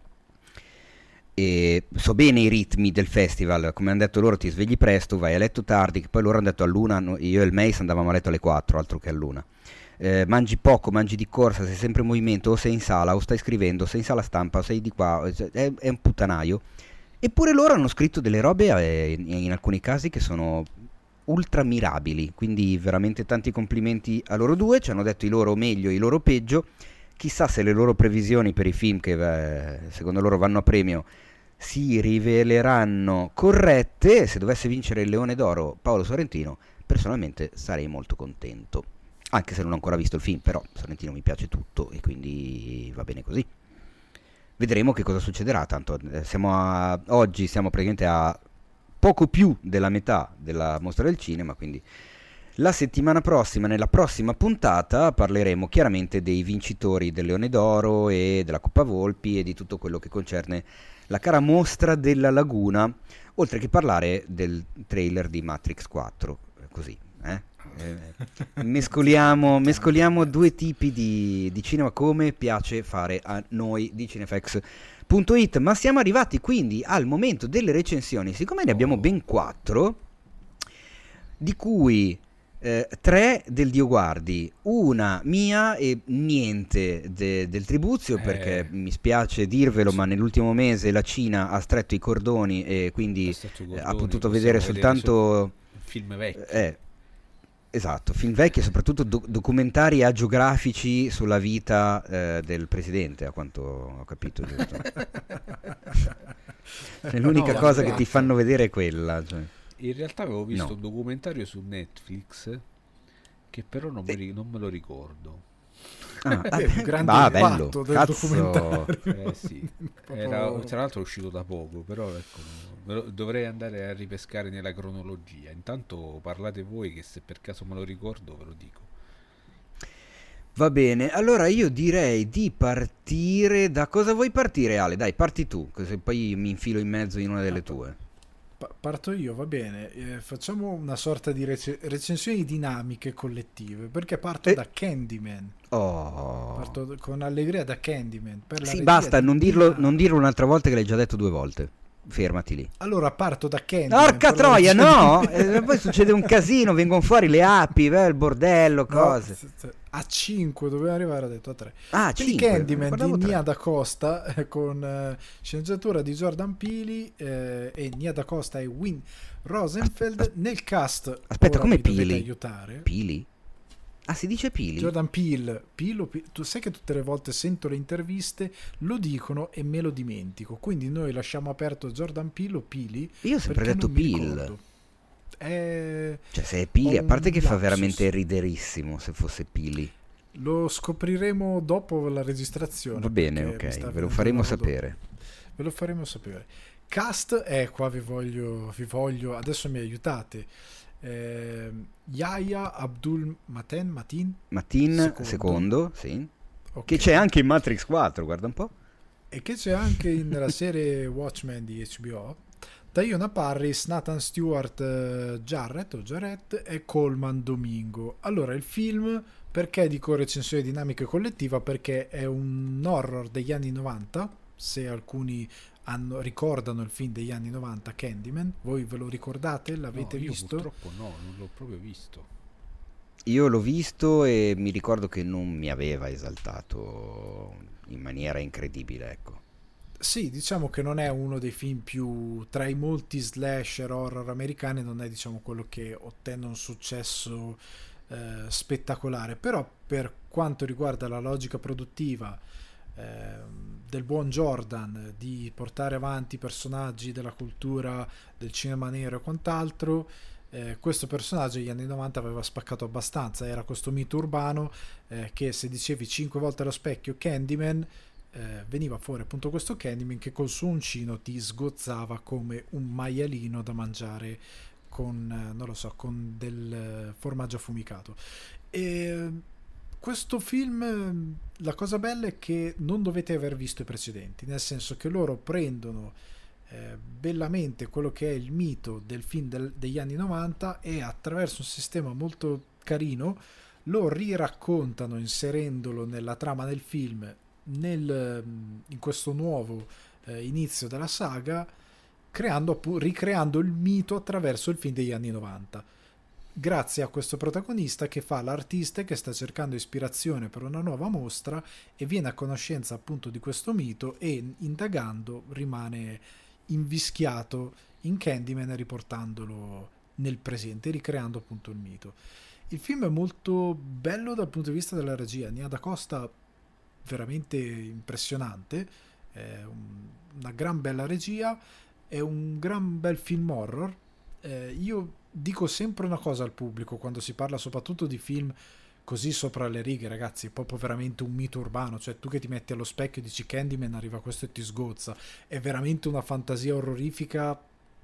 e so bene i ritmi del festival. Come hanno detto loro, ti svegli presto, vai a letto tardi, che poi loro hanno detto all'1, io e il Mace andavamo a letto alle 4, altro che all'1. Mangi poco, mangi di corsa, sei sempre in movimento, o sei in sala o stai scrivendo, sei in sala stampa o sei di qua, è un puttanaio. Eppure loro hanno scritto delle robe in alcuni casi che sono ultra mirabili, quindi veramente tanti complimenti a loro due. Ci hanno detto i loro meglio e i loro peggio. Chissà se le loro previsioni per i film che secondo loro vanno a premio si riveleranno corrette. Se dovesse vincere il Leone d'Oro Paolo Sorrentino, personalmente sarei molto contento, anche se non ho ancora visto il film, però Sorrentino mi piace tutto e quindi va bene così. Vedremo che cosa succederà, tanto oggi siamo praticamente a poco più della metà della Mostra del Cinema, quindi la settimana prossima, nella prossima puntata, parleremo chiaramente dei vincitori del Leone d'Oro e della Coppa Volpi e di tutto quello che concerne la cara Mostra della Laguna, oltre che parlare del trailer di Matrix 4, così, mescoliamo 2 tipi di cinema, come piace fare a noi di Cinefx.it. Ma siamo arrivati quindi al momento delle recensioni. Siccome ne abbiamo ben 4, di cui 3 del Dio Guardi, una mia e niente del Tribuzio, perché mi spiace dirvelo, ma nell'ultimo mese la Cina ha stretto i cordoni e quindi ha potuto vedere soltanto film vecchi. Esatto, film vecchi e soprattutto documentari agiografici sulla vita del presidente, a quanto ho capito, giusto? È l'unica cosa che ti fanno vedere è quella, cioè. In realtà avevo visto un documentario su Netflix che però non me lo ricordo. Bello, del documentario. Sì. Tra l'altro è uscito da poco, però ecco, dovrei andare a ripescare nella cronologia. Intanto parlate voi, che se per caso me lo ricordo ve lo dico. Va bene, allora io direi di partire da cosa vuoi partire, Ale? Dai, parti tu, così poi mi infilo in mezzo in una delle tue. Parto io, va bene. Facciamo una sorta di recensioni dinamiche collettive, perché parto da Candyman. Parto con allegria da Candyman. Sì, basta, non dirlo un'altra volta, che l'hai già detto 2 volte. Fermati lì. Allora parto da Candyman. Porca troia, no! Poi succede un casino, vengono fuori le api, il bordello, cose. A 5 doveva arrivare, ha detto a 3. Quindi 5. Candyman di Nia Da Costa, con sceneggiatura di Jordan Peele e Nia Da Costa e Win Rosenfeld nel cast. Aspetta, come Peele? Aiutare. Peele? Si dice Peele? Jordan Peele. Tu sai che tutte le volte sento le interviste, lo dicono e me lo dimentico, quindi noi lasciamo aperto Jordan Peele o Peele. Io ho sempre detto Peele. Cioè, se è Peele, a parte che fa veramente riderissimo se fosse Peele. Lo scopriremo dopo la registrazione. Va bene, ok, ve lo faremo sapere. Ve lo faremo sapere. Cast, qua vi voglio, adesso mi aiutate. Yahya Abdul Mateen secondo, sì. Okay. Che c'è anche in Matrix 4, guarda un po'. E che c'è anche nella serie Watchmen di HBO. Tayona Parris, Nathan Stewart, Jarrett e Coleman Domingo. Allora, il film, perché dico recensione dinamica e collettiva? Perché è un horror degli anni 90, se alcuni ricordano il film degli anni 90, Candyman. Voi ve lo ricordate? L'avete visto? Purtroppo no, non l'ho proprio visto. Io l'ho visto e mi ricordo che non mi aveva esaltato in maniera incredibile, ecco. Sì, diciamo che non è uno dei film più, tra i molti slasher horror americani, non è, diciamo, quello che ottenne un successo spettacolare, però per quanto riguarda la logica produttiva del buon Jordan di portare avanti i personaggi della cultura del cinema nero e quant'altro, questo personaggio negli anni 90 aveva spaccato abbastanza. Era questo mito urbano che se dicevi 5 volte allo specchio Candyman, veniva fuori appunto questo Candyman che col suo uncino ti sgozzava come un maialino da mangiare con non lo so, con del formaggio affumicato. E questo film, la cosa bella è che non dovete aver visto i precedenti, nel senso che loro prendono bellamente quello che è il mito del film degli anni 90 e attraverso un sistema molto carino lo riraccontano, inserendolo nella trama del film, in questo nuovo inizio della saga, ricreando il mito attraverso il film degli anni 90, grazie a questo protagonista che fa l'artista che sta cercando ispirazione per una nuova mostra e viene a conoscenza appunto di questo mito e, indagando, rimane invischiato in Candyman, riportandolo nel presente, ricreando appunto il mito. Il film è molto bello dal punto di vista della regia. Nia Da Costa veramente impressionante, è una gran bella regia, è un gran bel film horror. Io dico sempre una cosa al pubblico quando si parla soprattutto di film così sopra le righe, ragazzi, è proprio veramente un mito urbano, cioè tu che ti metti allo specchio e dici Candyman, arriva questo e ti sgozza, è veramente una fantasia orrorifica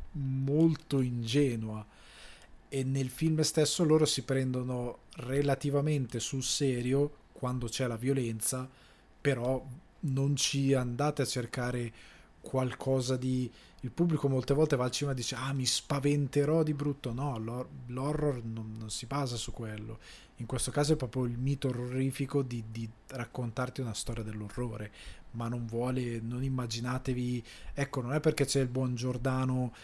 molto ingenua, e nel film stesso loro si prendono relativamente sul serio quando c'è la violenza, però non ci andate a cercare qualcosa di... Il pubblico molte volte va al cinema e dice mi spaventerò di brutto. No, l'horror non si basa su quello. In questo caso è proprio il mito orrorifico di raccontarti una storia dell'orrore, ma non immaginatevi, ecco, non è perché c'è il buon Giordano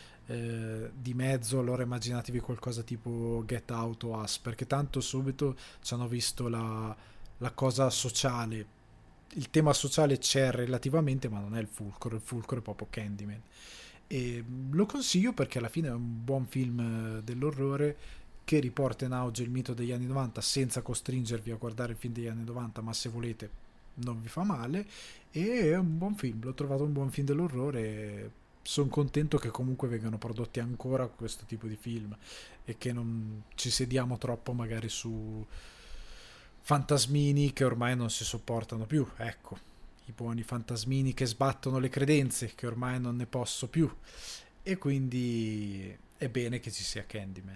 di mezzo allora immaginatevi qualcosa tipo Get Out o Us, perché tanto subito ci hanno visto la cosa sociale. Il tema sociale c'è relativamente, ma non è il fulcro è proprio Candyman. E lo consiglio perché alla fine è un buon film dell'orrore che riporta in auge il mito degli anni 90 senza costringervi a guardare il film degli anni 90, ma se volete non vi fa male, e è un buon film. L'ho trovato un buon film dell'orrore e sono contento che comunque vengano prodotti ancora questo tipo di film e che non ci sediamo troppo magari su fantasmini che ormai non si sopportano più, ecco, i buoni fantasmini che sbattono le credenze che ormai non ne posso più, e quindi è bene che ci sia Candyman.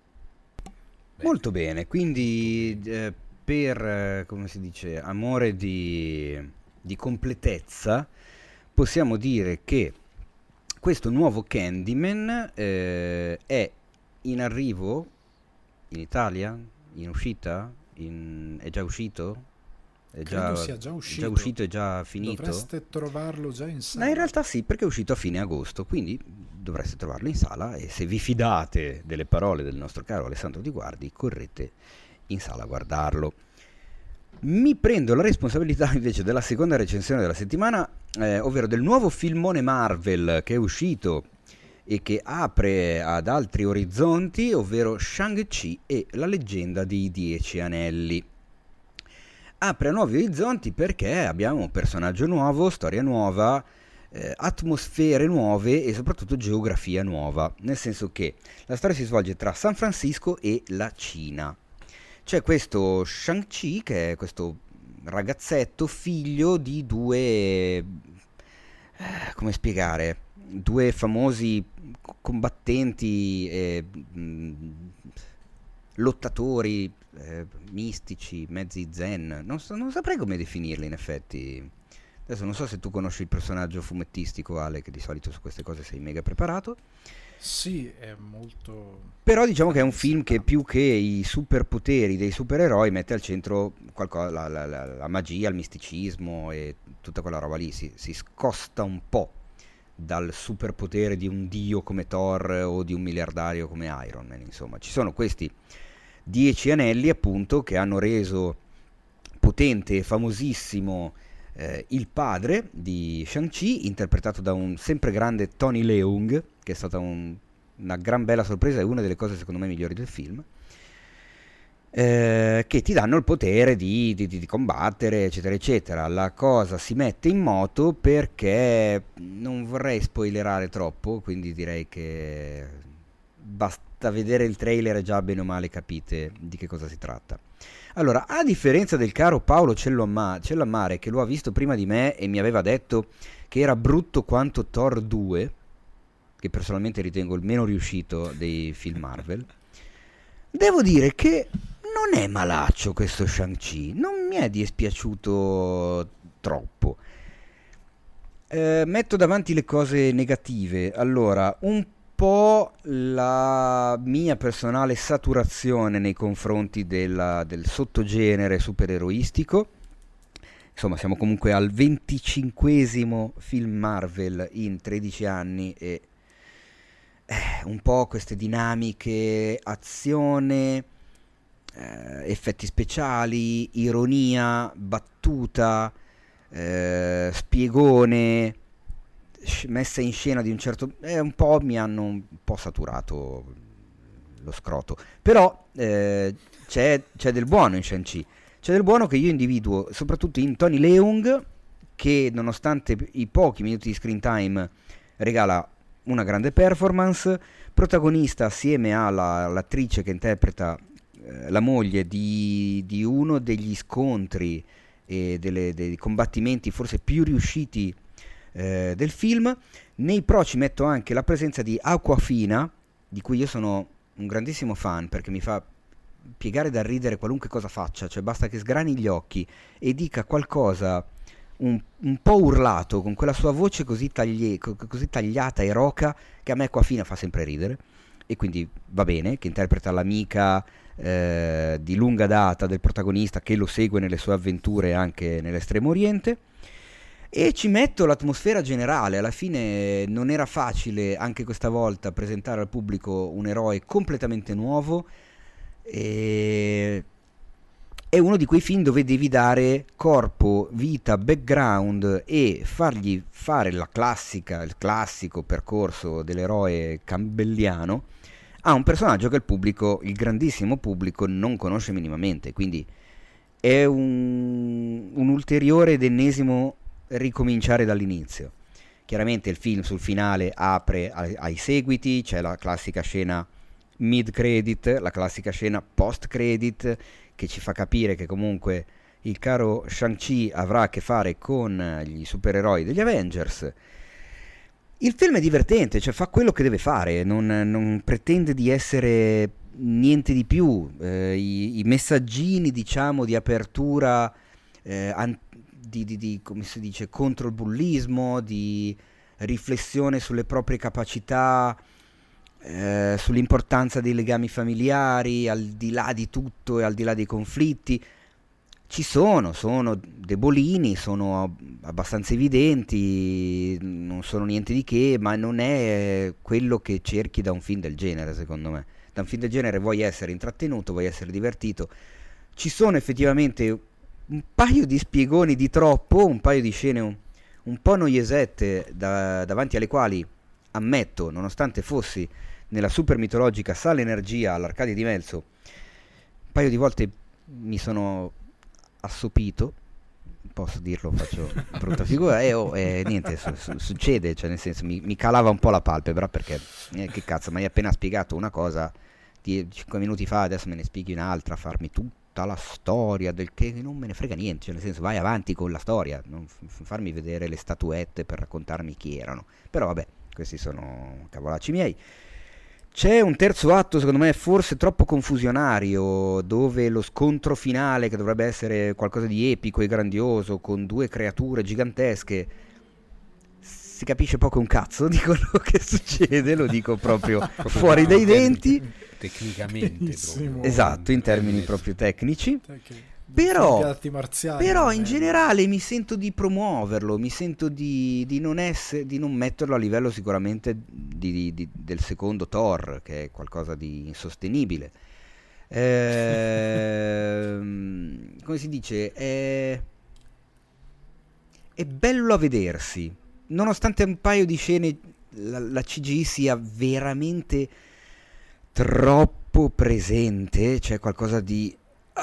Molto bene, quindi per, come si dice, amore di completezza possiamo dire che questo nuovo Candyman è in arrivo in Italia, in uscita, è già uscito? Credo sia già uscito. Già uscito e già finito? Dovreste trovarlo già in sala. Ma in realtà sì, perché è uscito a fine agosto, quindi dovreste trovarlo in sala, e se vi fidate delle parole del nostro caro Alessandro Di Guardi, correte in sala a guardarlo. Mi prendo la responsabilità invece della seconda recensione della settimana, ovvero del nuovo filmone Marvel che è uscito e che apre ad altri orizzonti, ovvero Shang-Chi e la leggenda dei 10 anelli. Apre a nuovi orizzonti perché abbiamo un personaggio nuovo, storia nuova, atmosfere nuove e soprattutto geografia nuova, nel senso che la storia si svolge tra San Francisco e la Cina. c'è questo Shang-Chi che è questo ragazzetto figlio di due, come spiegare, due famosi combattenti, lottatori mistici, mezzi zen, non saprei come definirli in effetti. Adesso non so se tu conosci il personaggio fumettistico, Ale, che di solito su queste cose sei mega preparato. Sì, è molto... Però diciamo che è un film che più che i superpoteri dei supereroi mette al centro la magia, il misticismo e tutta quella roba lì. Si scosta un po' dal superpotere di un dio come Thor o di un miliardario come Iron Man. Insomma, ci sono questi 10 anelli appunto che hanno reso potente e famosissimo il padre di Shang-Chi, interpretato da un sempre grande Tony Leung, che è stata una gran bella sorpresa e una delle cose secondo me migliori del film, che ti danno il potere di combattere, eccetera eccetera. La cosa si mette in moto perché non vorrei spoilerare troppo, quindi direi che basta vedere il trailer e già bene o male capite di che cosa si tratta. Allora, a differenza del caro Paolo Cellammare, che lo ha visto prima di me e mi aveva detto che era brutto quanto Thor 2, che personalmente ritengo il meno riuscito dei film Marvel, devo dire che non è malaccio questo Shang-Chi, non mi è dispiaciuto troppo. Metto davanti le cose negative. Allora, un po' la mia personale saturazione nei confronti del sottogenere supereroistico. Insomma, siamo comunque al 25esimo film Marvel in 13 anni e un po' queste dinamiche, azione, effetti speciali, ironia, battuta, spiegone, messa in scena di un certo... un po' mi hanno un po' saturato lo scroto. Però c'è del buono in Shang-Chi. C'è del buono che io individuo soprattutto in Tony Leung, che nonostante i pochi minuti di screen time regala una grande performance, protagonista assieme all'attrice che interpreta la moglie di uno degli scontri e dei combattimenti forse più riusciti del film. Nei pro ci metto anche la presenza di Awkwafina, di cui io sono un grandissimo fan perché mi fa piegare da ridere qualunque cosa faccia, cioè basta che sgrani gli occhi e dica qualcosa un po' urlato con quella sua voce così tagliata e roca che a me Awkwafina fa sempre ridere, e quindi va bene, che interpreta l'amica di lunga data del protagonista che lo segue nelle sue avventure anche nell'Estremo Oriente. E ci metto l'atmosfera generale. Alla fine non era facile anche questa volta presentare al pubblico un eroe completamente nuovo, e è uno di quei film dove devi dare corpo, vita, background e fargli fare il classico percorso dell'eroe campbelliano a un personaggio che il grandissimo pubblico non conosce minimamente, quindi è un ulteriore ed ennesimo ricominciare dall'inizio. Chiaramente il film sul finale apre ai seguiti, c'è la classica scena mid credit, la classica scena post credit che ci fa capire che comunque il caro Shang-Chi avrà a che fare con gli supereroi degli Avengers. Il film è divertente, cioè fa quello che deve fare, non pretende di essere niente di più. I messaggini, diciamo, di apertura di come si dice, contro il bullismo, di riflessione sulle proprie capacità, sull'importanza dei legami familiari, al di là di tutto e al di là dei conflitti, ci sono debolini, sono abbastanza evidenti, non sono niente di che, ma non è quello che cerchi da un film del genere, secondo me. Da un film del genere vuoi essere intrattenuto, vuoi essere divertito. Ci sono effettivamente un paio di spiegoni di troppo, un paio di scene un po' noiesette davanti alle quali, ammetto, nonostante fossi nella super mitologica Sala Energia all'Arcadia di Melzo, un paio di volte mi sono assopito, posso dirlo, faccio brutta figura, e niente, succede, cioè nel senso mi calava un po' la palpebra perché che cazzo, mi hai appena spiegato una cosa 5 minuti fa, adesso me ne spieghi un'altra, farmi tutta la storia del che non me ne frega niente, cioè nel senso vai avanti con la storia, non farmi vedere le statuette per raccontarmi chi erano. Però vabbè, questi sono cavolacci miei. C'è un terzo atto, secondo me, forse troppo confusionario, dove lo scontro finale, che dovrebbe essere qualcosa di epico e grandioso, con 2 creature gigantesche, si capisce poco un cazzo di quello che succede, lo dico proprio fuori dai denti. Tecnicamente. Esatto, in termini proprio tecnici. Però in generale mi sento di promuoverlo, mi sento di non metterlo a livello sicuramente del secondo Thor, che è qualcosa di insostenibile. Come si dice, è bello a vedersi, nonostante un paio di scene la CGI sia veramente troppo presente, c'è qualcosa di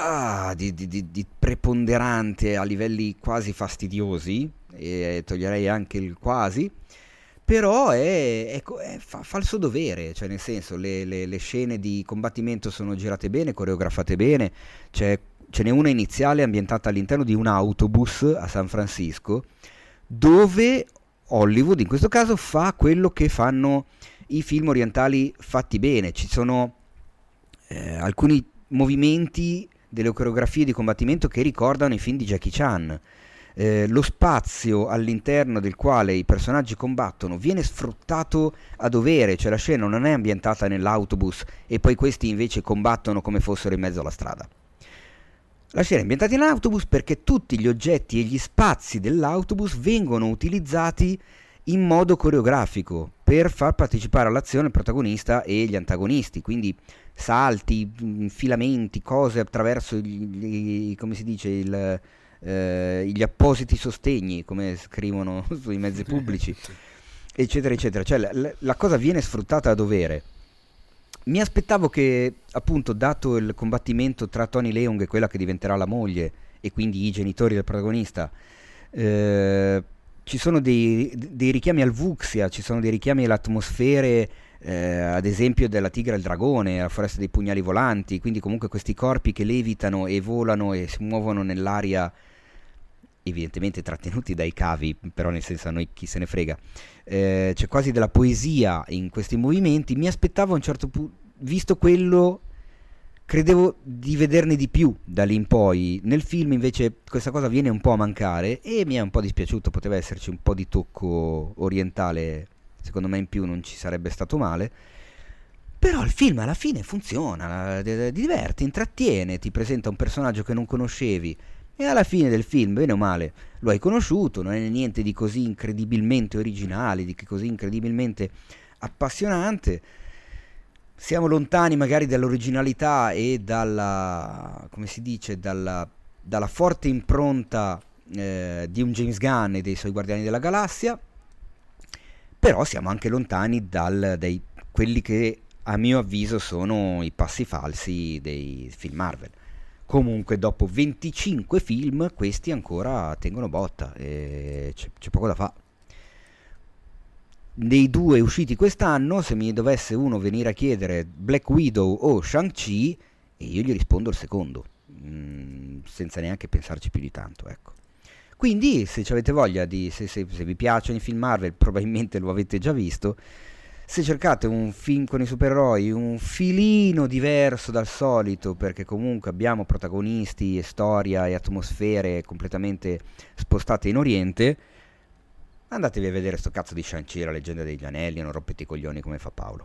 preponderante a livelli quasi fastidiosi, e toglierei anche il quasi, però fa il suo dovere, cioè nel senso le scene di combattimento sono girate bene, coreografate bene, ce n'è una iniziale ambientata all'interno di un autobus a San Francisco, dove Hollywood in questo caso fa quello che fanno i film orientali fatti bene. Ci sono alcuni movimenti delle coreografie di combattimento che ricordano i film di Jackie Chan. Lo spazio all'interno del quale i personaggi combattono viene sfruttato a dovere, cioè la scena non è ambientata nell'autobus e poi questi invece combattono come fossero in mezzo alla strada. La scena è ambientata in autobus perché tutti gli oggetti e gli spazi dell'autobus vengono utilizzati in modo coreografico per far partecipare all'azione il protagonista e gli antagonisti, quindi salti, infilamenti, cose attraverso come si dice, gli appositi sostegni, come scrivono sui mezzi pubblici, eccetera eccetera, cioè la cosa viene sfruttata a dovere. Mi aspettavo che, appunto, dato il combattimento tra Tony Leung e quella che diventerà la moglie e quindi i genitori del protagonista, ci sono dei richiami al Wuxia, ci sono dei richiami alle atmosfere, ad esempio della Tigre e il Dragone, la Foresta dei Pugnali Volanti, quindi comunque questi corpi che levitano e volano e si muovono nell'aria, evidentemente trattenuti dai cavi, però nel senso a noi chi se ne frega. C'è quasi della poesia in questi movimenti. Mi aspettavo a un certo punto, visto quello, credevo di vederne di più da lì in poi. Nel film invece questa cosa viene un po' a mancare e mi è un po' dispiaciuto, poteva esserci un po' di tocco orientale, secondo me in più non ci sarebbe stato male. Però il film alla fine funziona, ti diverte, intrattiene, ti presenta un personaggio che non conoscevi e alla fine del film, bene o male, lo hai conosciuto, non è niente di così incredibilmente originale, di così incredibilmente appassionante. Siamo lontani magari dall'originalità e dalla, come si dice, dalla forte impronta di un James Gunn e dei suoi Guardiani della Galassia, però siamo anche lontani dai quelli che a mio avviso sono i passi falsi dei film Marvel. Comunque dopo 25 film questi ancora tengono botta e c'è poco da fare. Dei 2 usciti quest'anno, se mi dovesse uno venire a chiedere Black Widow o Shang-Chi, io gli rispondo il secondo, senza neanche pensarci più di tanto, ecco. Quindi se avete voglia se vi piacciono i film Marvel, probabilmente lo avete già visto. Se cercate un film con i supereroi un filino diverso dal solito, perché comunque abbiamo protagonisti e storia e atmosfere completamente spostate in Oriente, andatevi a vedere sto cazzo di Shang-Chi, la leggenda degli anelli, e non rompete i coglioni come fa Paolo.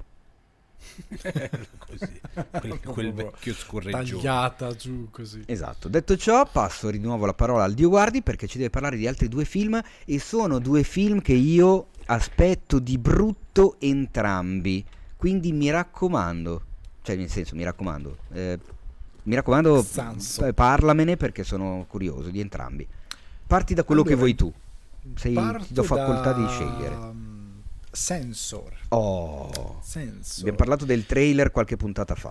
Così, quel vecchio scorreggione tagliata giù così. Esatto. Detto ciò, passo di nuovo la parola al Dio Guardi, perché ci deve parlare di altri 2 film, e sono 2 film che io aspetto di brutto entrambi, quindi mi raccomando, cioè nel senso mi raccomando, parlamene, perché sono curioso di entrambi. Parti da quello che vuoi tu, ti do facoltà di scegliere. Sensor. Abbiamo parlato del trailer qualche puntata fa.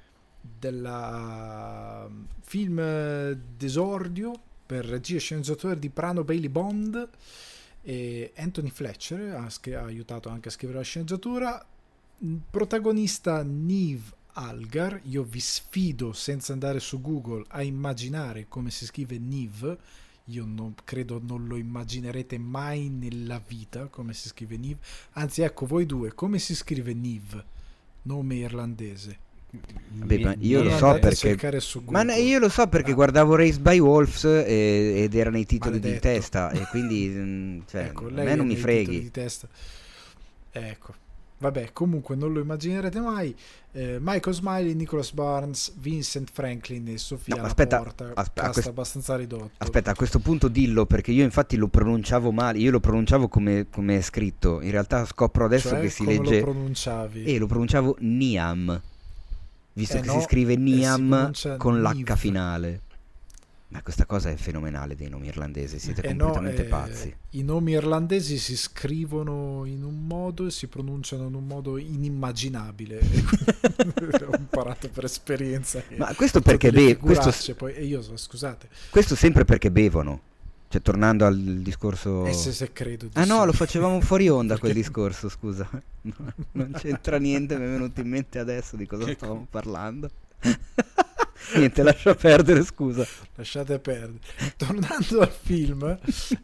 Del film d'esordio per regia e sceneggiatore di Prano Bailey Bond, e Anthony Fletcher ha aiutato anche a scrivere la sceneggiatura. Protagonista Niamh Algar. Io vi sfido, senza andare su Google, a immaginare come si scrive Niv. Io credo non lo immaginerete mai nella vita come si scrive Niv. Anzi, ecco, voi due, come si scrive Niv? Nome irlandese. Vabbè, ma io lo so perché io lo so perché guardavo Raised by Wolves ed erano i titoli di testa, e quindi ecco, a me non mi freghi di testa. Ecco, vabbè, comunque non lo immaginerete mai. Michael Smiley, Nicholas Barnes, Vincent Franklin e Sofia Laporta, cast abbastanza ridotto. Aspetta, a questo punto dillo, perché io infatti lo pronunciavo male. Io lo pronunciavo come è scritto, in realtà scopro adesso che si legge, lo pronunciavi? Lo pronunciavo Niam, visto che si scrive Niam con l'H finale. Ma questa cosa è fenomenale dei nomi irlandesi, siete completamente pazzi. I nomi irlandesi si scrivono in un modo e si pronunciano in un modo inimmaginabile. Ho imparato per esperienza. Ma questo perché scusate. Questo sempre perché bevono. Cioè, tornando al discorso... se credo sì. No, lo facevamo fuori onda quel discorso, scusa. Non c'entra niente, mi è venuto in mente adesso di cosa stavamo parlando. Niente, lascia perdere, scusa. Lasciate perdere. Tornando al film,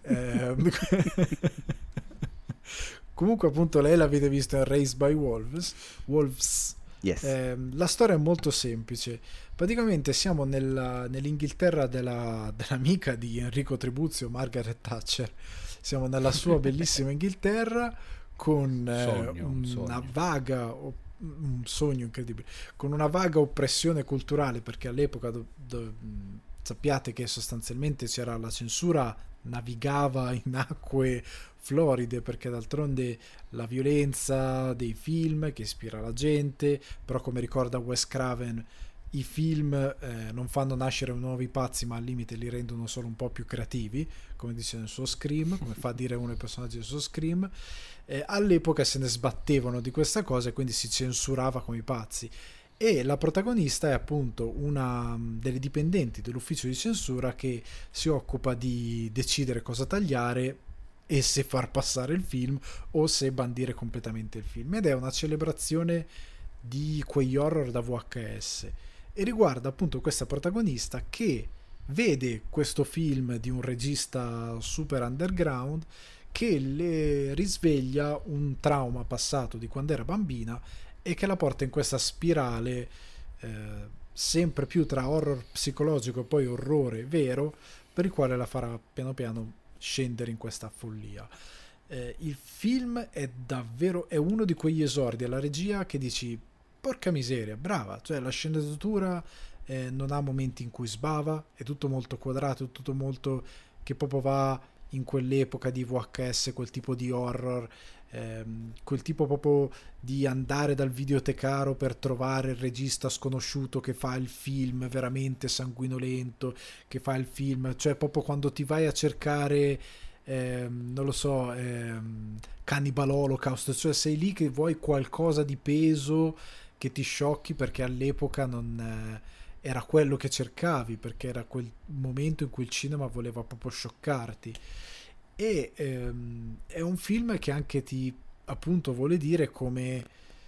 comunque appunto lei l'avete visto in Raised by Wolves. Yes. La storia è molto semplice. Praticamente siamo nell'Inghilterra dell'amica di Enrico Tribuzio, Margaret Thatcher. Siamo nella sua bellissima Inghilterra con un sogno incredibile, con una vaga oppressione culturale, perché all'epoca sappiate che sostanzialmente c'era la censura, navigava in acque floride, perché d'altronde la violenza dei film che ispira la gente, però come ricorda Wes Craven, i film non fanno nascere nuovi pazzi, ma al limite li rendono solo un po' più creativi, come dice nel suo Scream, come fa a dire uno dei personaggi del suo Scream. All'epoca se ne sbattevano di questa cosa e quindi si censurava come i pazzi, e la protagonista è appunto una delle dipendenti dell'ufficio di censura che si occupa di decidere cosa tagliare e se far passare il film o se bandire completamente il film, ed è una celebrazione di quegli horror da VHS, e riguarda appunto questa protagonista che vede questo film di un regista super underground che le risveglia un trauma passato di quando era bambina e che la porta in questa spirale sempre più tra horror psicologico e poi orrore vero, per il quale la farà piano piano scendere in questa follia. Il film è uno di quegli esordi alla regia che dici porca miseria, brava, cioè la sceneggiatura non ha momenti in cui sbava, è tutto molto quadrato, è tutto molto che proprio va in quell'epoca di VHS, quel tipo di horror, quel tipo proprio di andare dal videotecario per trovare il regista sconosciuto che fa il film veramente sanguinolento, che fa il film, cioè proprio quando ti vai a cercare non lo so, Cannibal Holocaust, cioè sei lì che vuoi qualcosa di peso che ti sciocchi, perché all'epoca non era quello che cercavi, perché era quel momento in cui il cinema voleva proprio scioccarti. E è un film che anche ti appunto vuole dire come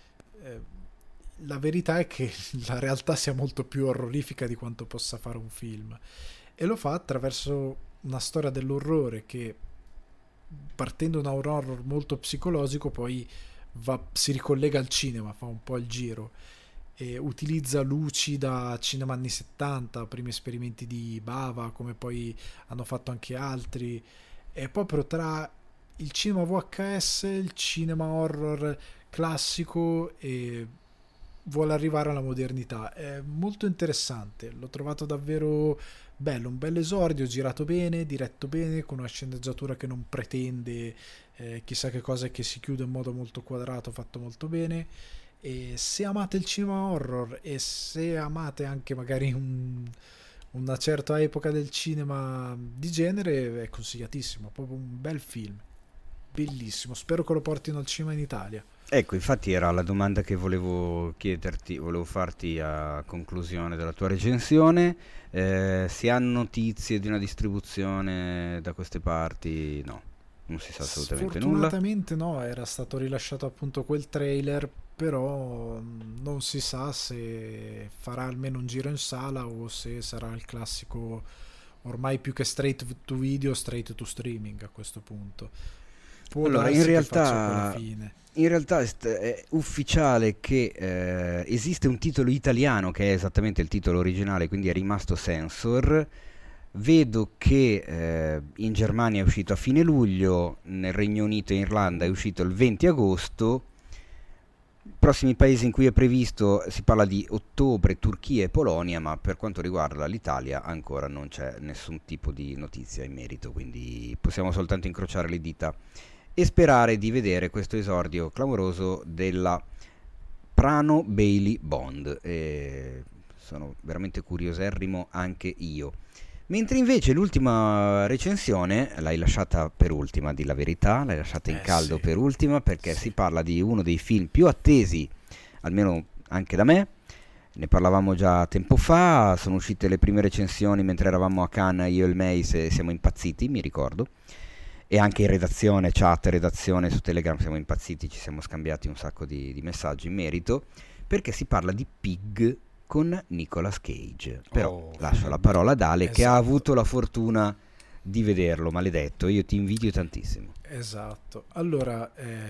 la verità è che la realtà sia molto più orrorifica di quanto possa fare un film, e lo fa attraverso una storia dell'orrore che, partendo da un horror molto psicologico, poi si ricollega al cinema, fa un po' il giro e utilizza luci da cinema anni 70, primi esperimenti di Bava, come poi hanno fatto anche altri, è proprio tra il cinema VHS, il cinema horror classico, e vuole arrivare alla modernità. È molto interessante, l'ho trovato davvero bello, un bel esordio, girato bene, diretto bene, con una sceneggiatura che non pretende chissà che cosa, che si chiude in modo molto quadrato, fatto molto bene. E se amate il cinema horror e se amate anche magari una certa epoca del cinema di genere, è consigliatissimo, proprio un bel film, bellissimo, spero che lo portino al cinema in Italia. Ecco, infatti era la domanda che volevo chiederti, volevo farti a conclusione della tua recensione. Si hanno notizie di una distribuzione da queste parti? No. non si sa assolutamente nulla. Sfortunatamente no, era stato rilasciato appunto quel trailer, però non si sa se farà almeno un giro in sala o se sarà il classico ormai più che straight to video, straight to streaming a questo punto. Può allora, in realtà è ufficiale che esiste un titolo italiano che è esattamente il titolo originale, quindi è rimasto censor. Vedo che in Germania è uscito a fine luglio, nel Regno Unito e Irlanda è uscito il 20 agosto. Prossimi paesi in cui è previsto, si parla di ottobre, Turchia e Polonia, ma per quanto riguarda l'Italia ancora non c'è nessun tipo di notizia in merito, quindi possiamo soltanto incrociare le dita e sperare di vedere questo esordio clamoroso della Prano Bailey Bond. E sono veramente curioserrimo anche io. Mentre invece l'ultima recensione l'hai lasciata per ultima, di la verità, l'hai lasciata in caldo per ultima, perché si parla di uno dei film più attesi, almeno anche da me. Ne parlavamo già tempo fa, sono uscite le prime recensioni mentre eravamo a Cannes, io e il Mace, siamo impazziti, mi ricordo. E anche in redazione, chat, redazione su Telegram siamo impazziti, ci siamo scambiati un sacco di messaggi in merito, perché si parla di Pig con Nicolas Cage. Però lascio la parola ad Ale, che ha avuto la fortuna di vederlo, maledetto. Io ti invidio tantissimo. Esatto. Allora,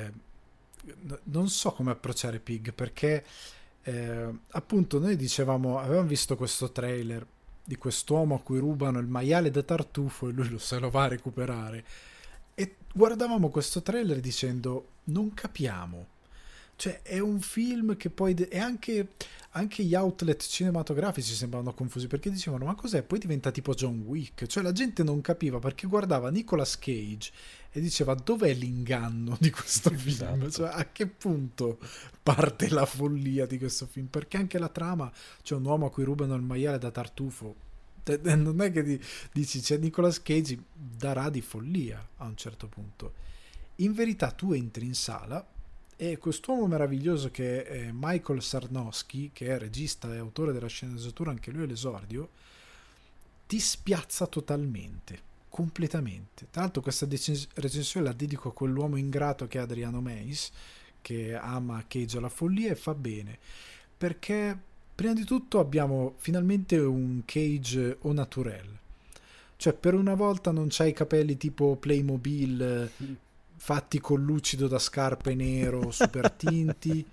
non so come approcciare Pig, perché appunto noi avevamo visto questo trailer di quest'uomo a cui rubano il maiale da tartufo e lui se lo va a recuperare, e guardavamo questo trailer dicendo non capiamo. Cioè è un film che poi e anche gli outlet cinematografici sembravano confusi, perché dicevano ma cos'è? Poi diventa tipo John Wick. Cioè la gente non capiva, perché guardava Nicolas Cage e diceva dov'è l'inganno di questo film? Cioè, a che punto parte la follia di questo film? Perché anche la trama, c'è un uomo a cui rubano il maiale da tartufo, non è che dici c'è Nicolas Cage, darà di follia a un certo punto. In verità tu entri in sala e quest'uomo meraviglioso che è Michael Sarnowski, che è regista e autore della sceneggiatura, anche lui all'esordio, ti spiazza totalmente, completamente. Tra l'altro questa recensione la dedico a quell'uomo ingrato che è Adriano Meis, che ama Cage alla follia, e fa bene, perché prima di tutto abbiamo finalmente un Cage au naturel. Cioè per una volta non c'hai i capelli tipo Playmobil fatti con lucido da scarpe nero, super tinti.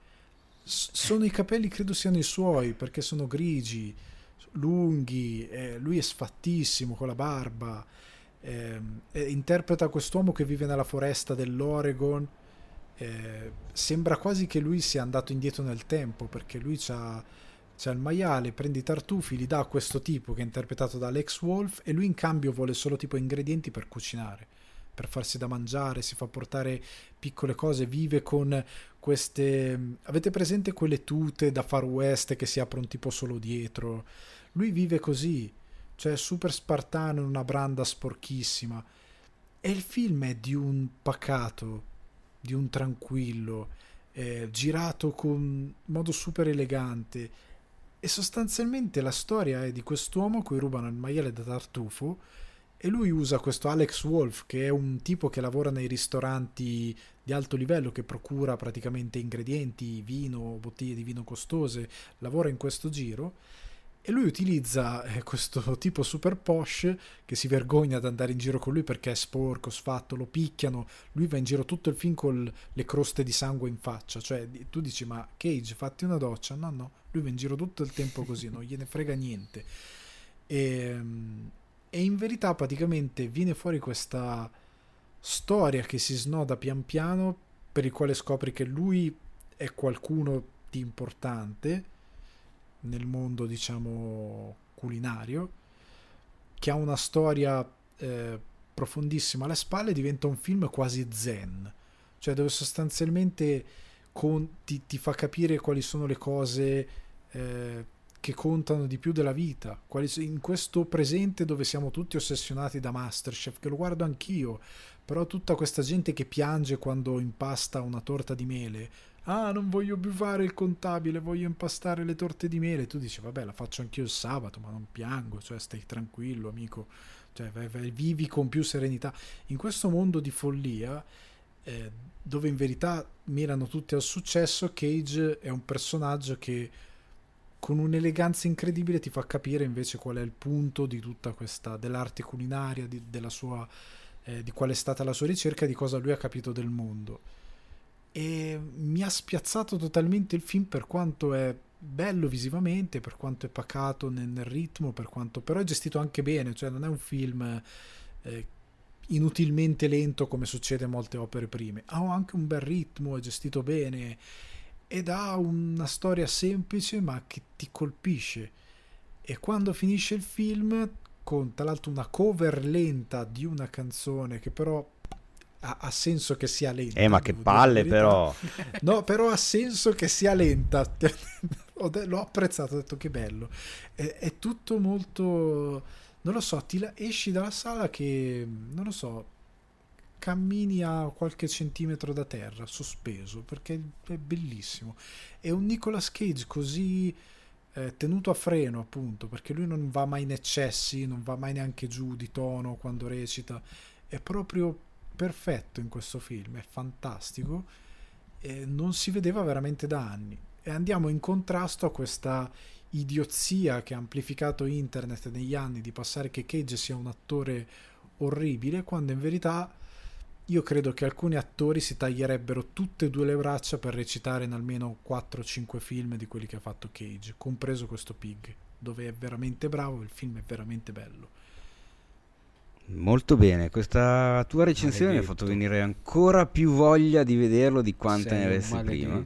Sono i capelli, credo siano i suoi, perché sono grigi, lunghi, lui è sfattissimo con la barba, interpreta quest'uomo che vive nella foresta dell'Oregon, sembra quasi che lui sia andato indietro nel tempo, perché lui c'ha il maiale, prende i tartufi, li dà a questo tipo che è interpretato da Alex Wolff, e lui in cambio vuole solo tipo ingredienti per cucinare, per farsi da mangiare, si fa portare piccole cose, vive con queste, avete presente quelle tute da Far West che si aprono tipo solo dietro? Lui vive così, cioè super spartano in una branda sporchissima, e il film è di un pacato, di un tranquillo, girato con modo super elegante, e sostanzialmente la storia è di quest'uomo a cui rubano il maiale da tartufo, e lui usa questo Alex Wolff, che è un tipo che lavora nei ristoranti di alto livello, che procura praticamente ingredienti, vino, bottiglie di vino costose, lavora in questo giro, e lui utilizza questo tipo super posh che si vergogna ad andare in giro con lui perché è sporco, sfatto, lo picchiano, lui va in giro tutto il film con le croste di sangue in faccia. Cioè tu dici ma Cage fatti una doccia, no, lui va in giro tutto il tempo così, non gliene frega niente. E in verità praticamente viene fuori questa storia che si snoda pian piano, per il quale scopri che lui è qualcuno di importante nel mondo, diciamo, culinario, che ha una storia profondissima alle spalle. Diventa un film quasi zen, cioè dove sostanzialmente ti fa capire quali sono le cose che contano di più della vita, in questo presente dove siamo tutti ossessionati da MasterChef, che lo guardo anch'io, però tutta questa gente che piange quando impasta una torta di mele, non voglio più fare il contabile, voglio impastare le torte di mele, tu dici vabbè, la faccio anch'io il sabato, ma non piango, cioè stai tranquillo amico, cioè vivi con più serenità in questo mondo di follia, dove in verità mirano tutti al successo. Cage è un personaggio che con un'eleganza incredibile ti fa capire invece qual è il punto di tutta questa, dell'arte culinaria, della sua, di qual è stata la sua ricerca, di cosa lui ha capito del mondo. E mi ha spiazzato totalmente il film, per quanto è bello visivamente, per quanto è pacato nel ritmo, per quanto però è gestito anche bene, cioè non è un film inutilmente lento come succede in molte opere prime. Ha anche un bel ritmo, è gestito bene ed ha una storia semplice ma che ti colpisce. E quando finisce il film, con tra l'altro una cover lenta di una canzone che però ha senso che sia lenta, ma che palle, però no, però ha senso che sia lenta. L'ho apprezzato, ho detto che bello, è tutto molto, non lo so, esci dalla sala che, non lo so, cammini a qualche centimetro da terra, sospeso, perché è bellissimo. È un Nicolas Cage così tenuto a freno, appunto, perché lui non va mai in eccessi, non va mai neanche giù di tono quando recita, è proprio perfetto in questo film, è fantastico, e non si vedeva veramente da anni. E andiamo in contrasto a questa idiozia che ha amplificato internet negli anni di passare che Cage sia un attore orribile, quando in verità io credo che alcuni attori si taglierebbero tutte e due le braccia per recitare in almeno 4-5 film di quelli che ha fatto Cage, compreso questo Pig, dove è veramente bravo, il film è veramente bello. Molto bene, questa tua recensione mi ha fatto venire ancora più voglia di vederlo di quanta ne avessi prima.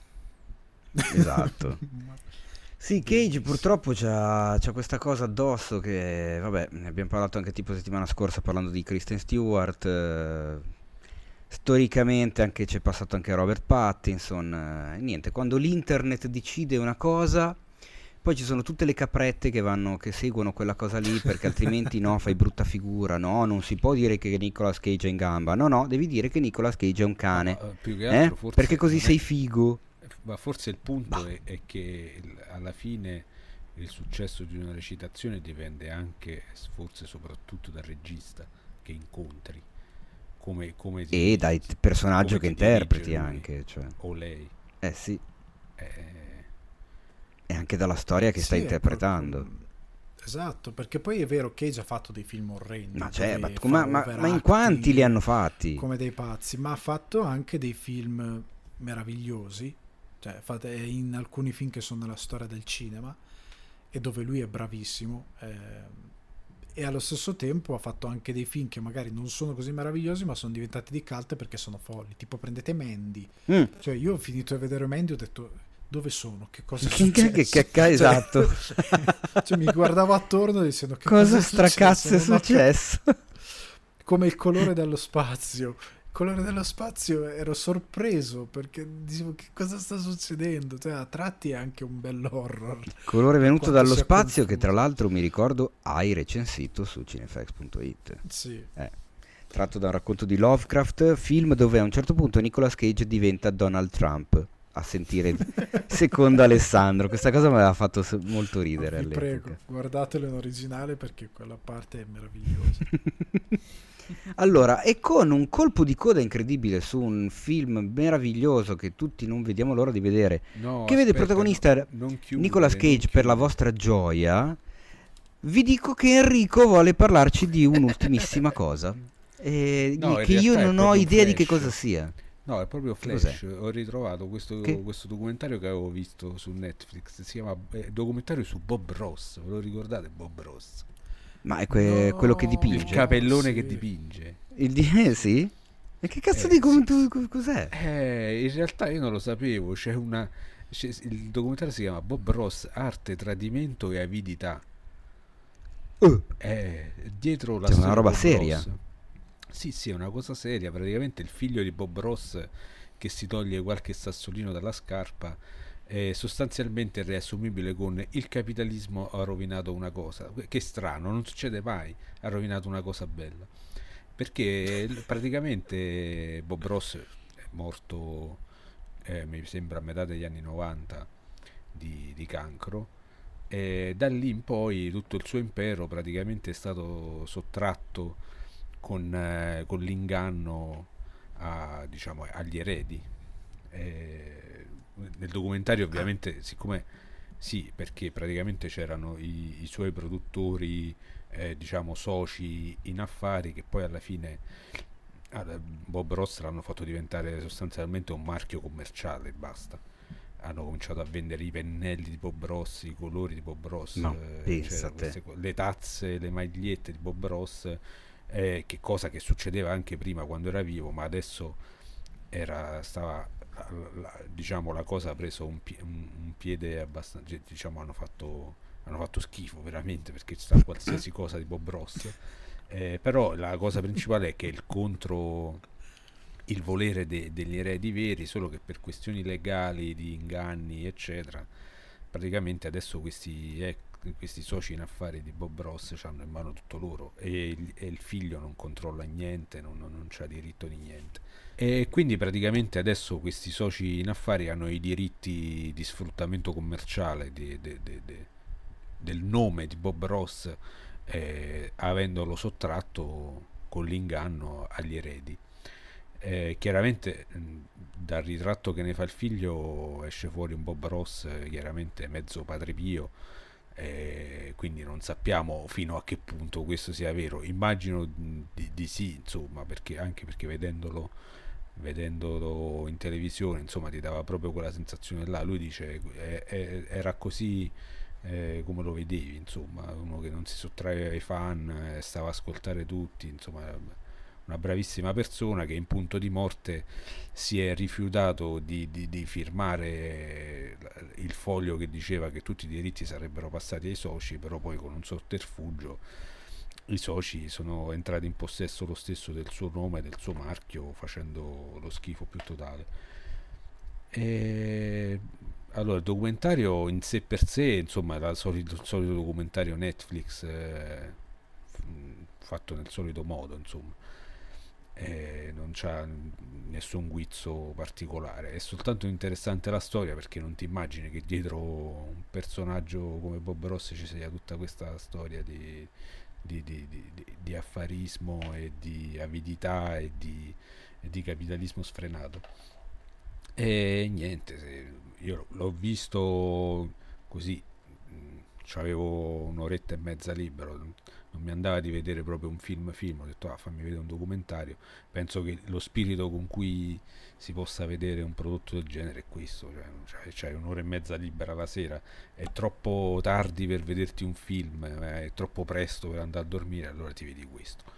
Esatto. Sì, Cage purtroppo c'ha questa cosa addosso che, vabbè, ne abbiamo parlato anche tipo settimana scorsa parlando di Kristen Stewart, storicamente anche c'è passato anche Robert Pattinson, niente, quando l'internet decide una cosa, poi ci sono tutte le caprette che seguono quella cosa lì, perché altrimenti no, fai brutta figura, no, non si può dire che Nicolas Cage è in gamba, no, devi dire che Nicolas Cage è un cane, più che altro, forse perché così sei figo. Ma forse il punto è che alla fine il successo di una recitazione dipende anche, forse soprattutto dal regista che incontri, come e dal personaggio che interpreti anche, cioè. O lei. Sì. E anche dalla storia che stai interpretando. Esatto, perché poi è vero che Cage ha fatto dei film orrendi. Ma in quanti li hanno fatti? Come dei pazzi, ma ha fatto anche dei film meravigliosi. Cioè, in alcuni film che sono nella storia del cinema e dove lui è bravissimo, e allo stesso tempo ha fatto anche dei film che magari non sono così meravigliosi ma sono diventati di cult perché sono folli, tipo prendete Mandy. Cioè io ho finito di vedere Mandy e ho detto dove sono? Che cosa è successo? Esatto. Cioè mi guardavo attorno dicendo che cosa stracazzo è successo? Come Il colore dello spazio. Colore dello spazio ero sorpreso perché dicevo che cosa sta succedendo, cioè a tratti è anche un bell'horror. Colore venuto dallo spazio, che tra l'altro mi ricordo hai recensito su cinefx.it. Sì. Tratto da un racconto di Lovecraft, film dove a un certo punto Nicolas Cage diventa Donald Trump, a sentire secondo Alessandro. Questa cosa mi aveva fatto molto ridere all'epoca. Prego, guardatelo in originale perché quella parte è meravigliosa. Allora, e con un colpo di coda incredibile su un film meraviglioso che tutti non vediamo l'ora di vedere, che vede protagonista Nicolas Cage, per la vostra gioia, vi dico che Enrico vuole parlarci di un'ultimissima cosa, che io non ho idea di che cosa sia. No, è proprio Flash. Ho ritrovato questo documentario che avevo visto su Netflix, si chiama documentario su Bob Ross, ve lo ricordate Bob Ross? Ma è quello che dipinge? Il capellone che dipinge. Sì? E che cazzo di cos'è? In realtà io non lo sapevo. Il documentario si chiama Bob Ross, arte, tradimento e avidità. Dietro la storia, una roba seria. Ross. Sì, è una cosa seria. Praticamente il figlio di Bob Ross che si toglie qualche sassolino dalla scarpa è sostanzialmente riassumibile con il capitalismo ha rovinato una cosa, che strano, non succede mai, ha rovinato una cosa bella, perché praticamente Bob Ross è morto mi sembra a metà degli anni 90 di cancro, E da lì in poi tutto il suo impero praticamente è stato sottratto con l'inganno diciamo, agli eredi. Nel documentario ovviamente, siccome sì, perché praticamente c'erano i suoi produttori, diciamo soci in affari, che poi alla fine Bob Ross l'hanno fatto diventare sostanzialmente un marchio commerciale, basta. Hanno cominciato a vendere i pennelli di Bob Ross, i colori di Bob Ross, le tazze, le magliette di Bob Ross, che cosa che succedeva anche prima quando era vivo, ma adesso diciamo la cosa ha preso un piede abbastanza, diciamo hanno fatto schifo veramente, perché ci sta qualsiasi cosa di Bob Ross, però la cosa principale è che è contro il volere degli eredi veri, solo che per questioni legali, di inganni eccetera, praticamente adesso questi soci in affari di Bob Ross hanno in mano tutto loro, e il figlio non controlla niente, non c'ha diritto di niente, e quindi praticamente adesso questi soci in affari hanno i diritti di sfruttamento commerciale del nome di Bob Ross, avendolo sottratto con l'inganno agli eredi. Chiaramente dal ritratto che ne fa il figlio esce fuori un Bob Ross chiaramente mezzo Padre Pio, quindi non sappiamo fino a che punto questo sia vero. Immagino di sì, insomma, anche perché vedendolo in televisione, insomma, ti dava proprio quella sensazione là. Lui dice era così come lo vedevi, insomma, uno che non si sottraeva ai fan, stava a ascoltare tutti, insomma una bravissima persona, che in punto di morte si è rifiutato di firmare il foglio che diceva che tutti i diritti sarebbero passati ai soci, però poi con un sotterfugio i soci sono entrati in possesso lo stesso del suo nome e del suo marchio, facendo lo schifo più totale. Allora, il documentario in sé per sé, insomma, era il solito documentario Netflix, fatto nel solito modo, insomma. Non c'ha nessun guizzo particolare, è soltanto interessante la storia, perché non ti immagini che dietro un personaggio come Bob Ross ci sia tutta questa storia di affarismo e di avidità e di capitalismo sfrenato. E niente, io l'ho visto così, c'avevo un'oretta e mezza libero, non mi andava di vedere proprio un film, ho detto fammi vedere un documentario. Penso che lo spirito con cui si possa vedere un prodotto del genere è questo, cioè c'hai un'ora e mezza libera la sera, è troppo tardi per vederti un film, è troppo presto per andare a dormire, allora ti vedi questo.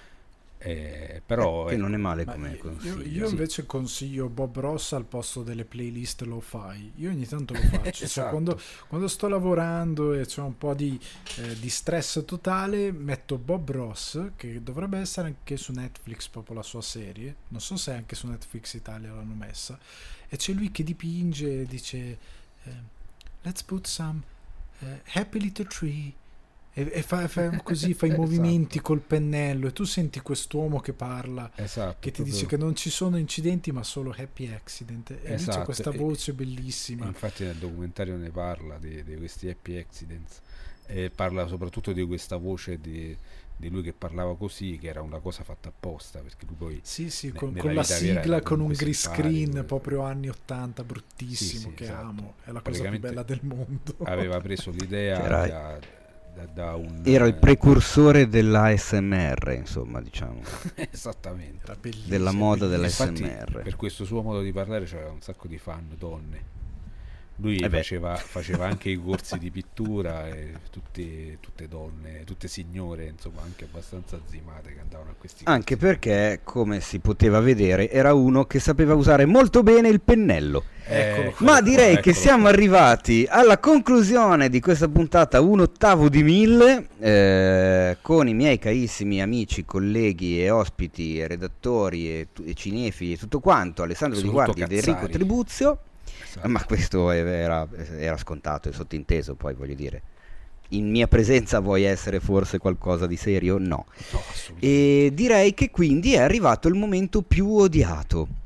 Però che non è male come consiglio. Io invece consiglio Bob Ross al posto delle playlist lo-fi. Io ogni tanto lo faccio, esatto. Cioè, quando sto lavorando e c'è un po' di stress totale, metto Bob Ross, che dovrebbe essere anche su Netflix, proprio la sua serie, non so se anche su Netflix Italia l'hanno messa, e c'è lui che dipinge e dice let's put some happy little tree, e fa così, fa i movimenti esatto. Col pennello, e tu senti quest'uomo che parla, esatto, che ti dice che non ci sono incidenti ma solo happy accident, e lì c'è questa voce bellissima. Infatti nel documentario ne parla di questi happy accidents, e parla soprattutto di questa voce di lui che parlava così, che era una cosa fatta apposta, perché lui poi con la sigla, con un green screen proprio anni 80 bruttissimo, che esatto. Amo, è la cosa più bella del mondo. Aveva preso l'idea era il precursore dell'ASMR, insomma, diciamo. Esattamente, della moda dell'ASMR. Infatti, per questo suo modo di parlare c'era un sacco di fan donne. Lui faceva anche i corsi di pittura, e tutte donne, tutte signore, insomma, anche abbastanza zimate, che andavano a questi corsi. Anche perché, come si poteva vedere, era uno che sapeva usare molto bene il pennello. Ma direi che siamo arrivati alla conclusione di questa puntata 1/8 di 1000, con i miei carissimi amici, colleghi e ospiti e redattori e cinefili e tutto quanto, Alessandro Di Guardi ed Enrico Tribuzio. Esatto. Ma questo era scontato e sottinteso, poi voglio dire, in mia presenza vuoi essere forse qualcosa di serio? No, assolutamente. E direi che quindi è arrivato il momento più odiato,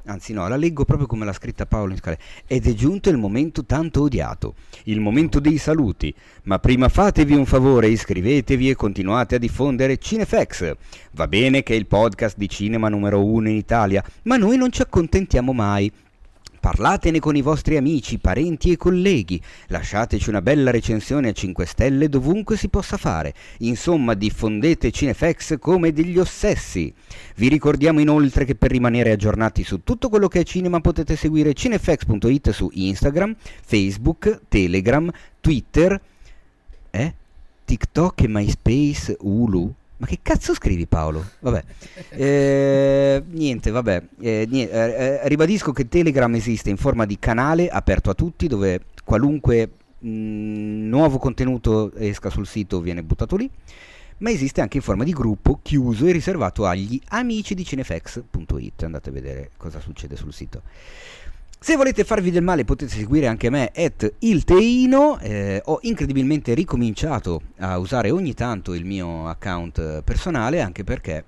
anzi no, la leggo proprio come l'ha scritta Paolo in scala. Ed è giunto il momento tanto odiato, il momento dei saluti, ma prima fatevi un favore, iscrivetevi e continuate a diffondere Cinefx. Va bene che è il podcast di cinema numero 1 in Italia, ma noi non ci accontentiamo mai. Parlatene con i vostri amici, parenti e colleghi, lasciateci una bella recensione a 5 stelle dovunque si possa fare, insomma diffondete Cinefx come degli ossessi. Vi ricordiamo inoltre che per rimanere aggiornati su tutto quello che è cinema potete seguire cinefx.it su Instagram, Facebook, Telegram, Twitter, TikTok e MySpace, Hulu. Ma che cazzo scrivi, Paolo? Vabbè, ribadisco che Telegram esiste in forma di canale aperto a tutti, dove qualunque nuovo contenuto esca sul sito viene buttato lì, ma esiste anche in forma di gruppo chiuso e riservato agli amici di cinefx.it. Andate a vedere cosa succede sul sito. Se volete farvi del male potete seguire anche me @ilteino. Ho incredibilmente ricominciato a usare ogni tanto il mio account personale, anche perché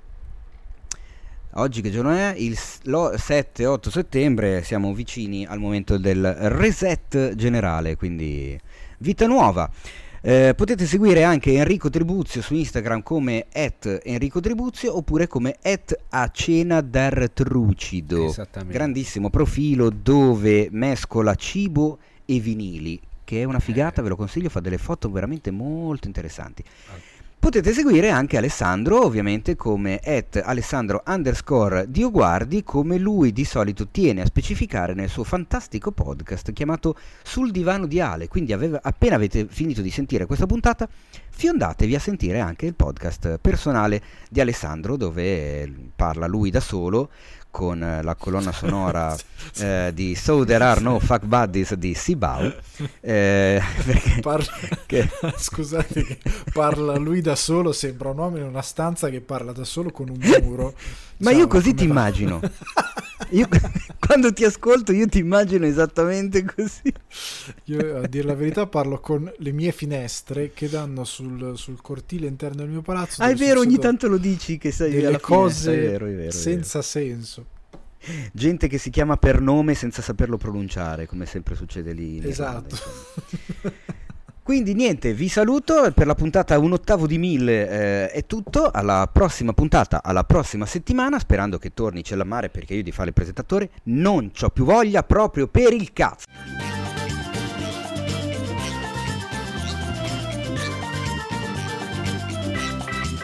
oggi che giorno è? Il 7-8 settembre, siamo vicini al momento del reset generale, quindi vita nuova. Potete seguire anche Enrico Tribuzio su Instagram come @Enrico Tribuzio oppure come @AcenaDarTrucido. Grandissimo profilo dove mescola cibo e vinili, che è una figata, ve lo consiglio, fa delle foto veramente molto interessanti. Potete seguire anche Alessandro, ovviamente, come @Alessandro_Dioguardi, come lui di solito tiene a specificare nel suo fantastico podcast chiamato Sul divano di Ale. Quindi appena avete finito di sentire questa puntata, fiondatevi a sentire anche il podcast personale di Alessandro, dove parla lui da solo, con la colonna sonora di So There Are No Fuck Buddies di Sibau. Scusate, che parla lui da solo, sembra un uomo in una stanza che parla da solo con un muro. Ma io così ti immagino. Io, quando ti ascolto io ti immagino esattamente così. Io, a dire la verità, parlo con le mie finestre che danno sul cortile interno del mio palazzo. Ah, è vero, ogni tanto lo dici che sai delle cose è vero, senza senso. Gente che si chiama per nome senza saperlo pronunciare, come sempre succede lì. Esatto. Quindi niente, vi saluto per la puntata 1/8 di 1000, è tutto. Alla prossima puntata, alla prossima settimana, sperando che torni Cellamare, perché io di fare il presentatore non c'ho più voglia, proprio per il cazzo.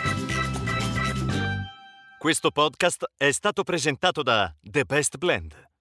Questo podcast è stato presentato da The Best Blend.